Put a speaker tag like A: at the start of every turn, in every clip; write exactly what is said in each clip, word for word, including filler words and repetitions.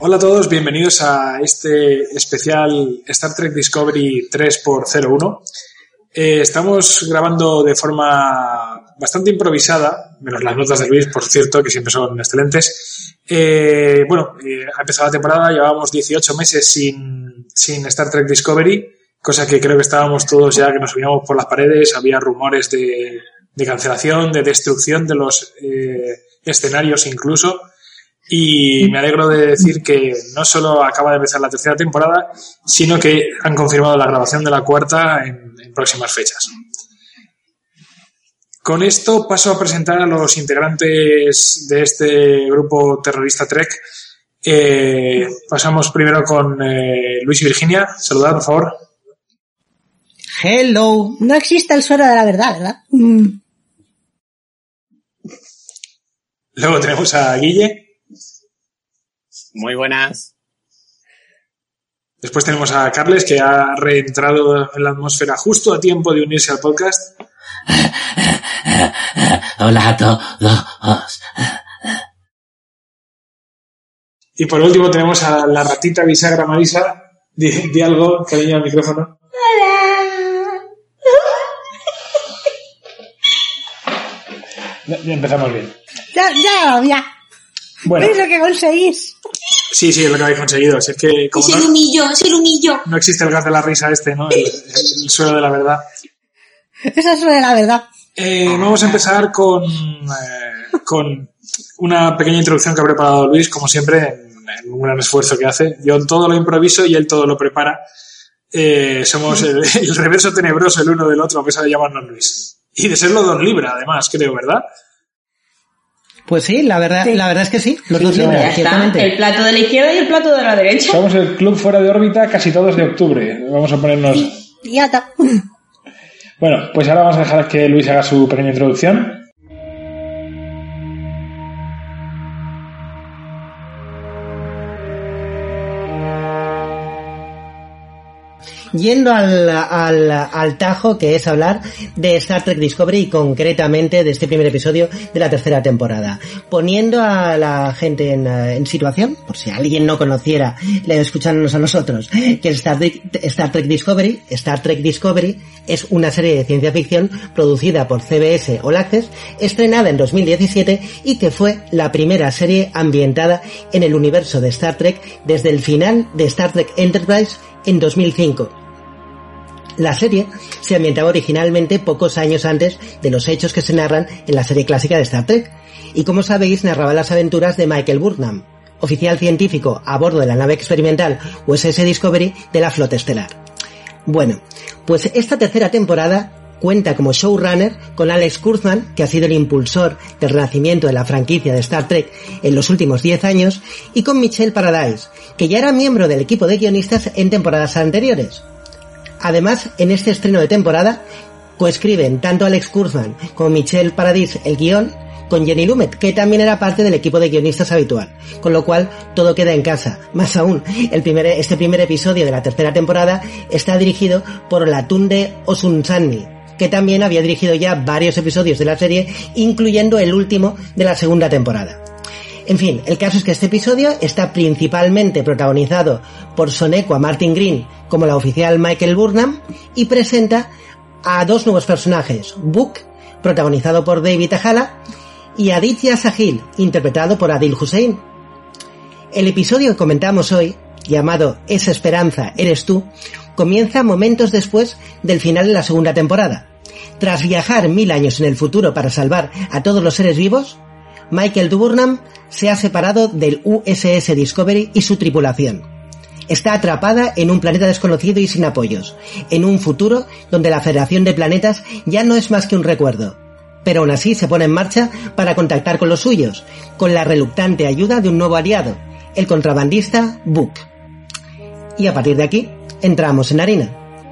A: Hola a todos, bienvenidos a este especial Star Trek Discovery tres por cero uno. Eh, estamos grabando de forma bastante improvisada, menos las notas de Luis, por cierto, que siempre son excelentes. Eh, bueno, eh, ha empezado la temporada, llevábamos dieciocho meses sin, sin Star Trek Discovery, cosa que creo que estábamos todos ya que nos subíamos por las paredes, había rumores de, de cancelación, de destrucción de los eh, escenarios incluso. Y me alegro de decir que no solo acaba de empezar la tercera temporada, sino que han confirmado la grabación de la cuarta en, en próximas fechas. Con esto paso a presentar a los integrantes de este grupo terrorista Trek. Eh, pasamos primero con eh, Luis y Virginia. Saludad, por favor.
B: Hello.
C: No existe el suero de la verdad, ¿verdad? Mm.
A: Luego tenemos a Guille.
D: Muy buenas.
A: Después tenemos a Carles, que ha reentrado en la atmósfera justo a tiempo de unirse al podcast.
E: Hola a todos.
A: Y por último tenemos a la ratita bisagra Marisa. Di, di algo, cariño, al micrófono.
C: Hola.
A: Ya, ya empezamos bien.
C: Ya, ya, ya.
A: Bueno.
C: ¿Veis lo que conseguís?
A: Sí, sí, es lo que habéis conseguido. Si es que como
F: es
A: no,
F: el humillo, es el humillo.
A: No existe el gas de la risa este, ¿no? El, el suelo de la verdad.
C: Esa es de la verdad.
A: Eh, vamos a empezar con, eh, con una pequeña introducción que ha preparado Luis, como siempre, en, en un gran esfuerzo que hace. Yo todo lo improviso y él todo lo prepara. Eh, somos el, el reverso tenebroso el uno del otro, a pesar de llamarnos Luis. Y de serlo Don Libra, además, creo, ¿verdad?
B: Pues sí, la verdad, sí. la verdad es que sí. Los
F: sí,
B: dos libros,
F: ya
B: ciertamente.
F: El plato de la izquierda y el plato de la derecha.
A: Somos el club fuera de órbita casi todos de octubre. Vamos a ponernos...
C: Ya está.
A: Bueno, pues ahora vamos a dejar que Luis haga su pequeña introducción.
B: Yendo al, al, al tajo, que es hablar de Star Trek Discovery y concretamente de este primer episodio de la tercera temporada. Poniendo a la gente en, en situación, por si alguien no conociera, escuchándonos a nosotros, que Star Trek, Star Trek Discovery, Star Trek Discovery es una serie de ciencia ficción producida por C B S All Access, estrenada en dos mil diecisiete y que fue la primera serie ambientada en el universo de Star Trek desde el final de Star Trek Enterprise en dos mil cinco. La serie se ambientaba originalmente pocos años antes de los hechos que se narran en la serie clásica de Star Trek, y como sabéis narraba las aventuras de Michael Burnham, oficial científico a bordo de la nave experimental U S S Discovery de la Flota Estelar. Bueno, pues esta tercera temporada cuenta como showrunner con Alex Kurtzman, que ha sido el impulsor del renacimiento de la franquicia de Star Trek en los últimos diez años, y con Michelle Paradise, que ya era miembro del equipo de guionistas en temporadas anteriores. Además, en este estreno de temporada, coescriben tanto Alex Kurtzman como Michelle Paradise el guión, con Jenny Lumet, que también era parte del equipo de guionistas habitual, con lo cual todo queda en casa. Más aún, el primer, este primer episodio de la tercera temporada está dirigido por Latunde Osunsanmi, que también había dirigido ya varios episodios de la serie, incluyendo el último de la segunda temporada. En fin, el caso es que este episodio está principalmente protagonizado por Sonequa Martin Green como la oficial Michael Burnham y presenta a dos nuevos personajes, Book, protagonizado por David Ahala, y Aditya Sahil, interpretado por Adil Hussein. El episodio que comentamos hoy, llamado Esa esperanza eres tú, comienza momentos después del final de la segunda temporada. Tras viajar mil años en el futuro para salvar a todos los seres vivos, Michael Burnham se ha separado del U S S Discovery y su tripulación. Está atrapada en un planeta desconocido y sin apoyos, en un futuro donde la Federación de Planetas ya no es más que un recuerdo. Pero aún así se pone en marcha para contactar con los suyos, con la reluctante ayuda de un nuevo aliado, el contrabandista Book. Y a partir de aquí, entramos en harina.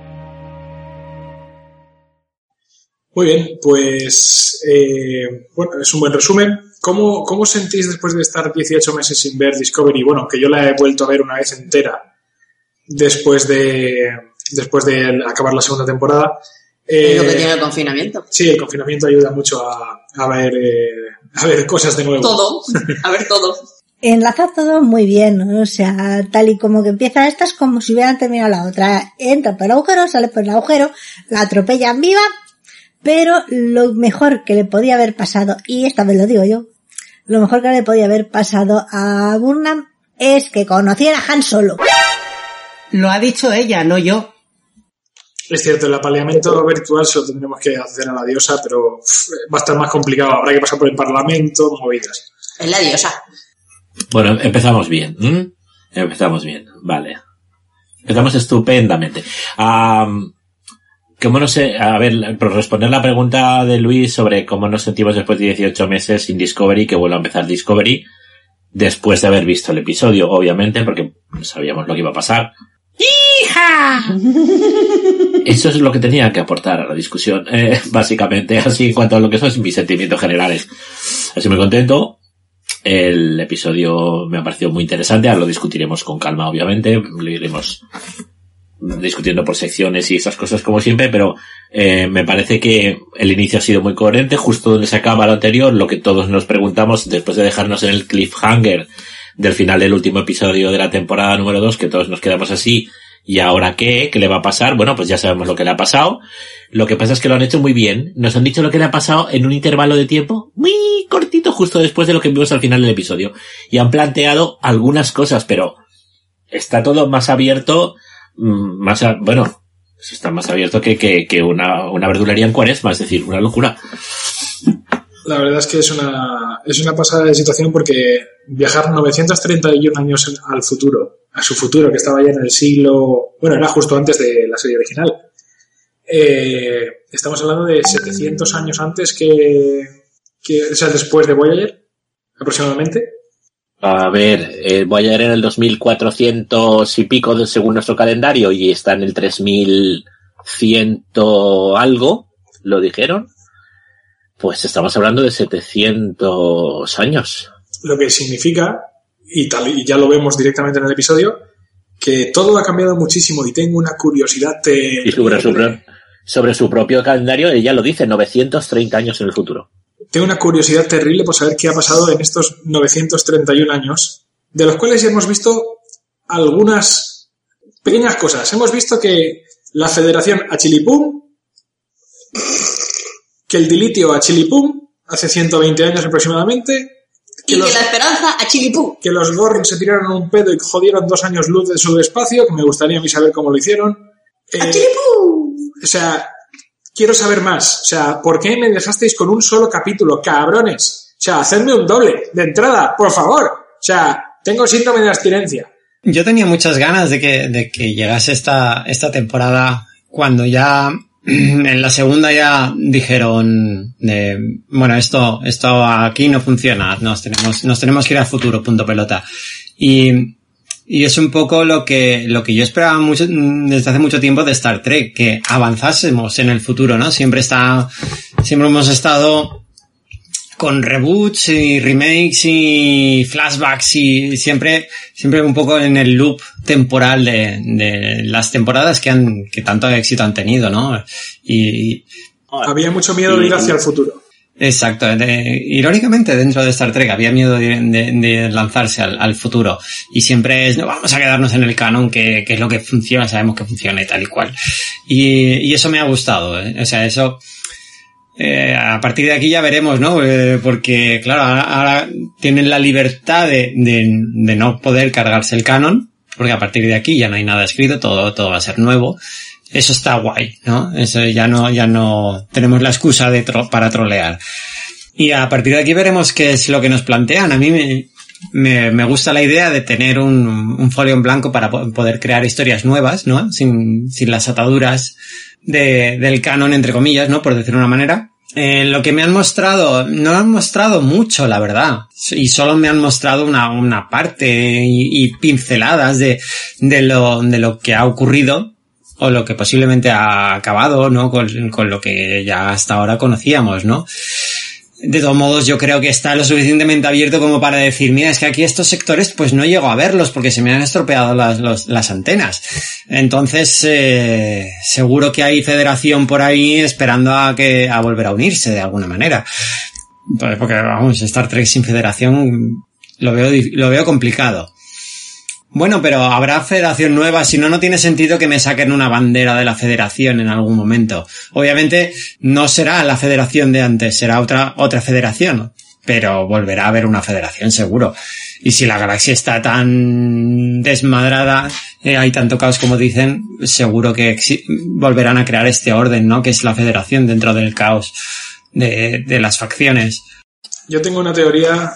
A: Muy bien, pues eh, bueno, es un buen resumen. ¿Cómo, ¿Cómo sentís después de estar dieciocho meses sin ver Discovery? Bueno, que yo la he vuelto a ver una vez entera después de después de acabar la segunda temporada. Eh,
F: es lo que tiene el confinamiento.
A: Sí, el confinamiento ayuda mucho a, a ver eh, a ver cosas de nuevo.
F: Todo, a ver todo.
C: enlaza todo muy bien, ¿no? O sea, tal y como que empieza esta es como si hubieran terminado la otra. Entra por el agujero, sale por el agujero, la atropellan viva, pero lo mejor que le podía haber pasado, y esta vez lo digo yo, lo mejor que le podía haber pasado a Burnham es que conociera a Han Solo.
B: Lo ha dicho ella, no yo.
A: Es cierto, el apaleamiento virtual se lo tendremos que hacer a la diosa, pero uf, va a estar más complicado. Habrá que pasar por el Parlamento, movidas.
F: Es la diosa.
E: Bueno, empezamos bien. ¿Mm? Empezamos bien, vale. Empezamos estupendamente. Um, ¿Cómo no sé? A ver, por responder la pregunta de Luis sobre cómo nos sentimos después de dieciocho meses sin Discovery, que vuelva a empezar Discovery, después de haber visto el episodio, obviamente, porque sabíamos lo que iba a pasar. ¡Hija! Eso es lo que tenía que aportar a la discusión, eh, básicamente, así en cuanto a lo que son mis sentimientos generales. Así muy contento. El episodio me ha parecido muy interesante, ahora lo discutiremos con calma, obviamente, lo iremos discutiendo por secciones y esas cosas como siempre, pero eh, me parece que el inicio ha sido muy coherente, justo donde se acaba lo anterior, lo que todos nos preguntamos después de dejarnos en el cliffhanger del final del último episodio de la temporada número dos, que todos nos quedamos así, ¿y ahora qué? ¿Qué le va a pasar? Bueno, pues ya sabemos lo que le ha pasado. Lo que pasa es que lo han hecho muy bien. Nos han dicho lo que le ha pasado en un intervalo de tiempo muy cortito, justo después de lo que vimos al final del episodio. Y han planteado algunas cosas, pero está todo más abierto, más, a, bueno, está más abierto que, que, que una, una verdulería en Cuaresma, es decir, una locura.
A: La verdad es que es una, es una pasada de situación porque viajar novecientos treinta y uno años al futuro, a su futuro, que estaba ya en el siglo, bueno, era justo antes de la serie original. Eh, estamos hablando de setecientos años antes que, que, o sea, después de Voyager, aproximadamente.
E: A ver, eh, Voyager en el dos mil cuatrocientos y pico de, según nuestro calendario, y está en el tres mil cien algo, lo dijeron. Pues estamos hablando de setecientos años.
A: Lo que significa, y tal, y ya lo vemos directamente en el episodio, que todo ha cambiado muchísimo y tengo una curiosidad de...
E: Y sobre su, sobre su propio calendario, ella lo dice, novecientos treinta años en el futuro.
A: Tengo una curiosidad terrible por saber qué ha pasado en estos novecientos treinta y uno años, de los cuales ya hemos visto algunas pequeñas cosas. Hemos visto que la Federación a Chilipum, que el dilitio a Chilipum, hace ciento veinte años aproximadamente...
F: Que y los, que la esperanza a Chilipum.
A: Que los Gorn se tiraron un pedo y jodieron dos años luz de su espacio, que me gustaría a mí saber cómo lo hicieron.
F: Eh, ¡A Chilipum!
A: O sea, quiero saber más. O sea, ¿por qué me dejasteis con un solo capítulo, cabrones? O sea, hacedme un doble de entrada, por favor. O sea, tengo síndrome de abstinencia.
G: Yo tenía muchas ganas de que, de que llegase esta, esta temporada cuando ya... En la segunda ya dijeron, eh, bueno, esto, esto aquí no funciona, nos tenemos, nos tenemos que ir al futuro, punto pelota. Y, y es un poco lo que, lo que yo esperaba mucho, desde hace mucho tiempo de Star Trek, que avanzásemos en el futuro, ¿no? Siempre está, siempre hemos estado con reboots y remakes y flashbacks y siempre, siempre un poco en el loop temporal de, de las temporadas que han, que tanto éxito han tenido, ¿no? Y,
A: había mucho miedo de ir hacia el futuro.
G: Exacto. De, irónicamente, dentro de Star Trek había miedo de, de, de lanzarse al, al futuro. Y siempre es, no, vamos a quedarnos en el canon, que, que es lo que funciona, sabemos que funciona y tal y cual. Y, y eso me ha gustado, ¿eh? O sea, eso... Eh, a partir de aquí ya veremos, ¿no? Eh, porque, claro, ahora, ahora tienen la libertad de, de, de no poder cargarse el canon, porque a partir de aquí ya no hay nada escrito, todo, todo va a ser nuevo. Eso está guay, ¿no? Eso ya no, ya no tenemos la excusa de tro- para trolear. Y a partir de aquí veremos qué es lo que nos plantean. A mí me, me, me gusta la idea de tener un, un folio en blanco para po- poder crear historias nuevas, ¿no? Sin, sin las ataduras de, del canon, entre comillas, ¿no? Por decirlo de una manera. Eh, lo que me han mostrado, no han mostrado mucho, la verdad. Y solo me han mostrado una, una parte y, y pinceladas de, de lo, de lo que ha ocurrido o lo que posiblemente ha acabado, ¿no? Con, con lo que ya hasta ahora conocíamos, ¿no? De todos modos, yo creo que está lo suficientemente abierto como para decir, mira, es que aquí estos sectores pues no llego a verlos porque se me han estropeado las, los, las antenas. Entonces, eh, seguro que hay federación por ahí esperando a que, a volver a unirse de alguna manera. Porque, vamos, Star Trek sin federación Lo veo, lo veo complicado. Bueno, pero habrá federación nueva, si no, no tiene sentido que me saquen una bandera de la federación en algún momento. Obviamente no será la federación de antes, será otra, otra federación, pero volverá a haber una federación seguro. Y si la galaxia está tan desmadrada, eh, hay tanto caos como dicen, seguro que exi- volverán a crear este orden, ¿no? Que es la federación dentro del caos de, de las facciones.
A: Yo tengo una teoría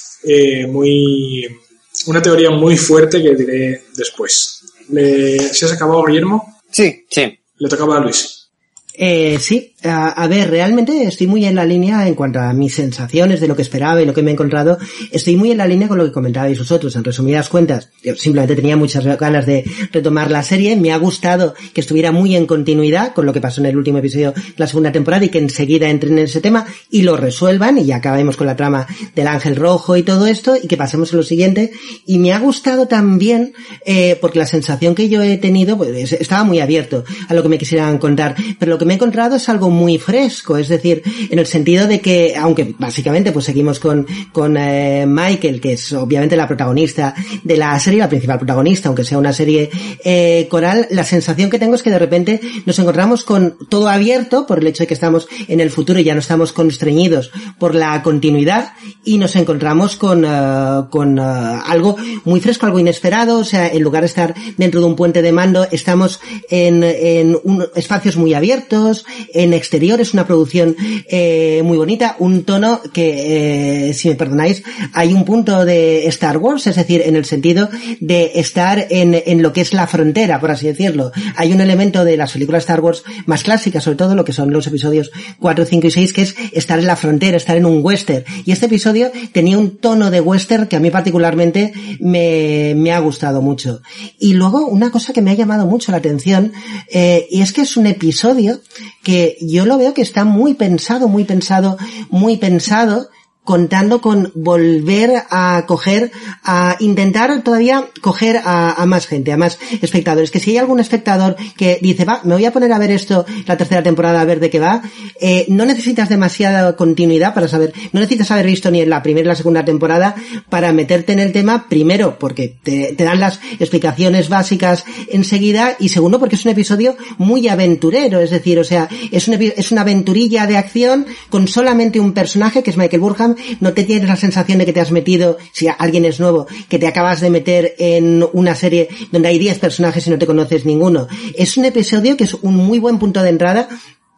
A: eh, muy... Una teoría muy fuerte que diré después. Le... ¿Se has acabado, Guillermo?
D: Sí, sí.
A: Le tocaba a Luis.
B: Eh, sí, a, a ver, realmente estoy muy en la línea en cuanto a mis sensaciones de lo que esperaba y lo que me he encontrado. Estoy muy en la línea con lo que comentabais vosotros. En resumidas cuentas, yo simplemente tenía muchas ganas de retomar la serie. Me ha gustado que estuviera muy en continuidad con lo que pasó en el último episodio de la segunda temporada y que enseguida entren en ese tema y lo resuelvan y ya acabemos con la trama del Ángel Rojo y todo esto y que pasemos a lo siguiente. Y me ha gustado también eh, porque la sensación que yo he tenido, pues, estaba muy abierto a lo que me quisieran contar, pero lo que me he encontrado es algo muy fresco, es decir, en el sentido de que, aunque básicamente pues seguimos con, con eh, Michael, que es obviamente la protagonista de la serie, la principal protagonista, aunque sea una serie eh, coral, la sensación que tengo es que de repente nos encontramos con todo abierto por el hecho de que estamos en el futuro y ya no estamos constreñidos por la continuidad y nos encontramos con, uh, con uh, algo muy fresco, algo inesperado, o sea, en lugar de estar dentro de un puente de mando, estamos en, en un, espacios muy abiertos, en exteriores, una producción eh, muy bonita, un tono que, eh, si me perdonáis, hay un punto de Star Wars, es decir, en el sentido de estar en, en lo que es la frontera, por así decirlo. Hay un elemento de las películas Star Wars más clásicas, sobre todo lo que son los episodios cuatro, cinco y seis, que es estar en la frontera, estar en un western. Y este episodio tenía un tono de western que a mí particularmente me, me ha gustado mucho. Y luego, una cosa que me ha llamado mucho la atención, eh, y es que es un episodio que yo lo veo que está muy pensado, muy pensado, muy pensado, contando con volver a coger, a intentar todavía coger a, a más gente, a más espectadores. Que si hay algún espectador que dice, va, me voy a poner a ver esto, la tercera temporada, a ver de qué va, eh, no necesitas demasiada continuidad para saber, no necesitas haber visto ni en la primera y la segunda temporada para meterte en el tema, primero, porque te, te dan las explicaciones básicas enseguida, y segundo, porque es un episodio muy aventurero, es decir, o sea, es, un, es una aventurilla de acción con solamente un personaje, que es Michael Burnham. No te tienes la sensación de que te has metido, si alguien es nuevo, que te acabas de meter en una serie donde hay diez personajes y no te conoces ninguno. Es un episodio que es un muy buen punto de entrada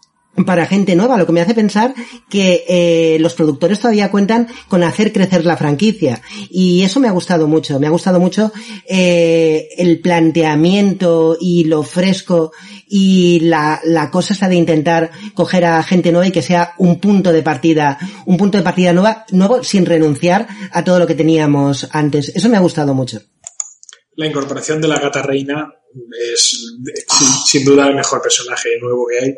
B: para gente nueva, lo que me hace pensar que eh, los productores todavía cuentan con hacer crecer la franquicia, y eso me ha gustado mucho, me ha gustado mucho eh, el planteamiento y lo fresco y la, la cosa esta de intentar coger a gente nueva y que sea un punto de partida, un punto de partida nueva, nuevo sin renunciar a todo lo que teníamos antes. Eso me ha gustado mucho.
A: La incorporación de la Gata Reina es sin, sin duda el mejor personaje nuevo que hay.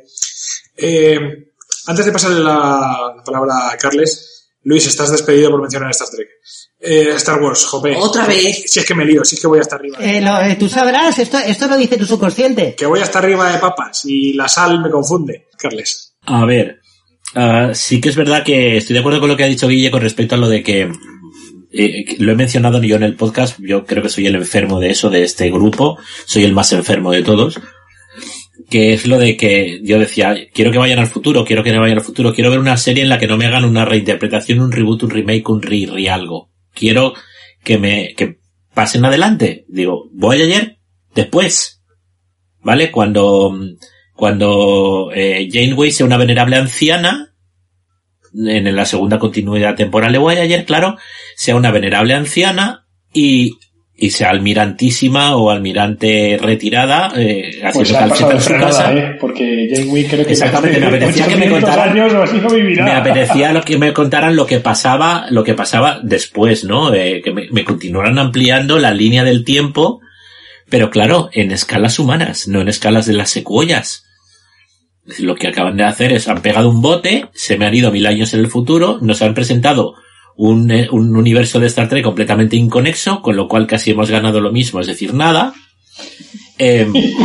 A: Eh, antes de pasarle la, la palabra a Carles, Luis, estás despedido por mencionar Star Trek. Eh, Star Wars, jope.
F: Otra vez.
A: Si es que me lío, si es que voy hasta arriba.
B: Eh, lo, eh, tú sabrás, esto, esto lo dice tu subconsciente.
A: Que voy hasta arriba de papas y la sal me confunde. Carles.
E: A ver, uh, sí que es verdad que estoy de acuerdo con lo que ha dicho Guille con respecto a lo de que eh, lo he mencionado yo en el podcast. Yo creo que soy el enfermo de eso, de este grupo. Soy el más enfermo de todos. Que es lo de que yo decía, quiero que vayan al futuro, quiero que vayan al futuro, quiero ver una serie en la que no me hagan una reinterpretación, un reboot, un remake, un re, re algo. Quiero que me, que pasen adelante. Digo, voy ayer, después. ¿Vale? Cuando, cuando eh, Janeway sea una venerable anciana, en la segunda continuidad temporal de Voyager, claro, sea una venerable anciana y y sea almirantísima o almirante retirada, eh, haciendo
H: pues ha pasado de frenada, ¿eh? Porque Janeway creo que
E: exactamente, me apetecía que me contaran años o así no vivirá. Me apetecía lo que me contaran lo que pasaba, lo que pasaba después, ¿no? Eh, que me, me continuaran ampliando la línea del tiempo, pero claro, en escalas humanas, no en escalas de las secuoyas. Es decir, lo que acaban de hacer es, han pegado un bote, se me han ido mil años en el futuro, nos han presentado Un, un universo de Star Trek completamente inconexo, con lo cual casi hemos ganado lo mismo, es decir, nada. Eh,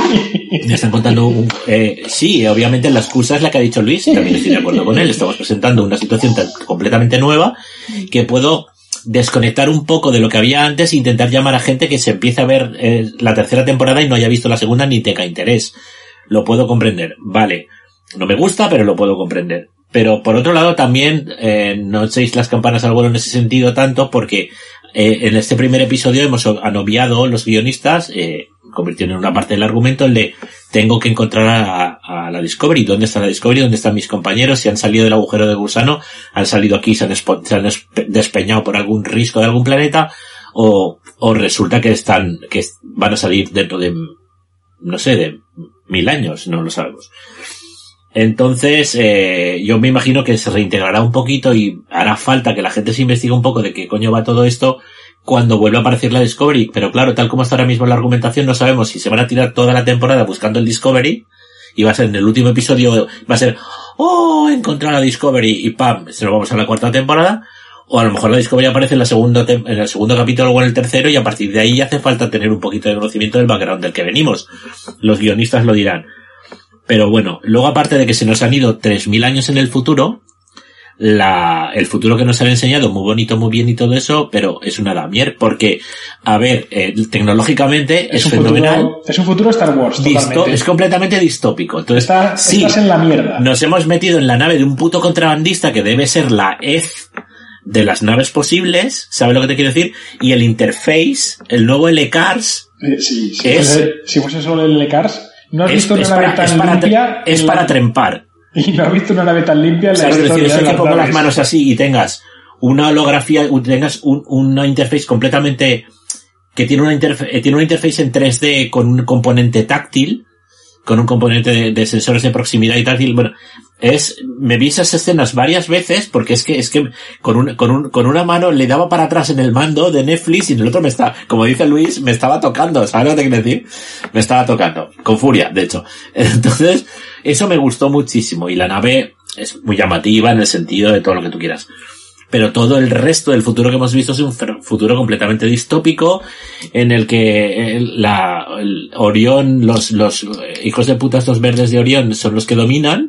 E: me están contando un, eh, sí, obviamente la excusa es la que ha dicho Luis, y también estoy de acuerdo con él. Estamos presentando una situación tan, completamente nueva que puedo desconectar un poco de lo que había antes e intentar llamar a gente que se empiece a ver eh, la tercera temporada y no haya visto la segunda ni tenga interés. Lo puedo comprender, vale. No me gusta, pero lo puedo comprender. Pero por otro lado también eh, no echéis las campanas al vuelo en ese sentido tanto porque eh, en este primer episodio hemos anoviado los guionistas, eh, convirtiendo en una parte del argumento el de tengo que encontrar a, a la Discovery. ¿Dónde está la Discovery? ¿Dónde están mis compañeros? Si han salido del agujero de gusano, han salido aquí, se han, despo- se han despe- despeñado por algún risco de algún planeta, o, o resulta que están, que van a salir dentro de, no sé, de mil años, no lo sabemos. Entonces, eh, yo me imagino que se reintegrará un poquito y hará falta que la gente se investigue un poco de qué coño va todo esto cuando vuelva a aparecer la Discovery. Pero claro, tal como está ahora mismo la argumentación, no sabemos si se van a tirar toda la temporada buscando el Discovery y va a ser en el último episodio, va a ser, oh, encontrar la Discovery y pam, se nos vamos a la cuarta temporada. O a lo mejor la Discovery aparece en, la segunda tem- en el segundo capítulo o en el tercero y a partir de ahí hace falta tener un poquito de conocimiento del background del que venimos. Los guionistas lo dirán. Pero bueno, luego aparte de que se nos han ido tres mil años en el futuro, la, el futuro que nos han enseñado, muy bonito, muy bien y todo eso, pero es una damier, porque, a ver, eh, tecnológicamente es, es fenomenal.
H: Futuro, es un futuro Star Wars,
E: Disto,
H: totalmente.
E: es completamente distópico. Entonces,
H: Está,
E: sí,
H: estás en la mierda.
E: Nos hemos metido en la nave de un puto contrabandista que debe ser la E F de las naves posibles, ¿sabes lo que te quiero decir? Y el interface, el nuevo L C A R S,
H: eh, sí, sí,
E: es,
H: fuese, si fuese solo el L C A R S, no has
E: es,
H: visto
E: es
H: una
E: para,
H: nave tan
E: es para,
H: limpia.
E: Es
H: la...
E: para trempar.
H: Y no has visto una nave tan limpia en la
E: ¿Sabes?
H: historia.
E: Es decir, es
H: de
E: que
H: las
E: pongo
H: naves.
E: las manos así y tengas una holografía, tengas un, una interface completamente, que tiene una interface, tiene una interface en tres D con un componente táctil, con un componente de, de sensores de proximidad y táctil. Bueno, es, me vi esas escenas varias veces porque es que, es que con un, con un, con una mano le daba para atrás en el mando de Netflix y en el otro me está, como dice Luis, me estaba tocando, ¿sabes lo que te quiero decir? Me estaba tocando, con furia, de hecho. Entonces, eso me gustó muchísimo y la nave es muy llamativa en el sentido de todo lo que tú quieras. Pero todo el resto del futuro que hemos visto es un futuro completamente distópico en el que el, la, el Orión, los, los hijos de puta estos verdes de Orión son los que dominan,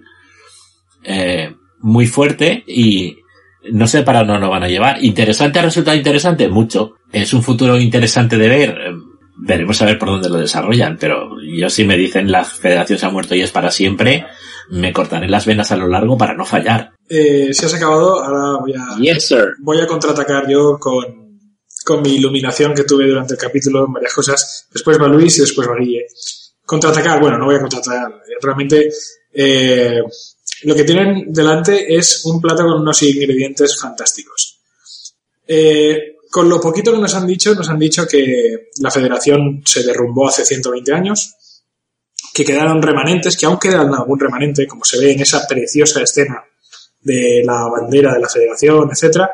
E: eh, muy fuerte y no sé para dónde nos van a llevar. ¿Interesante ha resultado interesante? Mucho. Es un futuro interesante de ver. Veremos a ver por dónde lo desarrollan, pero yo si me dicen la Federación se ha muerto y es para siempre, me cortaré las venas a lo largo para no fallar.
A: Eh, si has acabado, ahora voy a,
D: yes, sir.
A: voy a contraatacar yo con, con mi iluminación que tuve durante el capítulo en varias cosas. Después va Luis y después va Guille. Contraatacar, bueno, no voy a contraatacar. Realmente, eh, lo que tienen delante es un plato con unos ingredientes fantásticos. Eh, con lo poquito que nos han dicho, nos han dicho que la Federación se derrumbó hace ciento veinte años, que quedaron remanentes, que aún quedan algún remanente, como se ve en esa preciosa escena de la bandera de la Federación, etcétera.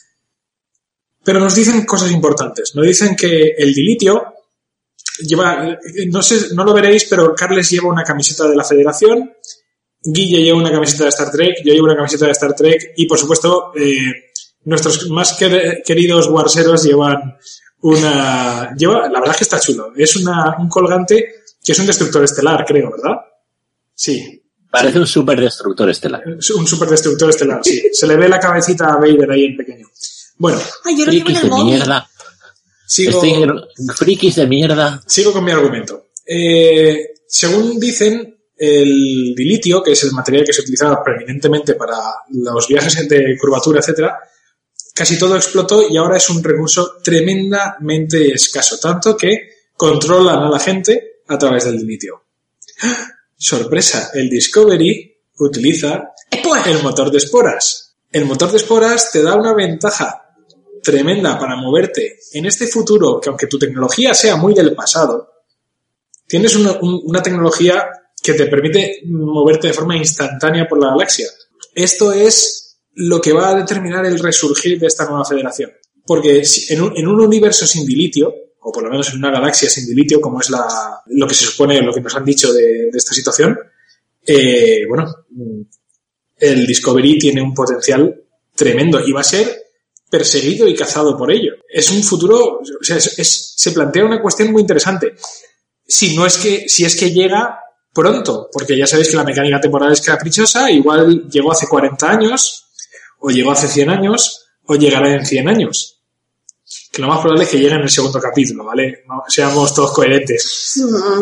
A: Pero nos dicen cosas importantes. Nos dicen que el dilitio lleva, no sé, no lo veréis, pero Carles lleva una camiseta de la Federación, Guille lleva una camiseta de Star Trek, yo llevo una camiseta de Star Trek y, por supuesto, eh, nuestros más quer- queridos warseros llevan una... lleva, la verdad es que está chulo. Es una, un colgante que es un destructor estelar, creo, ¿verdad? Sí.
E: Parece un superdestructor estelar.
A: Un superdestructor estelar, sí. Se le ve la cabecita a Vader ahí en pequeño. Bueno.
F: Ay, yo lo llevo en el
E: de
F: móvil.
E: mierda.
A: Sigo,
E: Estoy, frikis de mierda.
A: Sigo con mi argumento. Eh, según dicen, el dilitio, que es el material que se utilizaba preeminentemente para los viajes de curvatura, etcétera, casi todo explotó y ahora es un recurso tremendamente escaso, tanto que controlan a la gente a través del dilitio. ¡Ah! Sorpresa, el Discovery utiliza
F: Esporas.
A: el motor de esporas. El motor de esporas te da una ventaja tremenda para moverte en este futuro que, aunque tu tecnología sea muy del pasado, tienes una, un, una tecnología que te permite moverte de forma instantánea por la galaxia. Esto es lo que va a determinar el resurgir de esta nueva federación. Porque si en, un, en un universo sin dilitio, o por lo menos en una galaxia sin dilitio, como es la, lo que se supone, lo que nos han dicho de, de esta situación, eh, bueno, el Discovery tiene un potencial tremendo y va a ser perseguido y cazado por ello. Es un futuro, o sea, es, es, se plantea una cuestión muy interesante. Si no es que, si es que llega pronto, porque ya sabéis que la mecánica temporal es caprichosa, igual llegó hace cuarenta años, o llegó hace cien años, o llegará en cien años. Que lo más probable es que llegue en el segundo capítulo, ¿vale? No, seamos todos coherentes.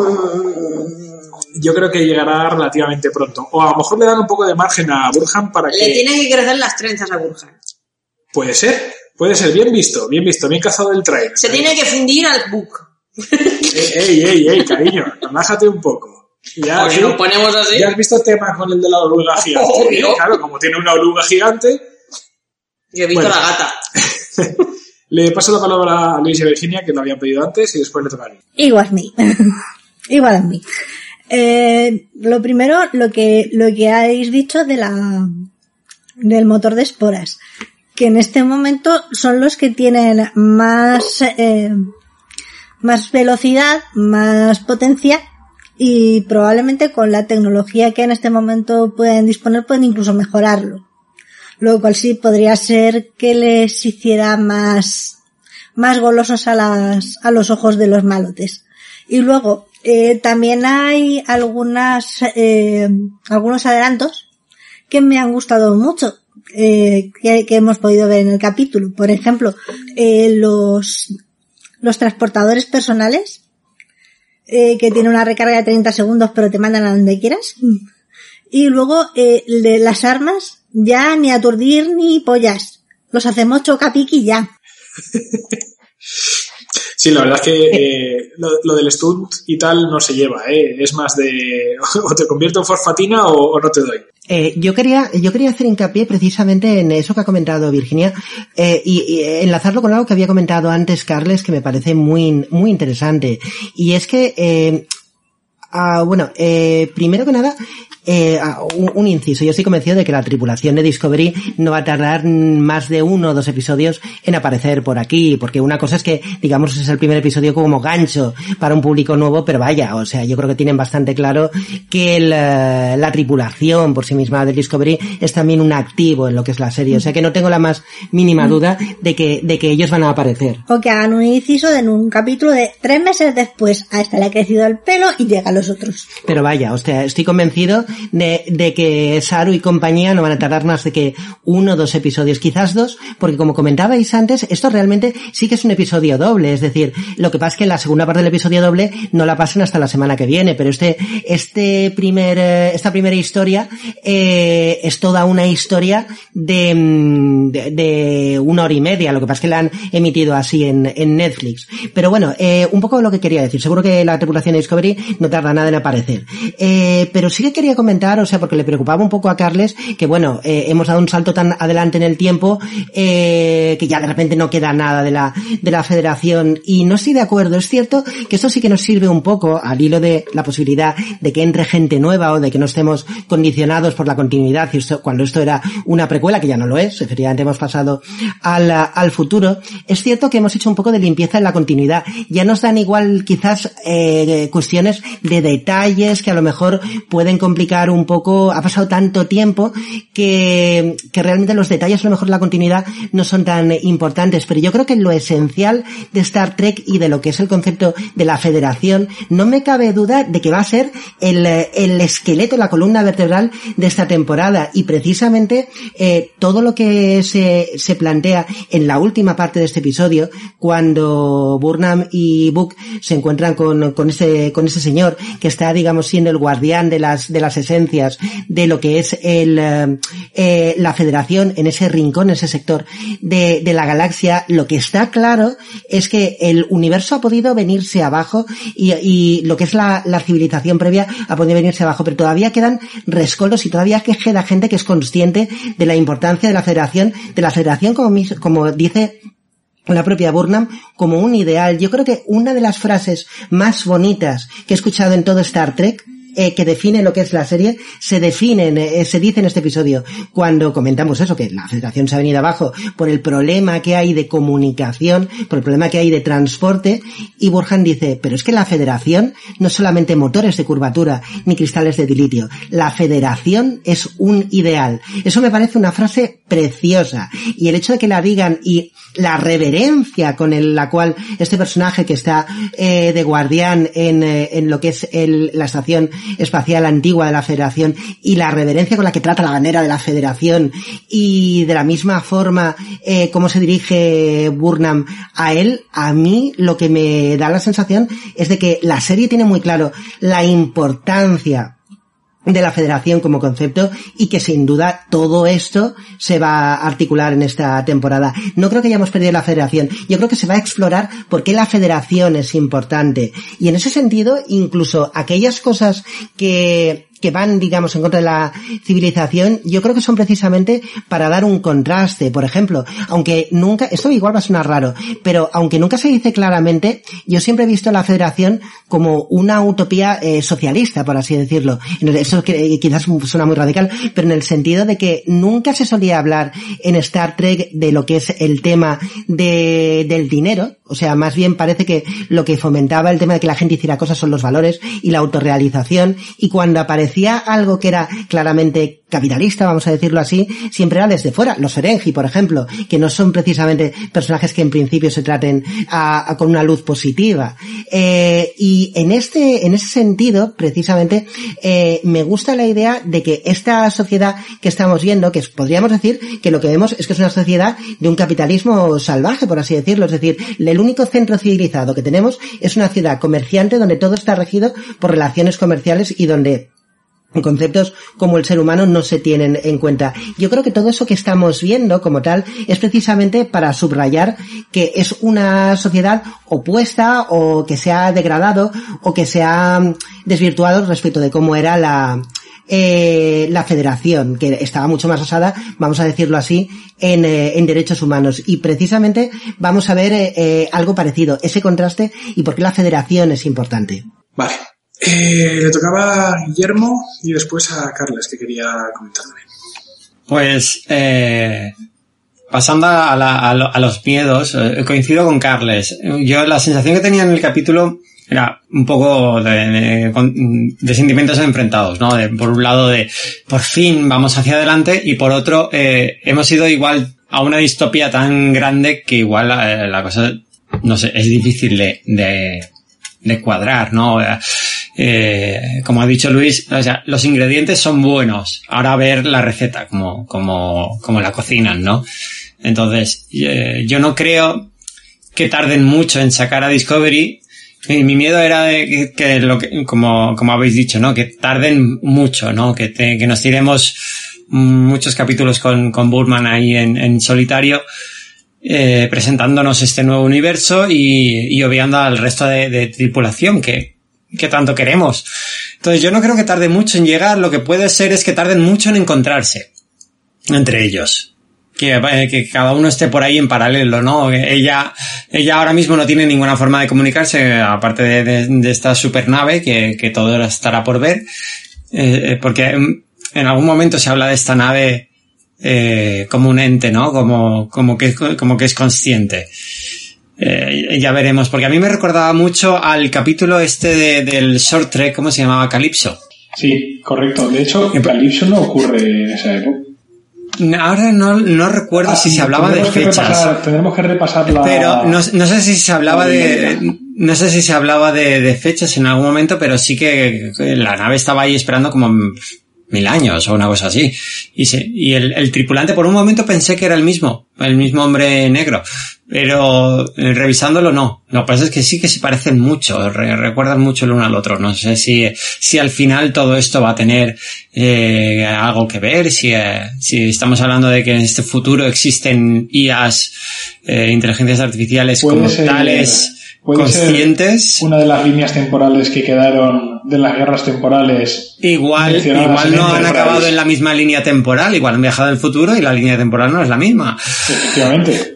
A: Yo creo que llegará relativamente pronto. O a lo mejor le dan un poco de margen a Burhan para que...
F: Le tienen que crecer las trenzas a Burhan.
A: Puede ser, puede ser. Bien visto, bien visto, bien cazado el trailer.
F: Se tiene que fundir al Book.
A: Ey, ey, ey, ey, cariño, relájate un poco. Ya,
F: Porque
A: ¿sí?
F: nos ponemos así.
A: ¿Ya has visto temas con el de la oruga gigante?
F: Obvio.
A: Claro, como tiene una oruga gigante...
F: Yo he visto
A: Bueno.
F: la gata.
A: Le paso la palabra a Luis y Virginia, que lo habían pedido antes, y después le toca a mí.
C: Igual me. Igual a mí. Eh, lo primero, lo que, lo que habéis dicho de la, del motor de esporas, que en este momento son los que tienen más, eh, más velocidad, más potencia, y probablemente con la tecnología que en este momento pueden disponer pueden incluso mejorarlo. Lo cual sí podría ser que les hiciera más, más golosos a las, a los ojos de los malotes. Y luego, eh, también hay algunas, eh, algunos adelantos que me han gustado mucho, eh, que, que hemos podido ver en el capítulo. Por ejemplo, eh, los, los transportadores personales, eh, que tienen una recarga de treinta segundos pero te mandan a donde quieras. Y luego, eh, de las armas, ya ni aturdir ni pollas. Los hacemos chocapiqui ya.
A: Sí, la verdad es que eh, lo, lo del stunt y tal no se lleva, ¿eh? Es más de o te convierto en fosfatina o, o no te doy.
B: Eh, yo quería, yo quería hacer hincapié precisamente en eso que ha comentado Virginia, eh, y, y enlazarlo con algo que había comentado antes Carles, que me parece muy, muy interesante. Y es que, eh, ah, bueno, eh, primero que nada, Eh, un, un inciso, yo estoy convencido de que la tripulación de Discovery no va a tardar más de uno o dos episodios en aparecer por aquí, porque una cosa es que, digamos, es el primer episodio como gancho para un público nuevo, pero vaya, o sea, yo creo que tienen bastante claro que el, la tripulación por sí misma de Discovery es también un activo en lo que es la serie, o sea que no tengo la más mínima duda de que, de que ellos van a aparecer.
C: O que hagan un inciso en un capítulo de tres meses después, a esta le ha crecido el pelo y llegan los otros.
B: Pero vaya, o sea, estoy convencido de, de que Saru y compañía no van a tardar más de que uno o dos episodios, quizás dos, porque como comentabais antes, esto realmente sí que es un episodio doble, es decir, lo que pasa es que la segunda parte del episodio doble no la pasan hasta la semana que viene, pero este, este primer, esta primera historia, eh, es toda una historia de, de, de una hora y media, lo que pasa es que la han emitido así en, en Netflix. Pero bueno, eh, un poco lo que quería decir, seguro que la tripulación de Discovery no tarda nada en aparecer, eh, pero sí que quería comentar, o sea, porque le preocupaba un poco a Carles, que bueno, eh, hemos dado un salto tan adelante en el tiempo, eh, que ya de repente no queda nada de la, de la Federación, y no estoy de acuerdo. Es cierto que esto sí que nos sirve un poco al hilo de la posibilidad de que entre gente nueva o de que no estemos condicionados por la continuidad, y esto, cuando esto era una precuela, que ya no lo es, efectivamente hemos pasado al, al futuro. Es cierto que hemos hecho un poco de limpieza en la continuidad, ya nos dan igual quizás eh, cuestiones de detalles que a lo mejor pueden complicar un poco, ha pasado tanto tiempo que, que realmente los detalles a lo mejor de la continuidad no son tan importantes, pero yo creo que lo esencial de Star Trek y de lo que es el concepto de la Federación, no me cabe duda de que va a ser el, el esqueleto, la columna vertebral de esta temporada, y precisamente eh, todo lo que se, se plantea en la última parte de este episodio, cuando Burnham y Book se encuentran con, con ese, con ese señor que está, digamos, siendo el guardián de las, de las esencias de lo que es el, eh, la Federación en ese rincón, en ese sector de, de la galaxia, lo que está claro es que el universo ha podido venirse abajo y, y lo que es la, la civilización previa ha podido venirse abajo, pero todavía quedan rescoldos y todavía queda gente que es consciente de la importancia de la Federación, de la Federación como, como dice la propia Burnham, como un ideal. Yo creo que una de las frases más bonitas que he escuchado en todo Star Trek, Eh, que define lo que es la serie, se define, eh, se dice en este episodio, cuando comentamos eso, que la Federación se ha venido abajo por el problema que hay de comunicación, por el problema que hay de transporte, y Burhan dice, pero es que la Federación no es solamente motores de curvatura ni cristales de dilitio, la Federación es un ideal. Eso me parece una frase preciosa, y el hecho de que la digan y la reverencia con el, la cual este personaje que está eh, de guardián en, eh, en lo que es el, la estación espacial antigua de la Federación y la reverencia con la que trata la bandera de la Federación y de la misma forma eh, cómo se dirige Burnham a él, a mí lo que me da la sensación es de que la serie tiene muy claro la importancia de la Federación como concepto y que sin duda todo esto se va a articular en esta temporada. No creo que hayamos perdido la Federación, yo creo que se va a explorar por qué la Federación es importante y en ese sentido incluso aquellas cosas que que van, digamos, en contra de la civilización, yo creo que son precisamente para dar un contraste. Por ejemplo, aunque nunca, esto igual va a sonar raro, pero aunque nunca se dice claramente, yo siempre he visto a la Federación como una utopía eh, socialista, por así decirlo. Eso que, quizás suena muy radical, pero en el sentido de que nunca se solía hablar en Star Trek de lo que es el tema de, del dinero. O sea, más bien parece que lo que fomentaba el tema de que la gente hiciera cosas son los valores y la autorrealización, y cuando aparecía algo que era claramente capitalista, vamos a decirlo así, siempre era desde fuera. Los Ferengi, por ejemplo, que no son precisamente personajes que en principio se traten a, a, con una luz positiva. Eh, y en este, en ese sentido, precisamente, eh, me gusta la idea de que esta sociedad que estamos viendo, que podríamos decir que lo que vemos es que es una sociedad de un capitalismo salvaje, por así decirlo. Es decir, el único centro civilizado que tenemos es una ciudad comerciante donde todo está regido por relaciones comerciales y donde conceptos como el ser humano no se tienen en cuenta. Yo creo que todo eso que estamos viendo como tal es precisamente para subrayar que es una sociedad opuesta o que se ha degradado o que se ha desvirtuado respecto de cómo era la eh, la Federación, que estaba mucho más basada, vamos a decirlo así, en, eh, en derechos humanos. Y precisamente vamos a ver eh, eh, algo parecido, ese contraste y por qué la Federación es importante.
A: Vale. Eh, le tocaba a Guillermo y después a Carles, que quería comentar también.
G: Pues, eh, pasando a, la, a, lo, a los miedos, eh, coincido con Carles. Yo la sensación que tenía en el capítulo era un poco de, de, de sentimientos enfrentados, ¿no? De, por un lado de, por fin vamos hacia adelante, y por otro, eh, hemos ido igual a una distopía tan grande que igual la, la cosa, no sé, es difícil de, de, de cuadrar, ¿no? Eh, como ha dicho Luis, o sea, los ingredientes son buenos. Ahora a ver la receta, como, como, como la cocinan, ¿no? Entonces, eh, yo no creo que tarden mucho en sacar a Discovery. Mi, mi miedo era de que, que lo que, como, como habéis dicho, ¿no? Que tarden mucho, ¿no? Que, te, que nos tiremos muchos capítulos con, con Burnham ahí en, en solitario, eh, presentándonos este nuevo universo y, y obviando al resto de, de tripulación que, que tanto queremos. Entonces yo no creo que tarde mucho en llegar. Lo que puede ser es que tarden mucho en encontrarse entre ellos. Que, que cada uno esté por ahí en paralelo, ¿no? Ella, ella ahora mismo no tiene ninguna forma de comunicarse, aparte de, de, de esta supernave, que, que todo estará por ver, eh, porque en algún momento se habla de esta nave, eh, como un ente, ¿no? Como, como que, como que es consciente. Eh, ya veremos, porque a mí me recordaba mucho al capítulo este de, del short trek, ¿cómo se llamaba? Calypso.
H: Sí, correcto. De hecho, Calypso no ocurre en esa época.
G: Ahora no, no recuerdo ah, si se hablaba de fechas.
H: Repasar, tendremos que repasar la...
G: Pero no, no sé si se hablaba de, no sé si se hablaba de, de fechas en algún momento, pero sí que, que la nave estaba ahí esperando como mil años o una cosa así. Y se, y el, el tripulante por un momento pensé que era el mismo, el mismo hombre negro. Pero eh, revisándolo no. Lo que pasa es que sí que se parecen mucho, re, recuerdan mucho el uno al otro. No sé si, si al final todo esto va a tener eh, algo que ver, si, eh, si estamos hablando de que en este futuro existen I As, eh, inteligencias artificiales como ser, tales, conscientes.
H: Ser una de las líneas temporales que quedaron de las guerras temporales.
G: Igual, igual no han acabado en la misma línea temporal, igual han viajado al futuro y la línea temporal no es la misma.
H: Efectivamente.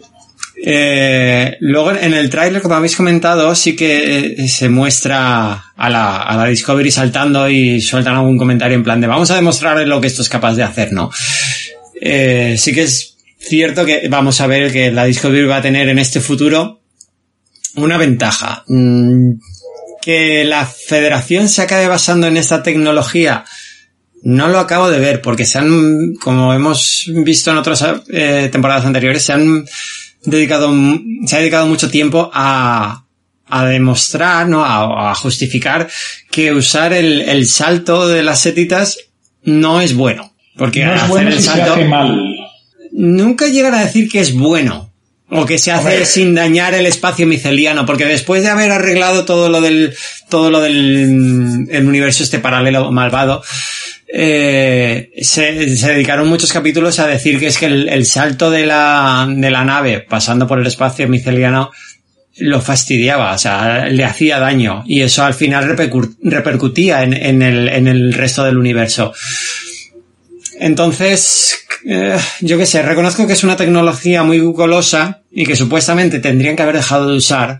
G: Eh, luego en el tráiler, como habéis comentado, sí que eh, se muestra a la, a la Discovery saltando y sueltan algún comentario en plan de vamos a demostrar lo que esto es capaz de hacer, ¿no? Eh, sí que es cierto que vamos a ver que la Discovery va a tener en este futuro una ventaja. Mm, que la Federación se acabe basando en esta tecnología, no lo acabo de ver, porque se han, como hemos visto en otras eh, temporadas anteriores, se han dedicado, se ha dedicado mucho tiempo a, a demostrar, ¿no? A, a justificar que usar el, el salto de las setitas no es bueno. Porque
H: no es
G: hacer
H: bueno
G: el
H: si
G: salto,
H: se hace mal.
G: Nunca llegan a decir que es bueno. O que se hace Hombre. sin dañar el espacio miceliano, porque después de haber arreglado todo lo del, todo lo del el universo este paralelo malvado, eh, se, se dedicaron muchos capítulos a decir que es que el, el salto de la, de la nave pasando por el espacio miceliano lo fastidiaba, o sea, le hacía daño, y eso al final repercu- repercutía en, en el, en el resto del universo. Entonces, eh, yo qué sé, reconozco que es una tecnología muy golosa y que supuestamente tendrían que haber dejado de usar,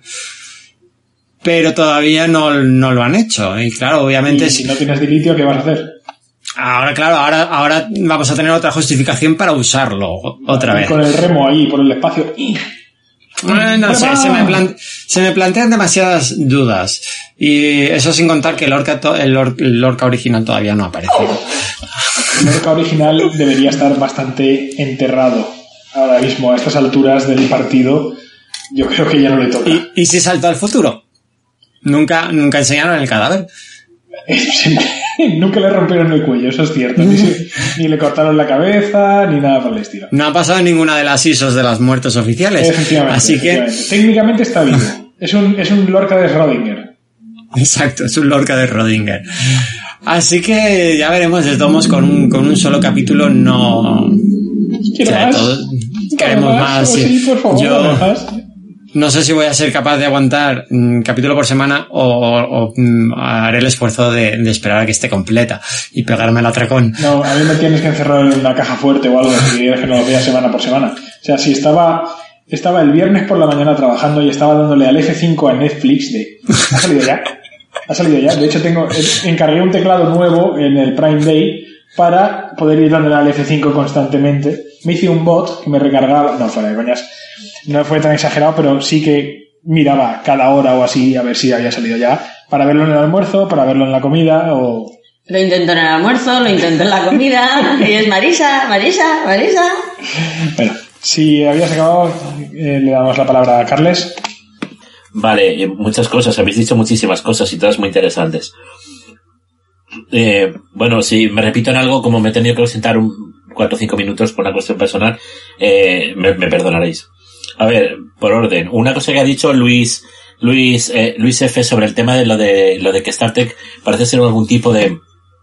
G: pero todavía no, no lo han hecho. Y claro, obviamente...
H: ¿Y si no tienes dilitio, qué vas a hacer?
G: Ahora, claro, ahora, ahora vamos a tener otra justificación para usarlo otra
H: y
G: vez.
H: Con el remo ahí, por el espacio...
G: Eh, no sé, se me, plan- se me plantean demasiadas dudas. Y eso sin contar que el Lorca, to- el, Lor- el Lorca original todavía no ha aparecido.
H: El Lorca original debería estar bastante enterrado ahora mismo. A estas alturas del partido, yo creo que ya no le toca.
G: ¿Y, y si saltó al futuro? Nunca, nunca enseñaron el cadáver.
H: Nunca le rompieron el cuello, eso es cierto. Ni, se, ni le cortaron la cabeza, ni nada por el estilo.
G: No ha pasado ninguna de las I S Os de las muertes oficiales.
H: Efectivamente.
G: Así
H: efectivamente.
G: que...
H: Técnicamente está vivo. Es un, es un Lorca de Schrödinger.
G: Exacto, es un Lorca de Schrödinger. Así que ya veremos, de tomos con un, con un solo capítulo no...
H: Quiero
G: o sea,
H: más.
G: todo... Queremos más. más sí.
H: Sí, por favor,
G: yo...
H: más.
G: No sé si voy a ser capaz de aguantar mmm, capítulo por semana o, o, o mmm, haré el esfuerzo de, de esperar a que esté completa y pegarme el atracón.
H: No, a mí me tienes que encerrar en una caja fuerte o algo si quieres que no lo vea semana por semana. O sea, si estaba estaba el viernes por la mañana trabajando y estaba dándole al F cinco a Netflix de... ¿Ha salido ya? ¿Ha salido ya? De hecho, tengo encargué un teclado nuevo en el Prime Day para poder ir dándole al F cinco constantemente. Me hice un bot que me recargaba... No, fuera de coñas. No fue tan exagerado, pero sí que miraba cada hora o así a ver si había salido ya, para verlo en el almuerzo, para verlo en la comida o...
F: Lo intento en el almuerzo, lo intento en la comida, y es Marisa, Marisa, Marisa.
H: Bueno, si habías acabado, eh, le damos la palabra a Carles.
E: Vale, muchas cosas, habéis dicho muchísimas cosas y todas muy interesantes. Eh, bueno, si me repito en algo, como me he tenido que ausentar un cuatro o cinco minutos por una cuestión personal, eh, me, me perdonaréis. A ver, por orden. Una cosa que ha dicho Luis, Luis, eh, Luis F sobre el tema de lo de, lo de que Star Trek parece ser algún tipo de,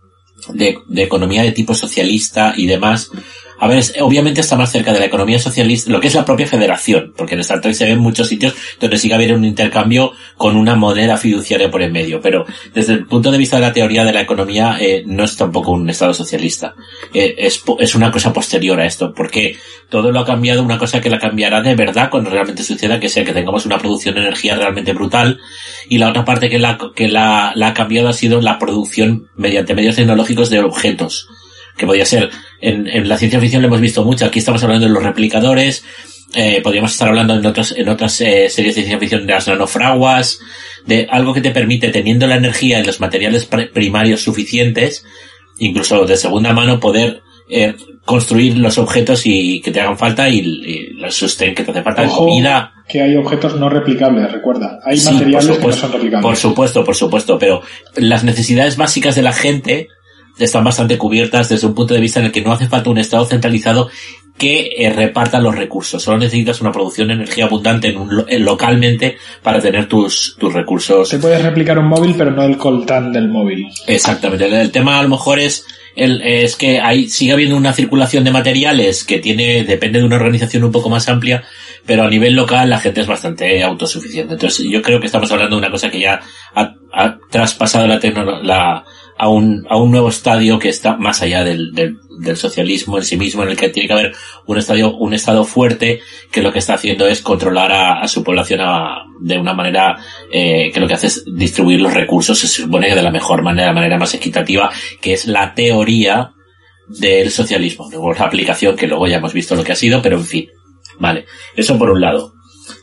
E: de, de economía de tipo socialista y demás. A ver, obviamente está más cerca de la economía socialista, lo que es la propia federación, porque en Star Trek se ven muchos sitios donde sigue habiendo un intercambio con una moneda fiduciaria por en medio, pero desde el punto de vista de la teoría de la economía, eh, no es tampoco un estado socialista. Eh, es, es una cosa posterior a esto, porque todo lo ha cambiado, una cosa que la cambiará de verdad cuando realmente suceda, que sea que tengamos una producción de energía realmente brutal, y la otra parte que la, que la, la ha cambiado ha sido la producción mediante medios tecnológicos de objetos, que podía ser, en, en la ciencia ficción lo hemos visto mucho, aquí estamos hablando de los replicadores, eh, podríamos estar hablando en otras, en otras eh, series de ciencia ficción de las nanofraguas, de algo que te permite, teniendo la energía y los materiales primarios suficientes, incluso de segunda mano, poder eh, construir los objetos y que te hagan falta y, y los sostén que te hace falta.
H: Ojo,
E: comida.
H: Que hay objetos no replicables, recuerda. Hay
E: Sí,
H: materiales
E: por supuesto,
H: que no son replicables.
E: Por supuesto, por supuesto, pero las necesidades básicas de la gente están bastante cubiertas desde un punto de vista en el que no hace falta un estado centralizado que eh, reparta los recursos. Solo necesitas una producción de energía abundante en un, en, localmente para tener tus, tus recursos.
H: Te puedes replicar un móvil, pero no el coltán del móvil.
E: Exactamente. El, el tema a lo mejor es el, es que hay, sigue habiendo una circulación de materiales que tiene, depende de una organización un poco más amplia, pero a nivel local la gente es bastante autosuficiente. Entonces yo creo que estamos hablando de una cosa que ya ha, ha traspasado la tecnología, a un, a un nuevo estadio que está más allá del, del, del socialismo en sí mismo, en el que tiene que haber un estadio, un estado fuerte que lo que está haciendo es controlar a, a su población a, de una manera, eh, que lo que hace es distribuir los recursos, se supone que de la mejor manera, de la manera más equitativa, que es la teoría del socialismo. Luego la aplicación, que luego ya hemos visto lo que ha sido, pero en fin. Vale. Eso por un lado.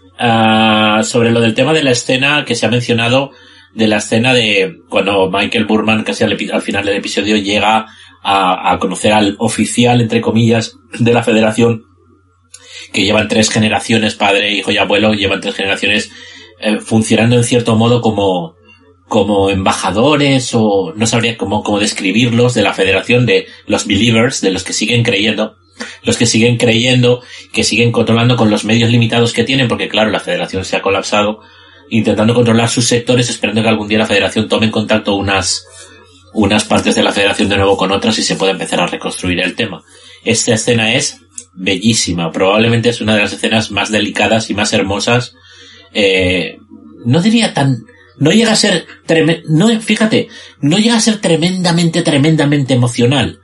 E: Uh, sobre lo del tema de la escena que se ha mencionado, de la escena de cuando Michael Burnham casi al, al final del episodio llega a, a conocer al oficial, entre comillas, de la Federación, que llevan tres generaciones, padre, hijo y abuelo, llevan tres generaciones eh, funcionando en cierto modo como, como embajadores, o no sabría cómo, cómo describirlos, de la Federación, de los believers, de los que siguen creyendo, los que siguen creyendo, que siguen controlando con los medios limitados que tienen, porque claro, la Federación se ha colapsado, intentando controlar sus sectores, esperando que algún día la Federación tome en contacto unas, unas partes de la Federación de nuevo con otras y se pueda empezar a reconstruir el tema. Esta escena es bellísima, probablemente es una de las escenas más delicadas y más hermosas, eh, no diría tan, no llega a ser tremendo, no, fíjate, no llega a ser tremendamente, tremendamente emocional,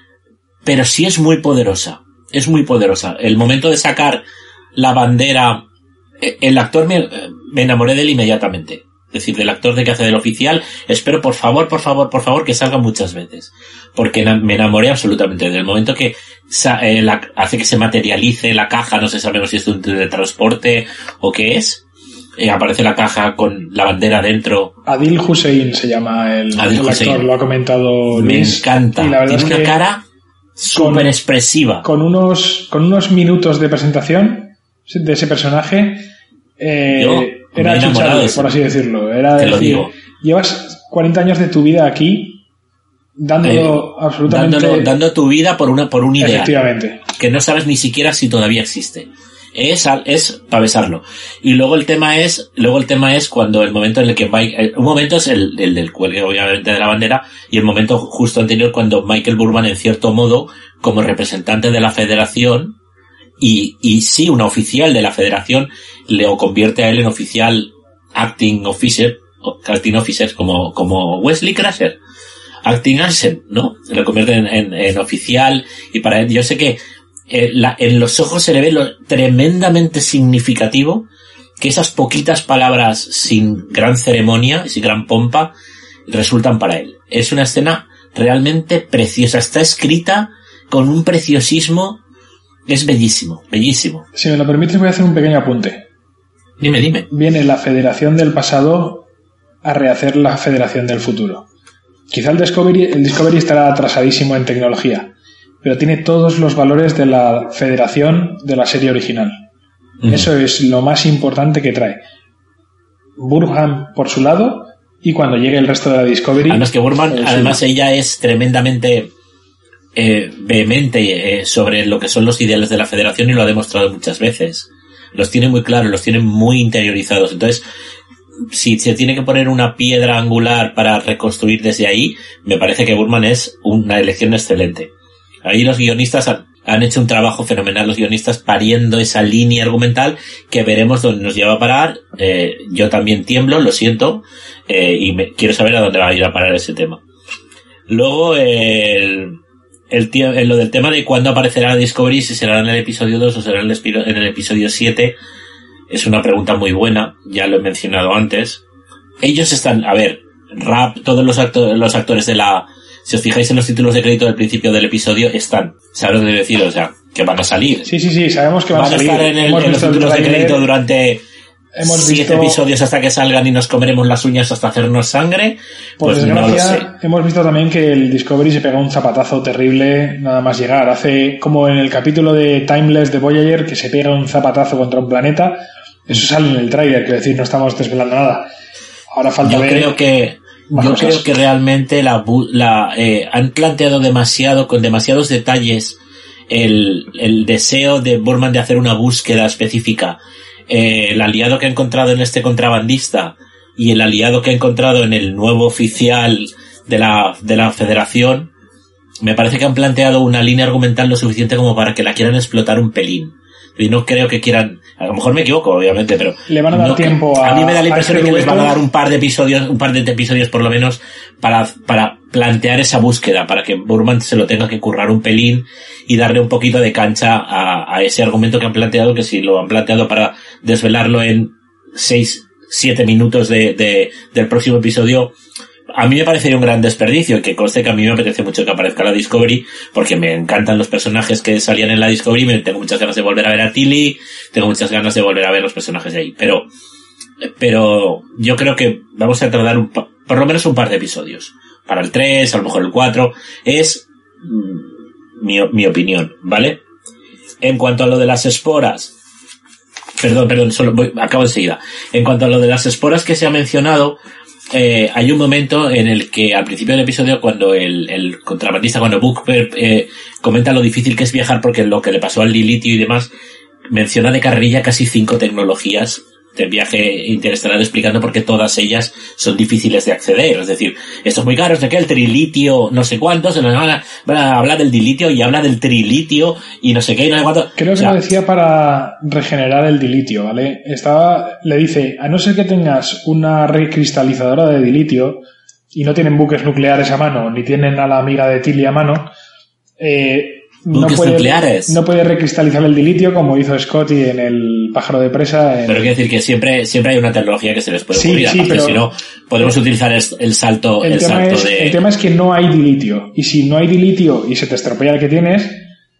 E: pero sí es muy poderosa, es muy poderosa. El momento de sacar la bandera, el actor me, me enamoré de él inmediatamente. Es decir, del actor de que hace del oficial, espero por favor, por favor, por favor que salga muchas veces. Porque me enamoré absolutamente. Del momento que eh, la, hace que se materialice la caja, no sé, sabemos si es un de transporte o qué es. Eh, aparece la caja con la bandera dentro.
H: Adil Hussein se llama el, el actor, lo ha comentado Luis.
E: Me encanta.
H: Y la verdad
E: Tiene
H: es
E: una
H: que
E: cara súper expresiva.
H: Con unos, con unos minutos de presentación de ese personaje, eh,
E: Yo,
H: era chuchable, por así decirlo. Era
E: Te
H: decir,
E: lo digo.
H: Llevas cuarenta años de tu vida aquí dándolo eh, absolutamente...
E: Dándolo, dando tu vida por una por un ideal.
H: Efectivamente.
E: Que no sabes ni siquiera si todavía existe. Es, es para besarlo. Y luego el tema es, luego el tema es cuando el momento en el que Mike, un momento es el, el del cuelgue obviamente de la bandera, y el momento justo anterior cuando Michael Burman, en cierto modo, como representante de la Federación, y, y sí, una oficial de la Federación, le convierte a él en oficial acting officer, acting officer, como, como Wesley Crusher. Acting officer, ¿no? Lo convierte en, en, en oficial, y para él, yo sé que eh, la, en los ojos se le ve lo tremendamente significativo que esas poquitas palabras sin gran ceremonia y sin gran pompa resultan para él. Es una escena realmente preciosa, está escrita con un preciosismo, es bellísimo, bellísimo.
H: Si me lo permites, voy a hacer un pequeño apunte.
E: Dime, dime.
H: Viene la Federación del pasado a rehacer la Federación del futuro. Quizá el Discovery, el Discovery estará atrasadísimo en tecnología, pero tiene todos los valores de la Federación de la serie original. Uh-huh. Eso es lo más importante que trae. Burnham por su lado, y cuando llegue el resto de la Discovery...
E: Además que Burnham, eh, además sí. ella es tremendamente eh, vehemente eh, sobre lo que son los ideales de la Federación, y lo ha demostrado muchas veces. Los tiene muy claros, los tiene muy interiorizados. Entonces, si se tiene que poner una piedra angular para reconstruir desde ahí, me parece que Burnham es una elección excelente. Ahí los guionistas han, han hecho un trabajo fenomenal, los guionistas pariendo esa línea argumental que veremos dónde nos lleva a parar. Eh, yo también tiemblo, lo siento, eh, y me, quiero saber a dónde va a ir a parar ese tema. Luego, eh, el, el, el, lo del tema de cuándo aparecerá Discovery, si será en el episodio dos o será en el, en el episodio siete, es una pregunta muy buena, ya lo he mencionado antes. Ellos están, a ver, Rap, todos los, acto, los actores de la... Si os fijáis en los títulos de crédito del principio del episodio, están, ¿sabes lo que quiero decir? O sea, que van a salir.
H: Sí, sí, sí, sabemos que van,
E: van a salir. Van a estar en, el, en los títulos de crédito durante hemos siete visto... episodios hasta que salgan y nos comeremos las uñas hasta hacernos sangre.
H: Por
E: pues
H: desgracia,
E: no lo sé.
H: Hemos visto también que el Discovery se pega un zapatazo terrible nada más llegar. Hace como en el capítulo de Timeless de Voyager, que se pega un zapatazo contra un planeta. Eso sale en el tráiler, quiero decir, no estamos desvelando nada. Ahora falta
E: Yo
H: ver...
E: creo que... Yo cosas. creo que realmente la, la eh, han planteado demasiado, con demasiados detalles, el, el deseo de Burnham de hacer una búsqueda específica. Eh, el aliado que ha encontrado en este contrabandista y el aliado que ha encontrado en el nuevo oficial de la, de la Federación, me parece que han planteado una línea argumental lo suficiente como para que la quieran explotar un pelín. Y no creo que quieran, a lo mejor me equivoco, obviamente, pero
H: le van a dar
E: no,
H: tiempo a,
E: a mí me da la impresión de
H: este
E: que les van a dar un par de episodios, un par de episodios por lo menos para, para plantear esa búsqueda, para que Burnham se lo tenga que currar un pelín y darle un poquito de cancha a, a ese argumento que han planteado, que si lo han planteado para desvelarlo en seis, siete minutos de, de, del próximo episodio, a mí me parecería un gran desperdicio, y que conste que a mí me apetece mucho que aparezca la Discovery, porque me encantan los personajes que salían en la Discovery, me tengo muchas ganas de volver a ver a Tilly, tengo muchas ganas de volver a ver los personajes de ahí, pero, pero yo creo que vamos a tardar un, por lo menos un par de episodios, para el tres, a lo mejor el cuatro, es mi, mi opinión, ¿vale? En cuanto a lo de las esporas, Perdón, perdón, solo voy, acabo enseguida. En cuanto a lo de las esporas que se ha mencionado, eh, hay un momento en el que al principio del episodio, cuando el, el contrabandista, cuando Book eh, comenta lo difícil que es viajar porque lo que le pasó al dilitio y demás, menciona de carrerilla casi cinco tecnologías del viaje interestelar explicando por qué todas ellas son difíciles de acceder. Es decir, esto es muy caro, es de que el trilitio, no sé cuántos, habla del dilitio y habla del trilitio y no sé qué y no sé cuánto.
H: Creo que o sea, lo decía para regenerar el dilitio, ¿vale? Estaba, le dice, a no ser que tengas una recristalizadora de dilitio y no tienen buques nucleares a mano, ni tienen a la amiga de Tilly a mano, eh, no puede,
E: nucleares.
H: no puede recristalizar el dilitio como hizo Scotty en el pájaro de presa. En...
E: Pero quiero decir que siempre siempre hay una tecnología que se les puede
H: sí,
E: ocurrir.
H: Sí, pero
E: si no, podemos utilizar el, el salto, el,
H: el tema
E: salto
H: es,
E: de...
H: El tema es que no hay dilitio. Y si no hay dilitio y se te estropea el que tienes,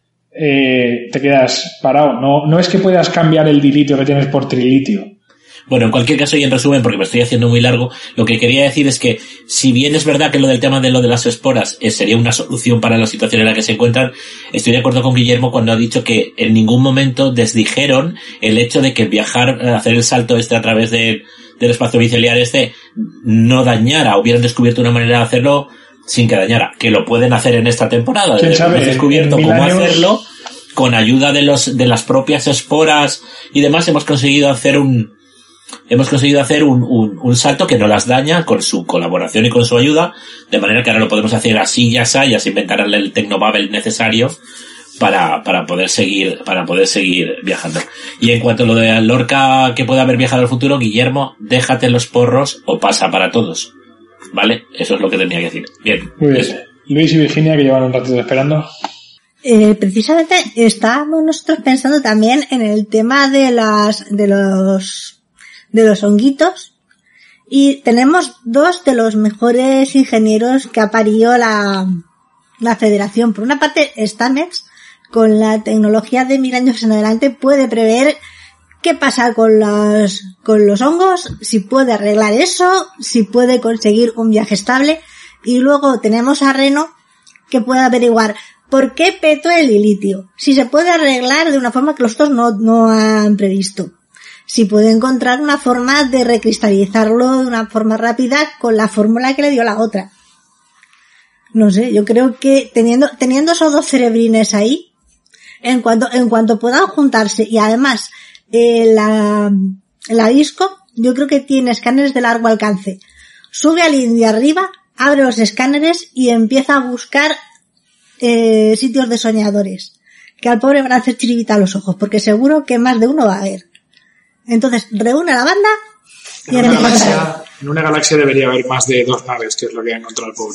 H: eh, te quedas parado. No, no es que puedas cambiar el dilitio que tienes por trilitio.
E: Bueno, en cualquier caso y en resumen, porque me estoy haciendo muy largo, lo que quería decir es que si bien es verdad que lo del tema de lo de las esporas eh, sería una solución para la situación en la que se encuentran, estoy de acuerdo con Guillermo cuando ha dicho que en ningún momento desdijeron el hecho de que el viajar, hacer el salto este a través de, del espacio micelial este, no dañara, hubieran descubierto una manera de hacerlo sin que dañara, que lo pueden hacer en esta temporada.
H: ¿Quién sabe?
E: Hemos descubierto cómo
H: años...
E: hacerlo, con ayuda de los de las propias esporas y demás hemos conseguido hacer un Hemos conseguido hacer un, un, un salto que no las daña con su colaboración y con su ayuda, de manera que ahora lo podemos hacer así, ya sea, ya se inventará el tecnobabble necesario para, para poder seguir, para poder seguir viajando. Y en cuanto a lo de Lorca que pueda haber viajado al futuro, Guillermo, déjate los porros o pasa para todos. ¿Vale? Eso es lo que tenía que decir. Bien.
H: Muy bien.
E: Eso.
H: Luis y Virginia, que llevan un ratito esperando.
C: Eh, precisamente estábamos nosotros pensando también en el tema de las, de los, de los honguitos, y tenemos dos de los mejores ingenieros que ha parido la, la Federación. Por una parte, Stamets, con la tecnología de mil años en adelante, puede prever qué pasa con los, con los hongos, si puede arreglar eso, si puede conseguir un viaje estable. Y luego tenemos a Reno, que puede averiguar por qué petó el dilitio, si se puede arreglar de una forma que los otros no, no han previsto, si puede encontrar una forma de recristalizarlo de una forma rápida con la fórmula que le dio la otra. No sé, yo creo que teniendo, teniendo esos dos cerebrines ahí, en cuanto, en cuanto puedan juntarse, y además, eh, la, la disco, yo creo que tiene escáneres de largo alcance. Sube al link de arriba, abre los escáneres y empieza a buscar, eh, sitios de soñadores, que al pobre van a hacer chiribita a los ojos, porque seguro que más de uno va a haber. Entonces, reúne a la banda y
A: en una, galaxia, en una galaxia debería haber más de dos naves, que es lo que ha encontrado el pobre.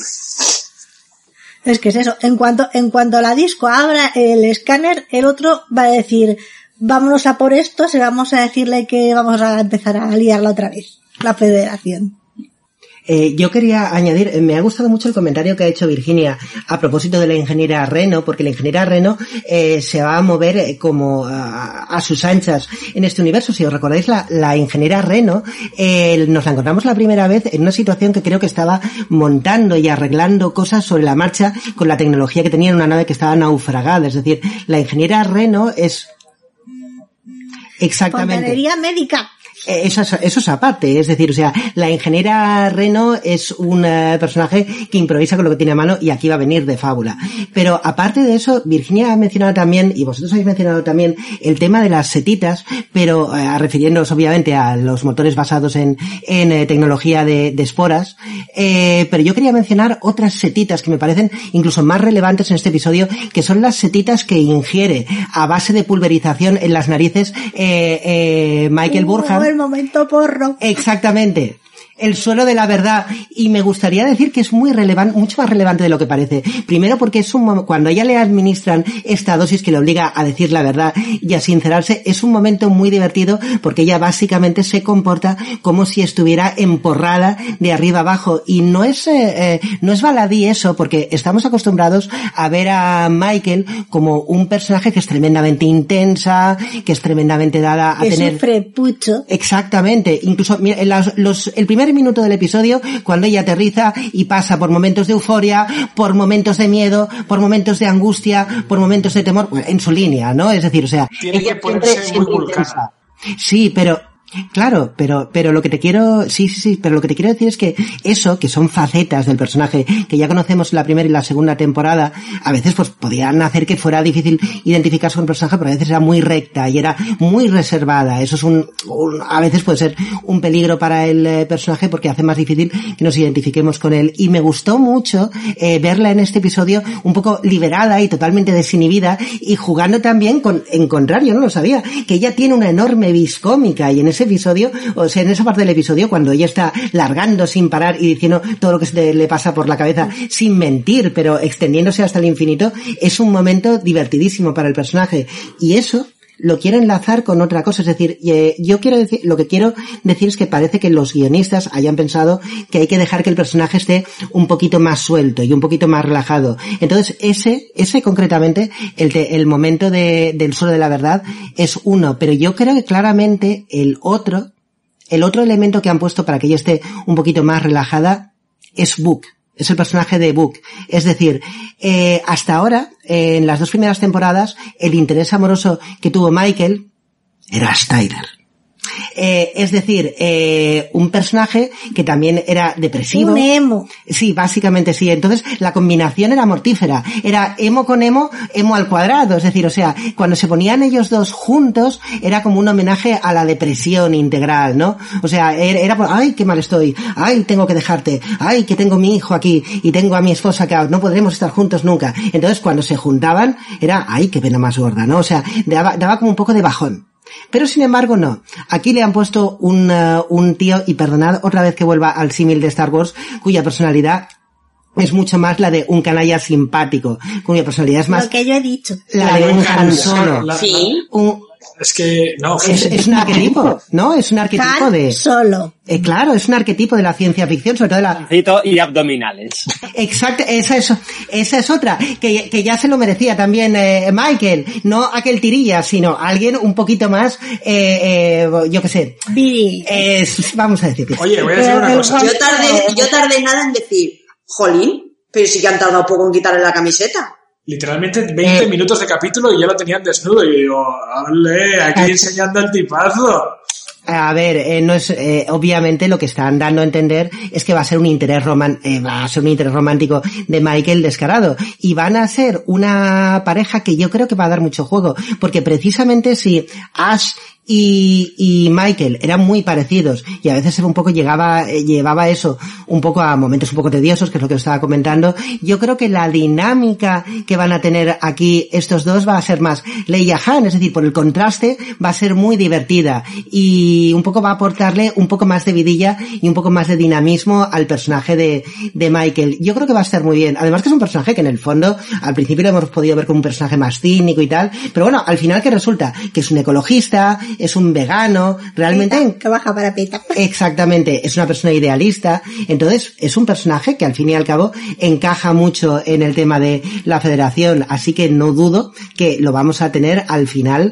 C: Es que es eso. En cuanto, en cuanto la disco abra el escáner, el otro va a decir, vámonos a por estos y vamos a decirle que vamos a empezar a liarla otra vez. La Federación.
B: Eh, yo quería añadir, me ha gustado mucho el comentario que ha hecho Virginia a propósito de la ingeniera Reno, porque la ingeniera Reno eh, se va a mover eh, como a, a sus anchas en este universo. Si os recordáis, la, la ingeniera Reno eh, nos la encontramos la primera vez en una situación que creo que estaba montando y arreglando cosas sobre la marcha con la tecnología que tenía en una nave que estaba naufragada. Es decir, la ingeniera Reno es exactamente...
C: Fontanería médica.
B: Eso es, eso es aparte, es decir, o sea, la ingeniera Reno es un uh, personaje que improvisa con lo que tiene a mano y aquí va a venir de fábula. Pero aparte de eso, Virginia ha mencionado también, y vosotros habéis mencionado también, el tema de las setitas, pero uh, refiriéndoos obviamente a los motores basados en, en eh, tecnología de, de esporas. Eh, pero yo quería mencionar otras setitas que me parecen incluso más relevantes en este episodio, que son las setitas que ingiere a base de pulverización en las narices eh, eh, Michael
C: uh,
B: Burnham.
C: El momento porro.
B: Exactamente. El suelo de la verdad. Y me gustaría decir que es muy relevante, mucho más relevante de lo que parece. Primero porque es un cuando a ella le administran esta dosis que le obliga a decir la verdad y a sincerarse, es un momento muy divertido porque ella básicamente se comporta como si estuviera emporrada de arriba abajo. Y no es, eh, eh, no es baladí eso, porque estamos acostumbrados a ver a Michael como un personaje que es tremendamente intensa, que es tremendamente dada a
C: que
B: tener...
C: sufre pucho.
B: Exactamente. Incluso, mira, los, los, el primer minuto del episodio, cuando ella aterriza y pasa por momentos de euforia, por momentos de miedo, por momentos de angustia, por momentos de temor, en su línea, ¿no? Es decir, o sea,
A: tiene
B: ella
A: que ponerse
B: siempre,
A: muy
B: siempre
A: vulcana.
B: intensa. Sí, pero... Claro, pero, pero lo que te quiero, sí, sí, sí, pero lo que te quiero decir es que eso, que son facetas del personaje, que ya conocemos en la primera y la segunda temporada, a veces pues podían hacer que fuera difícil identificarse con el personaje, pero a veces era muy recta y era muy reservada. Eso es un, un a veces puede ser un peligro para el eh, personaje porque hace más difícil que nos identifiquemos con él. Y me gustó mucho eh, verla en este episodio un poco liberada y totalmente desinhibida y jugando también con, en contrario, no lo sabía, que ella tiene una enorme vis cómica y en ese episodio, o sea, en esa parte del episodio, cuando ella está largando sin parar y diciendo todo lo que se le pasa por la cabeza sin mentir, pero extendiéndose hasta el infinito, es un momento divertidísimo para el personaje. Y eso lo quiero enlazar con otra cosa, es decir, yo quiero decir, lo que quiero decir es que parece que los guionistas hayan pensado que hay que dejar que el personaje esté un poquito más suelto y un poquito más relajado. Entonces, ese, ese concretamente, el, de, el momento de, del suelo de la verdad es uno, pero yo creo que claramente el otro, el otro elemento que han puesto para que ella esté un poquito más relajada es Book. Es el personaje de Book. Es decir, eh, hasta ahora, eh, en las dos primeras temporadas, el interés amoroso que tuvo Michael era Styler. Eh, es decir, eh, un personaje que también era depresivo.
C: Un emo.
B: Sí, básicamente sí. Entonces, la combinación era mortífera. Era emo con emo, emo al cuadrado. Es decir, o sea, cuando se ponían ellos dos juntos, era como un homenaje a la depresión integral, ¿no? O sea, era, era por, ay, qué mal estoy. Ay, tengo que dejarte. Ay, que tengo mi hijo aquí y tengo a mi esposa que no podremos estar juntos nunca. Entonces, cuando se juntaban, era, ay, qué pena más gorda, ¿no? O sea, daba, daba como un poco de bajón. Pero sin embargo no. Aquí le han puesto un, uh, un tío, y perdonad otra vez que vuelva al símil de Star Wars, cuya personalidad es mucho más la de un canalla simpático, cuya personalidad es más...
C: Lo que yo he dicho.
B: La, la de un Han Solo.
F: La, sí.
B: Un,
A: es que, no.
B: Es, es un arquetipo, ¿no? Es un arquetipo
C: Han
B: de...
C: Solo.
B: Eh, claro, es un arquetipo de la ciencia ficción, sobre todo de la...
G: Y abdominales.
B: Exacto, esa es, esa es otra, que, que ya se lo merecía también eh, Michael, no aquel tirilla, sino alguien un poquito más, eh, eh, yo qué sé, eh, vamos a decir.
A: Oye, voy a decir una cosa.
I: Yo tardé, yo tardé nada en decir, jolín, pero sí que han tardado poco en quitarle la camiseta.
A: Literalmente veinte eh, minutos de capítulo y ya lo tenían desnudo. Y digo, ole, aquí enseñando el tipazo.
B: A ver, eh, no es, eh, obviamente lo que están dando a entender es que va a ser un interés roman, eh, va a ser un interés romántico de Michael descarado. Y van a ser una pareja que yo creo que va a dar mucho juego. Porque precisamente si Ash y, y Michael eran muy parecidos y a veces un poco llegaba, eh, llevaba eso un poco a momentos un poco tediosos, que es lo que os estaba comentando, yo creo que la dinámica que van a tener aquí estos dos va a ser más Leia Han, es decir, por el contraste va a ser muy divertida y un poco va a aportarle un poco más de vidilla y un poco más de dinamismo al personaje de, de Michael. Yo creo que va a estar muy bien. Además que es un personaje que en el fondo al principio lo hemos podido ver como un personaje más cínico y tal, pero bueno, al final que resulta que es un ecologista, es un vegano, realmente...
C: Peta, que baja para peta.
B: Exactamente, es una persona idealista, entonces es un personaje que al fin y al cabo encaja mucho en el tema de la federación, así que no dudo que lo vamos a tener al final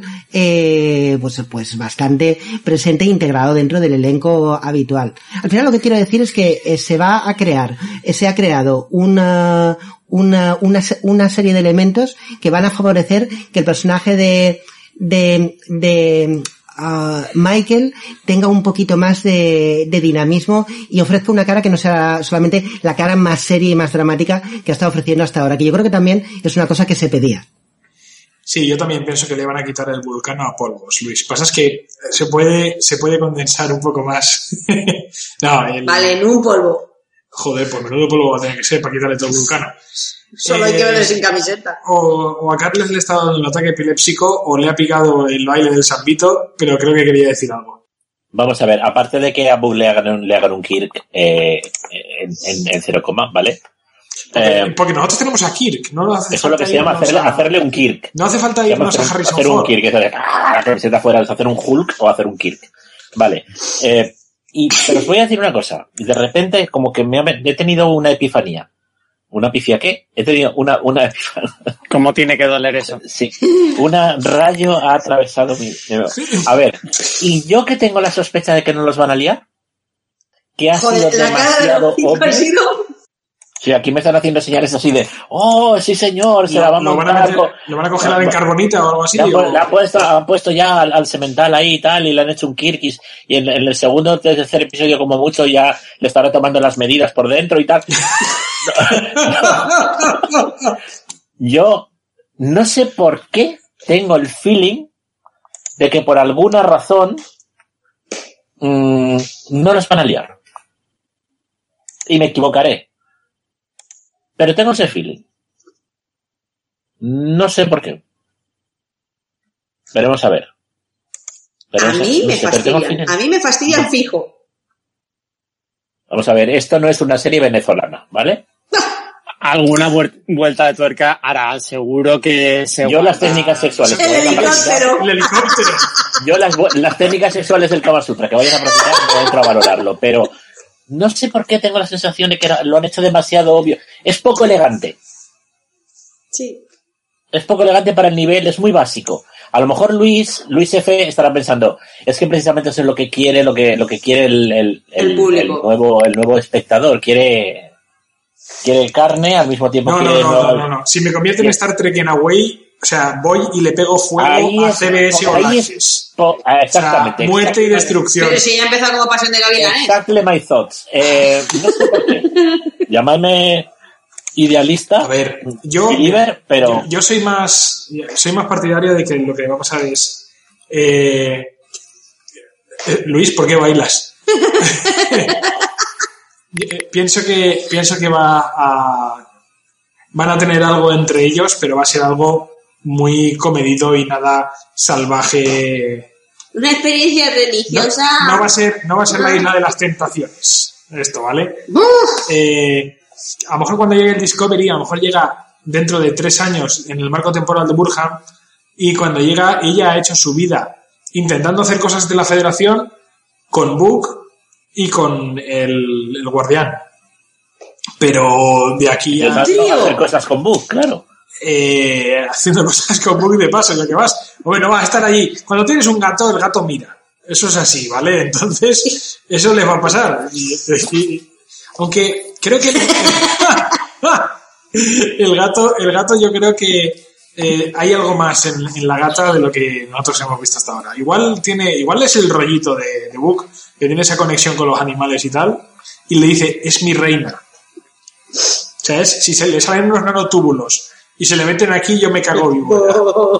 B: eh, pues, pues bastante presente e integrado dentro del elenco habitual. Al final lo que quiero decir es que eh, se va a crear, eh, se ha creado una, una, una, una serie de elementos que van a favorecer que el personaje de de, de Uh, Michael tenga un poquito más de, de dinamismo y ofrezca una cara que no sea solamente la cara más seria y más dramática que ha estado ofreciendo hasta ahora, que yo creo que también es una cosa que se pedía.
A: Sí, yo también pienso que le van a quitar el vulcano a polvos, Luis. Pasa es que se puede, se puede condensar un poco más. No, el...
I: Vale, en un polvo.
A: Joder, pues menudo polvo va a tener que ser para quitarle todo el vulcano.
I: Solo
A: eh,
I: hay que verle sin camiseta.
A: O, o a Carles le está dando un ataque epiléptico o le ha picado el baile del Sambito, pero creo que quería decir algo.
E: Vamos a ver, aparte de que a Bug le hagan un, le hagan un Kirk eh, en, en, en cero coma, ¿vale?
A: Porque,
E: eh,
A: porque nosotros tenemos a Kirk, no hace
E: eso es lo que se llama hacerle,
A: a,
E: hacerle un Kirk.
A: No hace falta irnos
E: hacer,
A: a Harrison
E: hacer
A: Ford.
E: un Kirk, eso de la camiseta fuera, es hacer un Hulk o hacer un Kirk. Vale. Eh, y, pero os voy a decir una cosa. De repente, como que me ha, he tenido una epifanía. ¿Una pifia qué? He tenido una, una epifanía.
G: ¿Cómo tiene que doler eso?
E: Sí. Una rayo ha atravesado mi... A ver, ¿y yo que tengo la sospecha de que no los van a liar? Que ha
I: Joder,
E: sido
I: la
E: demasiado
I: cara de
E: obvio.
I: ha sido...
E: O Sí, aquí me están haciendo señales así de, oh, sí señor, se
A: lo,
E: la va a
A: lo
E: montar.
A: Van a meter, ¿Lo van a congelar en carbonita o algo así?
E: Le han,
A: o...
E: le han puesto, han puesto ya al, al semental ahí y tal, y le han hecho un kirkis, y en, en el segundo o tercer episodio como mucho ya le estará tomando las medidas por dentro y tal. No, no. Yo no sé por qué tengo el feeling de que por alguna razón mmm, no nos van a liar. Y me equivocaré. Pero tengo ese feeling. No sé por qué. Veremos a ver. Veremos
I: a mí
E: a,
I: me
E: no sé,
I: fastidian. A mí me fastidian fijo.
E: Vamos a ver, esto no es una serie venezolana, ¿vale?
G: Alguna vuelta de tuerca hará, seguro que se
E: Yo las técnicas sexuales
I: el helicóptero.
A: El helicóptero.
E: Yo las, las técnicas sexuales del Kama Sutra que vayan a practicar no entro a valorarlo, pero no sé por qué tengo la sensación de que lo han hecho demasiado obvio. Es poco elegante.
I: Sí.
E: Es poco elegante para el nivel, es muy básico. A lo mejor Luis, Luis F estará pensando, es que precisamente eso es lo que quiere, lo que, lo que quiere el, el, el,
I: el público.
E: El nuevo, el nuevo espectador. Quiere, quiere carne, al mismo tiempo
A: no,
E: quiere...
A: No, no, no, no, no. Si me convierte en Star Trek en Away, o sea, voy y le pego fuego
E: ahí
A: a
E: es,
A: C B S o Laches.
E: Exactamente.
A: O sea, muerte y destrucción.
I: Pero si ya empezó como Pasión de Gavilanes.
E: Exactly my thoughts. Eh, no sé por qué. Llamadme idealista.
A: A ver, yo,
E: Iber, pero...
A: yo, yo soy más soy más partidario de que lo que va a pasar es... Eh, eh, Luis, ¿por qué bailas? pienso que pienso que va a... van a tener algo entre ellos, pero va a ser algo muy comedido y nada salvaje.
I: Una experiencia religiosa.
A: No, no va a ser, no va a ser la isla de las tentaciones. Esto, ¿vale? Eh, a lo mejor cuando llegue el Discovery, a lo mejor llega dentro de tres años en el marco temporal de Burnham, y cuando llega, ella ha hecho su vida intentando hacer cosas de la Federación con Book y con el, el Guardián. Pero de aquí a...
E: hacer cosas con Book, claro.
A: Eh, haciendo cosas con Book de paso, lo que vas. Bueno, va a estar allí. Cuando tienes un gato, el gato mira. Eso es así, ¿vale? Entonces, eso les va a pasar. Y, y, aunque creo que... el gato, el gato yo creo que eh, hay algo más en, en la gata de lo que nosotros hemos visto hasta ahora. Igual tiene, igual es el rollito de, de Book, que tiene esa conexión con los animales y tal, y le dice, es mi reina. O sea, es, si se le salen unos nanotúbulos y se le meten aquí, yo me cago vivo.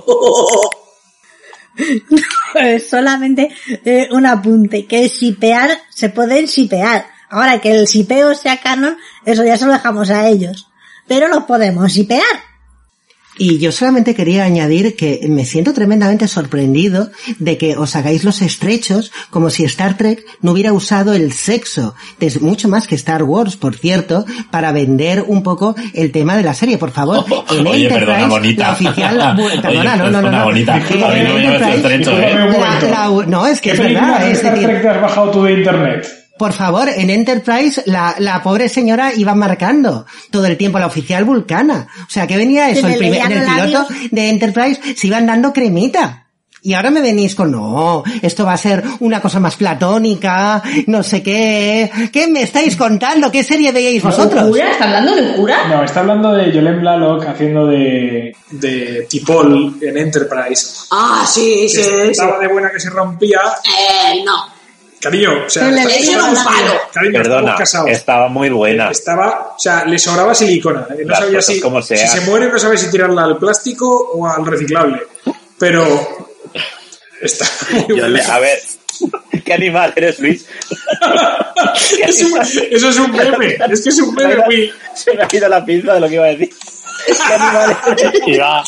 C: Solamente eh, un apunte, que shipear se pueden shipear. Ahora que el shipeo sea canon, eso ya se lo dejamos a ellos. Pero los podemos shipear.
B: Y yo solamente quería añadir que me siento tremendamente sorprendido de que os hagáis los estrechos como si Star Trek no hubiera usado el sexo, es mucho más que Star Wars, por cierto, para vender un poco el tema de la serie. Por favor,
E: oh,
B: en
E: oye,
B: Enterprise,
E: perdona, bonita.
B: la oficial... Perdona,
E: oye,
B: no, no, no. no.
E: Bonita.
B: En
E: A mí no me llames estrecho, ¿eh?
B: la, la, no, es que
H: ¿Qué
B: es
H: película
B: verdad.
H: de
B: Es
H: Star
B: decir,
H: Trek te has bajado tú de internet?
B: por favor, en Enterprise la, la pobre señora iba marcando todo el tiempo la oficial vulcana. O sea, que venía eso, el primer, en el piloto de Enterprise se iban dando cremita. Y ahora me venís con, no, esto va a ser una cosa más platónica, no sé qué. ¿Qué me estáis contando? ¿Qué serie veíais vosotros?
F: ¿Cura? ¿Está hablando de cura?
H: No, está hablando de Yolem Blalock haciendo de...
A: de Tipol en Enterprise.
I: Ah, sí, sí, sí.
A: Estaba de buena que se rompía.
I: Eh, no.
A: Cariño, o sea,
I: le eso era un palo.
A: Cariño,
E: Perdona, estaba muy buena.
A: Estaba, o sea, le sobraba silicona. No
E: Las
A: sabía
E: cosas
A: si,
E: como
A: si
E: sean.
A: se muere, no sabe si tirarla al plástico o al reciclable. Pero está muy
E: Yo le, a ver, ¿qué animal eres, Luis?
A: es un, eso es un meme, es que es un meme muy...
E: Se me ha ido la pinza de lo que iba a decir. ¿Qué animal eres?
G: Iba...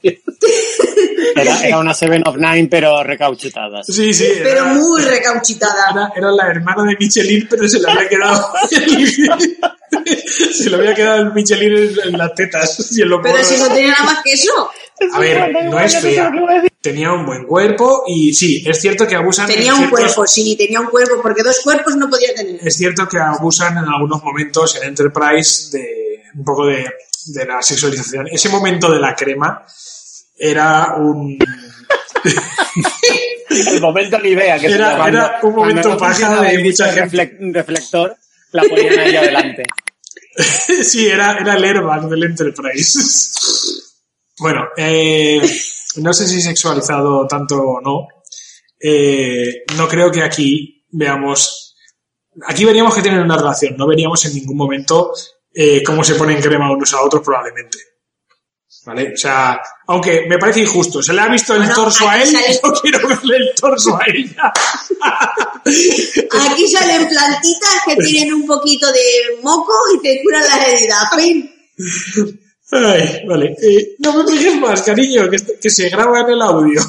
G: Era, era una Seven of Nine, pero recauchutada.
A: Sí, sí. Era,
I: pero muy recauchitada.
A: Era, era la hermana de Michelin, pero se le había quedado... se le había quedado el Michelin en, en las tetas. Y en los
I: pero
A: morros.
I: si no tenía nada más que eso.
A: A ver, no es fea. Tenía un buen cuerpo y sí, es cierto que abusan...
I: Tenía un ciertos... cuerpo, sí, tenía un cuerpo, porque dos cuerpos no podía tener.
A: Es cierto que abusan en algunos momentos en Enterprise de un poco de, de la sexualización. Ese momento de la crema era un...
E: El momento ni idea que
A: era,
E: se
A: era un momento paja de mucha gente.
G: Un reflector, la ponían ahí adelante.
A: Sí, era, era el airbag del Enterprise. Bueno, eh, no sé si sexualizado tanto o no. Eh, no creo que aquí veamos... Aquí veríamos que tienen una relación. No veríamos en ningún momento eh, cómo se ponen crema unos a otros probablemente. ¿Vale? O sea, aunque me parece injusto. Se le ha visto el
I: Bueno,
A: torso a
I: aquí
A: él
I: sale-
A: y yo quiero verle el torso a ella.
I: Aquí salen plantitas que tienen un poquito de moco y te curan las heridas. Fin.
A: Ay, vale. Eh, no me fijes más, cariño, que, que se graba en el audio.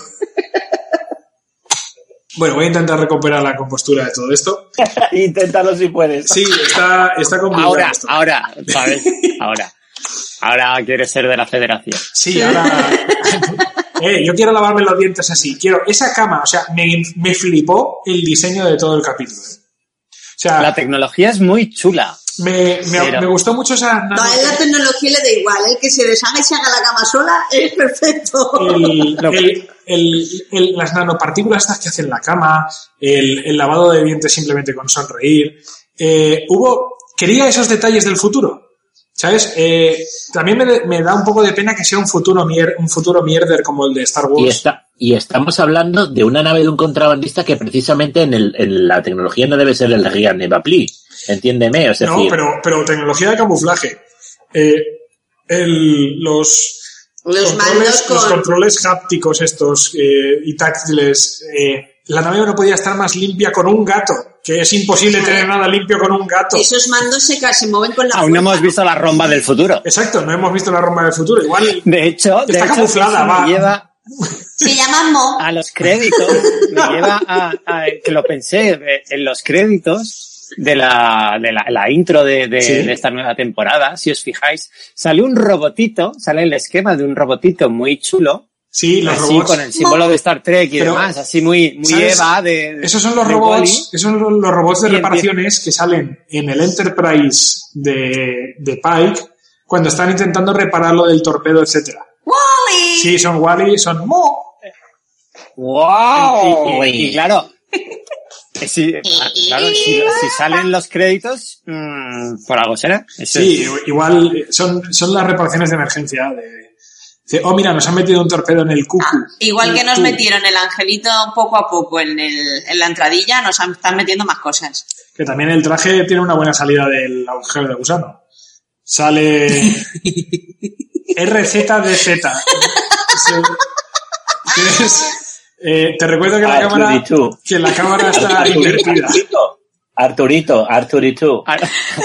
A: Bueno, voy a intentar recuperar la compostura de todo esto.
E: Inténtalo si puedes.
A: Sí, está, está complicado
G: Ahora,
A: esto.
G: ahora, ¿sabes? Ahora. Ahora quieres ser de la federación.
A: Sí, ahora... eh, yo quiero lavarme los dientes así. Quiero esa cama, o sea, me, me flipó el diseño de todo el capítulo. ¿eh? O sea,
G: La tecnología es muy chula.
A: me, me,
G: pero-
A: me gustó mucho esa...
I: No, a él la tecnología le da igual. El que se deshaga y se haga la cama sola es perfecto.
A: El, el, el, el, las nanopartículas estas que hacen la cama, el, el lavado de dientes simplemente con sonreír. Eh, hubo, quería esos detalles del futuro, ¿sabes? Eh, también me, me da un poco de pena que sea un futuro mier, un futuro mierder como el de Star Wars.
E: Y, está, y estamos hablando de una nave de un contrabandista que precisamente en, el, en la tecnología no debe ser el Rian Nevapli. Entiéndeme, es
A: no,
E: decir...
A: pero, pero tecnología de camuflaje. Eh, el, los...
I: Los mandos con...
A: los controles hápticos estos eh, y táctiles. Eh, la nave no podía estar más limpia con un gato, que es imposible tener nada limpio con un gato.
I: Esos mandos se, ca- se mueven con la
G: Aún no
I: fuerza.
G: hemos visto la romba del futuro.
A: Exacto, no hemos visto la romba del futuro. Igual
G: De hecho, de
A: está
G: hecho,
A: camuflada,
G: eso
A: va.
G: me lleva
I: Se llama Mo.
G: a los créditos, me lleva a, a que lo pensé eh, en los créditos de la, de la, la intro de, de,
A: Sí.
G: de esta nueva temporada. Si os fijáis, sale un robotito, sale el esquema de un robotito muy chulo.
A: Sí, los
G: así
A: robots.
G: con el símbolo de Star Trek y
A: Pero,
G: demás, así muy, muy
A: ¿sabes?
G: Eva de, de-
A: Esos son los
G: de
A: robots,
G: Wall-E.
A: esos son los, los robots de
G: Y
A: reparaciones que salen en el Enterprise de, de Pike cuando están intentando reparar lo del torpedo, etcétera.
I: ¡Wally!
A: Sí, son Wally, son Mo.
G: ¡Wow! Y, y- y claro, eh, si, ah, claro, si, si salen los créditos, mmm, por algo será. Eso
A: Sí,
G: es.
A: igual eh, son, son las reparaciones de emergencia. De, de, oh, mira, nos han metido un torpedo en el cucu.
F: Igual que nos
A: Tú.
F: metieron el angelito poco a poco en, el, en la entradilla, nos han- están metiendo más cosas.
A: Que también el traje tiene una buena salida del agujero de gusano. Sale R Z D Z. Sí. Tienes- eh, te recuerdo que la cámara,
E: Arturito.
A: que la cámara está invertida.
E: Arturito, Arturito, Arturito.
G: Ah,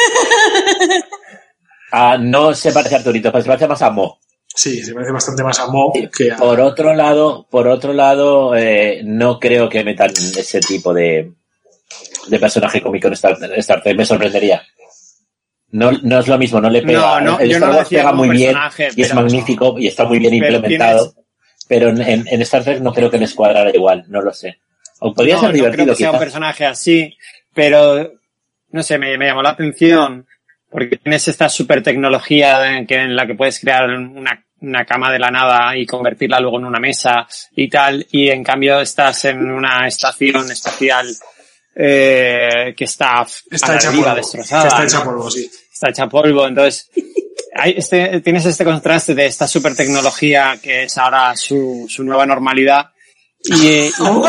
E: Ah, no se parece a Arturito, pero se parece más a Mo.
A: Sí, se parece bastante más a Mo que a...
E: Por otro lado, por otro lado, eh, no creo que metan ese tipo de, de personaje cómico en Star, Star Trek. Me sorprendería. No, no es lo mismo, no le pega.
G: No, no,
E: el
G: yo
E: Star
G: no lo
E: Wars
G: decía
E: pega
G: como
E: muy bien
G: personaje,
E: y es
G: pero-
E: magnífico y está muy bien
G: pero
E: implementado.
G: tienes-
E: Pero en, en, en Star Trek no creo que les cuadrara igual, no lo sé. O podría
G: no,
E: ser
G: no creo
E: divertido,
G: que sea un
E: quizás.
G: personaje así, pero no sé, me, me llamó la atención porque tienes esta super tecnología en, que, en la que puedes crear una, una cama de la nada y convertirla luego en una mesa y tal, y en cambio estás en una estación espacial eh, que está,
A: Está
G: a la
A: hecha
G: deriva,
A: polvo.
G: destrozada.
A: Está hecha
G: ¿no?
A: polvo, sí.
G: Está hecha polvo, entonces hay este, tienes este contraste de esta super tecnología que es ahora su, su nueva normalidad y, y,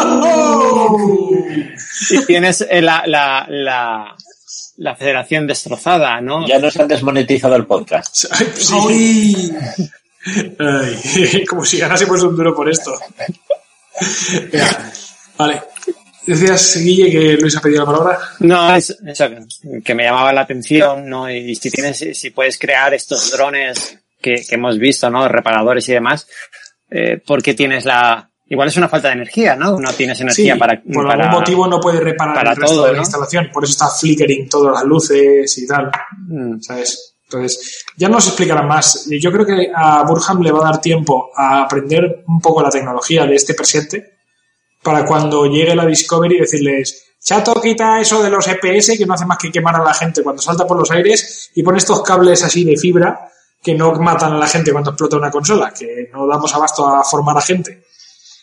G: y tienes eh, la, la, la, la federación destrozada, ¿no?
E: Ya nos han desmonetizado el podcast.
A: Ay, sí. Ay, como si ganásemos un duro por esto. Venga, vale. Decías, Guille, que Luis ha pedido la palabra.
G: No, es eso que, que me llamaba la atención, ¿no? Y si tienes, si puedes crear estos drones que, que hemos visto, ¿no? Reparadores y demás, eh, porque tienes la, igual es una falta de energía, ¿no? No tienes energía
A: Sí,
G: para,
A: por
G: para,
A: algún motivo no puede reparar
G: para
A: el resto
G: todo,
A: de la
G: ¿no?
A: instalación. Por eso está flickering todas las luces y tal.
G: Mm.
A: ¿Sabes? Entonces, ya nos explicarán más. Yo creo que a Burham le va a dar tiempo a aprender un poco la tecnología de este presente para cuando llegue la Discovery decirles, chato, quita eso de los E P S que no hace más que quemar a la gente cuando salta por los aires y pon estos cables así de fibra que no matan a la gente cuando explota una consola, que no damos abasto a formar a gente.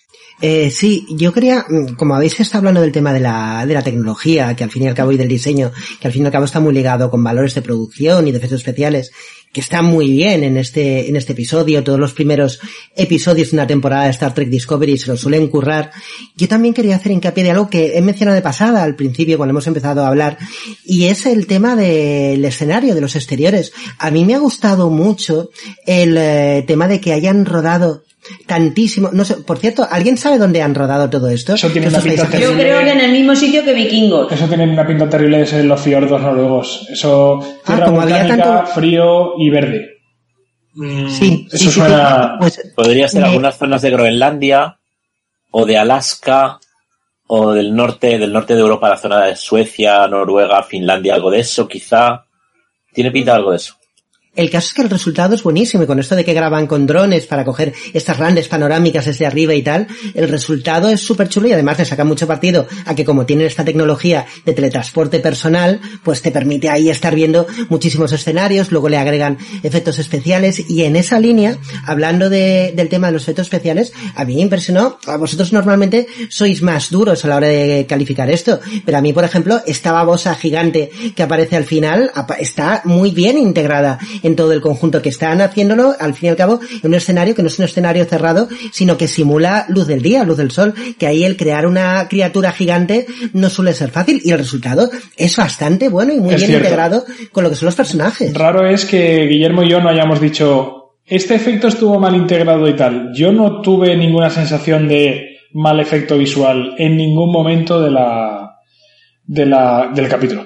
B: Eh, sí, yo quería, como habéis estado hablando del tema de la, de la tecnología, que al fin y al cabo y del diseño, que al fin y al cabo está muy ligado con valores de producción y de efectos especiales, que está muy bien en este, en este episodio. Todos los primeros episodios de una temporada de Star Trek Discovery se lo suelen currar. Yo también quería hacer hincapié de algo que he mencionado de pasada al principio cuando hemos empezado a hablar, y es el tema del escenario, de los exteriores. A mí me ha gustado mucho el eh, tema de que hayan rodado tantísimo, no sé, por cierto, ¿alguien sabe dónde han rodado todo esto?
H: Eso tiene una pinta terrible.
F: Yo creo que en el mismo sitio que Vikingos.
H: Eso tiene una pinta terrible, es en los fiordos noruegos. Eso, tierra
B: ah, como había
H: volcánica,
B: tanto...
H: frío y verde.
B: Mm, sí,
H: eso
B: sí,
H: suena...
B: sí, pues,
E: podría ser
B: me...
E: algunas zonas de Groenlandia o de Alaska o del norte, del norte de Europa, la zona de Suecia, Noruega, Finlandia, algo de eso, quizá. Tiene pinta de algo de eso.
B: El caso es que el resultado es buenísimo, y con esto de que graban con drones para coger estas grandes panorámicas desde arriba y tal, el resultado es súper chulo, y además le sacan mucho partido a que, como tienen esta tecnología de teletransporte personal, pues te permite ahí estar viendo muchísimos escenarios, luego le agregan efectos especiales, y en esa línea, hablando de, del tema de los efectos especiales, a mí me impresionó. A vosotros normalmente sois más duros a la hora de calificar esto, pero a mí, por ejemplo, esta babosa gigante que aparece al final está muy bien integrada en todo el conjunto, que están haciéndolo al fin y al cabo en un escenario que no es un escenario cerrado, sino que simula luz del día, luz del sol, que ahí el crear una criatura gigante no suele ser fácil, y el resultado es bastante bueno y muy
H: es
B: bien
H: cierto.
B: integrado con lo que son los personajes.
H: Raro es que Guillermo y yo no hayamos dicho este efecto estuvo mal integrado y tal. Yo no tuve ninguna sensación de mal efecto visual en ningún momento de la, de la del capítulo.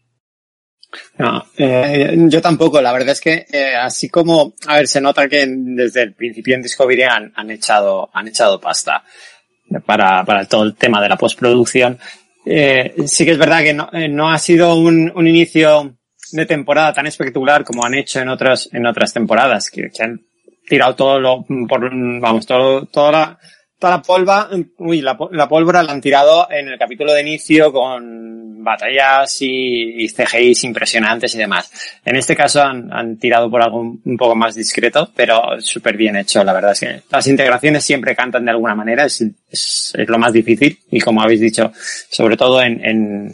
G: No, eh, yo tampoco. La verdad es que eh, así como, a ver, se nota que desde el principio en Discovery han, han echado han echado pasta para para todo el tema de la postproducción. Eh, sí que es verdad que no, eh, no ha sido un, un inicio de temporada tan espectacular como han hecho en otras en otras temporadas, que, que han tirado todo lo por vamos todo toda la toda la polva, uy, la, la pólvora la han tirado en el capítulo de inicio con batallas y, y C G Is impresionantes y demás. En este caso han, han tirado por algo un poco más discreto, pero súper bien hecho. La verdad es que las integraciones siempre cantan de alguna manera, es, es, es lo más difícil, y como habéis dicho, sobre todo en, en,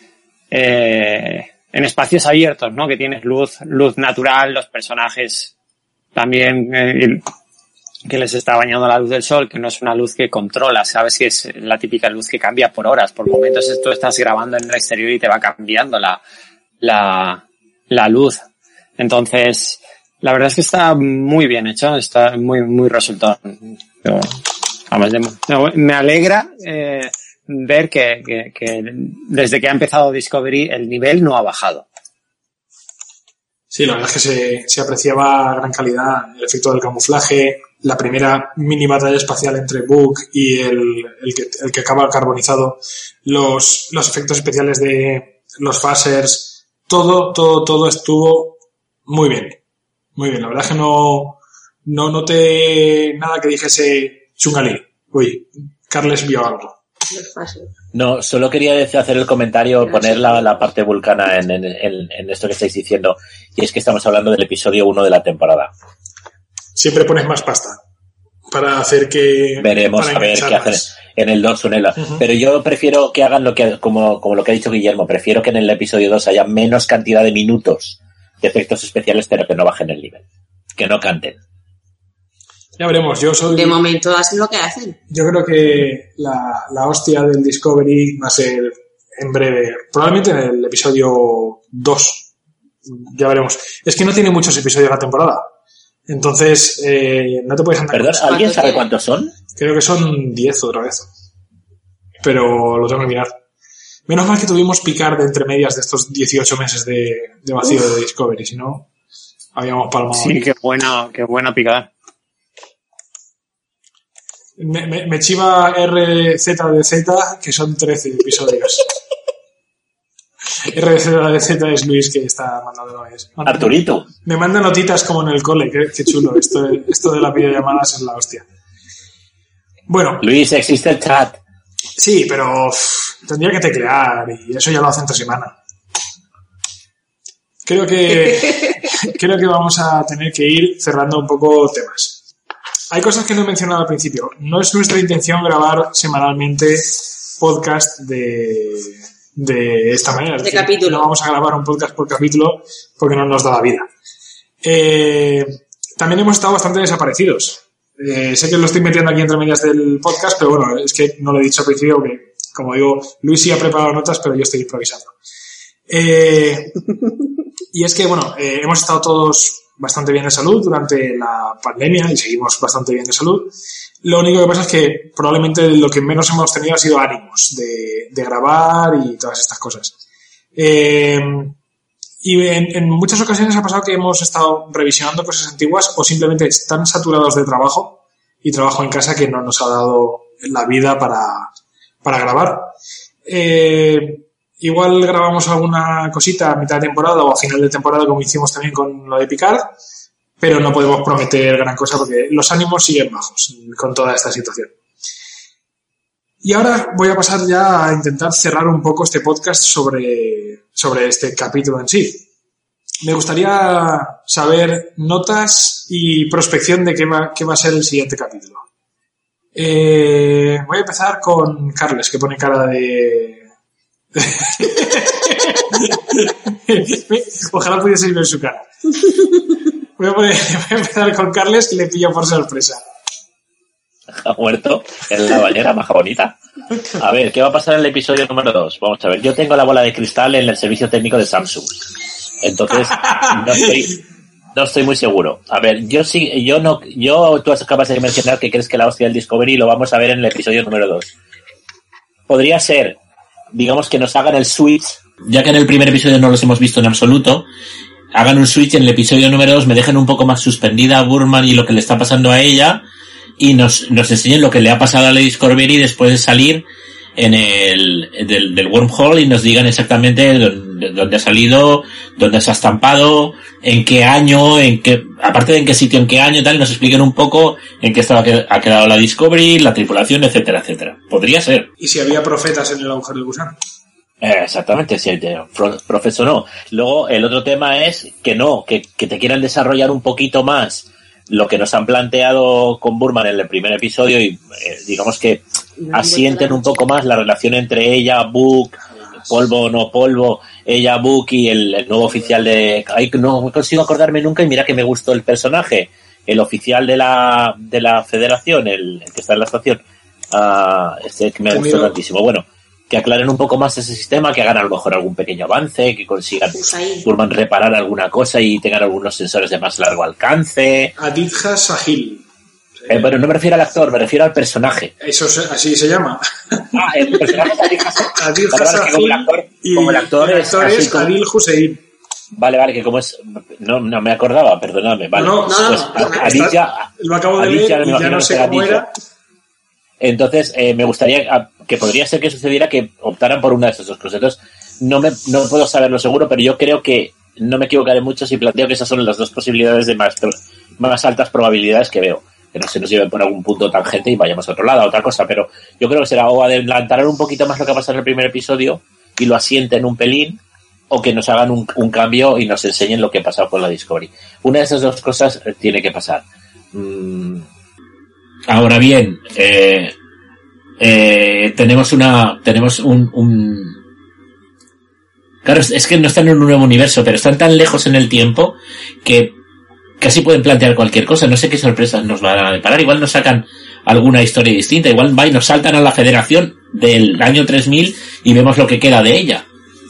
G: eh, en espacios abiertos, ¿no? Que tienes luz, luz natural, los personajes también, eh, que les está bañando la luz del sol, que no es una luz que controlas, sabes que es la típica luz que cambia por horas, por momentos tú estás grabando en el exterior y te va cambiando la, la, la luz. Entonces, la verdad es que está muy bien hecho, está muy, muy resultado. Pero, vamos, me alegra, eh, ver que, que, que desde que ha empezado Discovery el nivel no ha bajado.
A: Sí, la verdad es que se, se apreciaba gran calidad, el efecto del camuflaje, la primera mini batalla espacial entre Book y el, el, que, el que acaba carbonizado, los, los efectos especiales de los phasers, todo, todo, todo estuvo muy bien. Muy bien, la verdad es que no, no noté nada que dijese chungalí. Uy, Carles vio algo.
E: No, solo quería decir, hacer el comentario, poner la, la parte vulcana en, en, en, en esto que estáis diciendo, y es que estamos hablando del episodio uno de la temporada.
A: Siempre pones más pasta para hacer que...
E: Veremos a ver qué hacen en el dos o en el... Uh-huh. Pero yo prefiero que hagan lo que, como, como lo que ha dicho Guillermo, prefiero que en el episodio dos haya menos cantidad de minutos de efectos especiales, pero que no bajen el nivel. Que no canten.
A: Ya veremos, yo soy...
I: De momento hacen lo que hacen.
A: Yo creo que la, la hostia del Discovery va a ser en breve, probablemente en el episodio dos. Ya veremos. Es que no tiene muchos episodios la temporada. Entonces, eh, no te puedes andar...
E: ¿Perdón? ¿Alguien sabe cuántos son?
A: Creo que son diez otra vez. Pero lo tengo que mirar. Menos mal que tuvimos picar de entre medias de estos dieciocho meses de, de vacío Uf. de Discovery, si no, habíamos palmado.
G: Sí, qué buena, qué buena picada.
A: Me, me, me chiva R Z D Z, que son trece episodios. R Z D Z es Luis, que está mandando... Es,
E: Arturito.
A: Me manda notitas como en el cole, qué, qué chulo. Esto, esto de las videollamadas es la hostia. Bueno.
E: Luis, existe el chat.
A: Sí, pero uff, tendría que teclear y eso ya lo hace entre semana. Creo que creo que vamos a tener que ir cerrando un poco temas. hay cosas que no he mencionado al principio. No es nuestra intención grabar semanalmente podcast de, de esta manera.
I: De
A: decir,
I: capítulo.
A: No vamos a grabar un podcast por capítulo porque no nos da la vida. Eh, también hemos estado bastante desaparecidos. Eh, sé que lo estoy metiendo aquí entre medias del podcast, pero bueno, es que no lo he dicho al principio que, como digo, Luis sí ha preparado notas, pero yo estoy improvisando. Eh, y es que, bueno, eh, hemos estado todos bastante bien de salud durante la pandemia y seguimos bastante bien de salud. Lo único que pasa es que probablemente lo que menos hemos tenido ha sido ánimos de, de grabar y todas estas cosas. Eh, y en, en muchas ocasiones ha pasado que hemos estado revisionando cosas antiguas o simplemente están saturados de trabajo y trabajo en casa que no nos ha dado la vida para, para grabar. Eh, igual grabamos alguna cosita a mitad de temporada o a final de temporada, como hicimos también con lo de Picard, pero no podemos prometer gran cosa porque los ánimos siguen bajos con toda esta situación. Y ahora voy a pasar ya a intentar cerrar un poco este podcast sobre, sobre este capítulo en sí. Me gustaría saber notas y prospección de qué va, qué va a ser el siguiente capítulo. Eh, voy a empezar con Carles, que pone cara de... Ojalá pudiese ver su cara. Voy a, poner, voy a empezar con Carles, que le pillo por sorpresa.
E: Ha muerto en la bañera, maja bonita. A ver, ¿qué va a pasar en el episodio número dos? Vamos a ver, yo tengo la bola de cristal en el servicio técnico de Samsung. Entonces, no estoy, no estoy muy seguro. A ver, yo sí, yo no, yo, tú acabas de mencionar que crees que la hostia del Discovery lo vamos a ver en el episodio número dos. Podría ser, digamos, que nos hagan el switch, ya que en el primer episodio no los hemos visto en absoluto, hagan un switch en el episodio número dos, me dejen un poco más suspendida a Burman y lo que le está pasando a ella, y nos, nos enseñen lo que le ha pasado a la Discovery después de salir en el del, del wormhole y nos digan exactamente dónde, dónde ha salido, dónde se ha estampado, en qué año, en qué, aparte de en qué sitio, en qué año, tal, y nos expliquen un poco en qué estaba ha quedado la Discovery, la tripulación, etcétera, etcétera. Podría ser.
A: ¿Y si había profetas en el agujero de gusano?
E: Eh, exactamente, si profesor no. Luego el otro tema es que no, que, que te quieran desarrollar un poquito más lo que nos han planteado con Burman en el primer episodio y eh, digamos que asienten un poco más la relación entre ella, Book, polvo o no polvo, ella, Book y el, el nuevo oficial de... Ay, no consigo acordarme nunca y mira que me gustó el personaje, el oficial de la de la federación, el, el que está en la estación, uh, este que me gustó tantísimo. Bueno, que aclaren un poco más ese sistema, que hagan a lo mejor algún pequeño avance, que consigan Burman reparar alguna cosa y tengan algunos sensores de más largo alcance.
A: Aditya Sahil.
E: Eh, bueno, no me refiero al actor, me refiero al personaje.
A: Eso se, así se llama.
E: Ah, el personaje es Aditya Sahil.
A: Aditya Sahil.
E: Como el actor,
A: y
E: como el actor,
A: el actor es,
E: es como...
A: Adil Hussein.
E: Vale, vale, que como es... No, no me acordaba, perdóname. Vale.
A: No, no,
E: pues,
A: no, no,
E: Aditya,
A: lo acabo de
E: Aditya,
A: leer y ya no sé cómo
E: Aditya.
A: era.
E: Entonces, eh, me gustaría que podría ser que sucediera que optaran por una de esas dos cosas. Entonces, no me no puedo saberlo seguro, pero yo creo que no me equivocaré mucho si planteo que esas son las dos posibilidades de más, más altas probabilidades que veo. Que no se nos lleven por algún punto tangente y vayamos a otro lado, a otra cosa, pero yo creo que será o adelantar un poquito más lo que ha pasado en el primer episodio y lo asienten un pelín, o que nos hagan un, un cambio y nos enseñen lo que ha pasado con la Discovery. Una de esas dos cosas tiene que pasar. Mm. Ahora bien, eh, eh, tenemos una, tenemos un, un, claro, es que no están en un nuevo universo, pero están tan lejos en el tiempo que casi pueden plantear cualquier cosa. No sé qué sorpresas nos van a deparar. Igual nos sacan alguna historia distinta. Igual va y nos saltan a la Federación del año tres mil y vemos lo que queda de ella.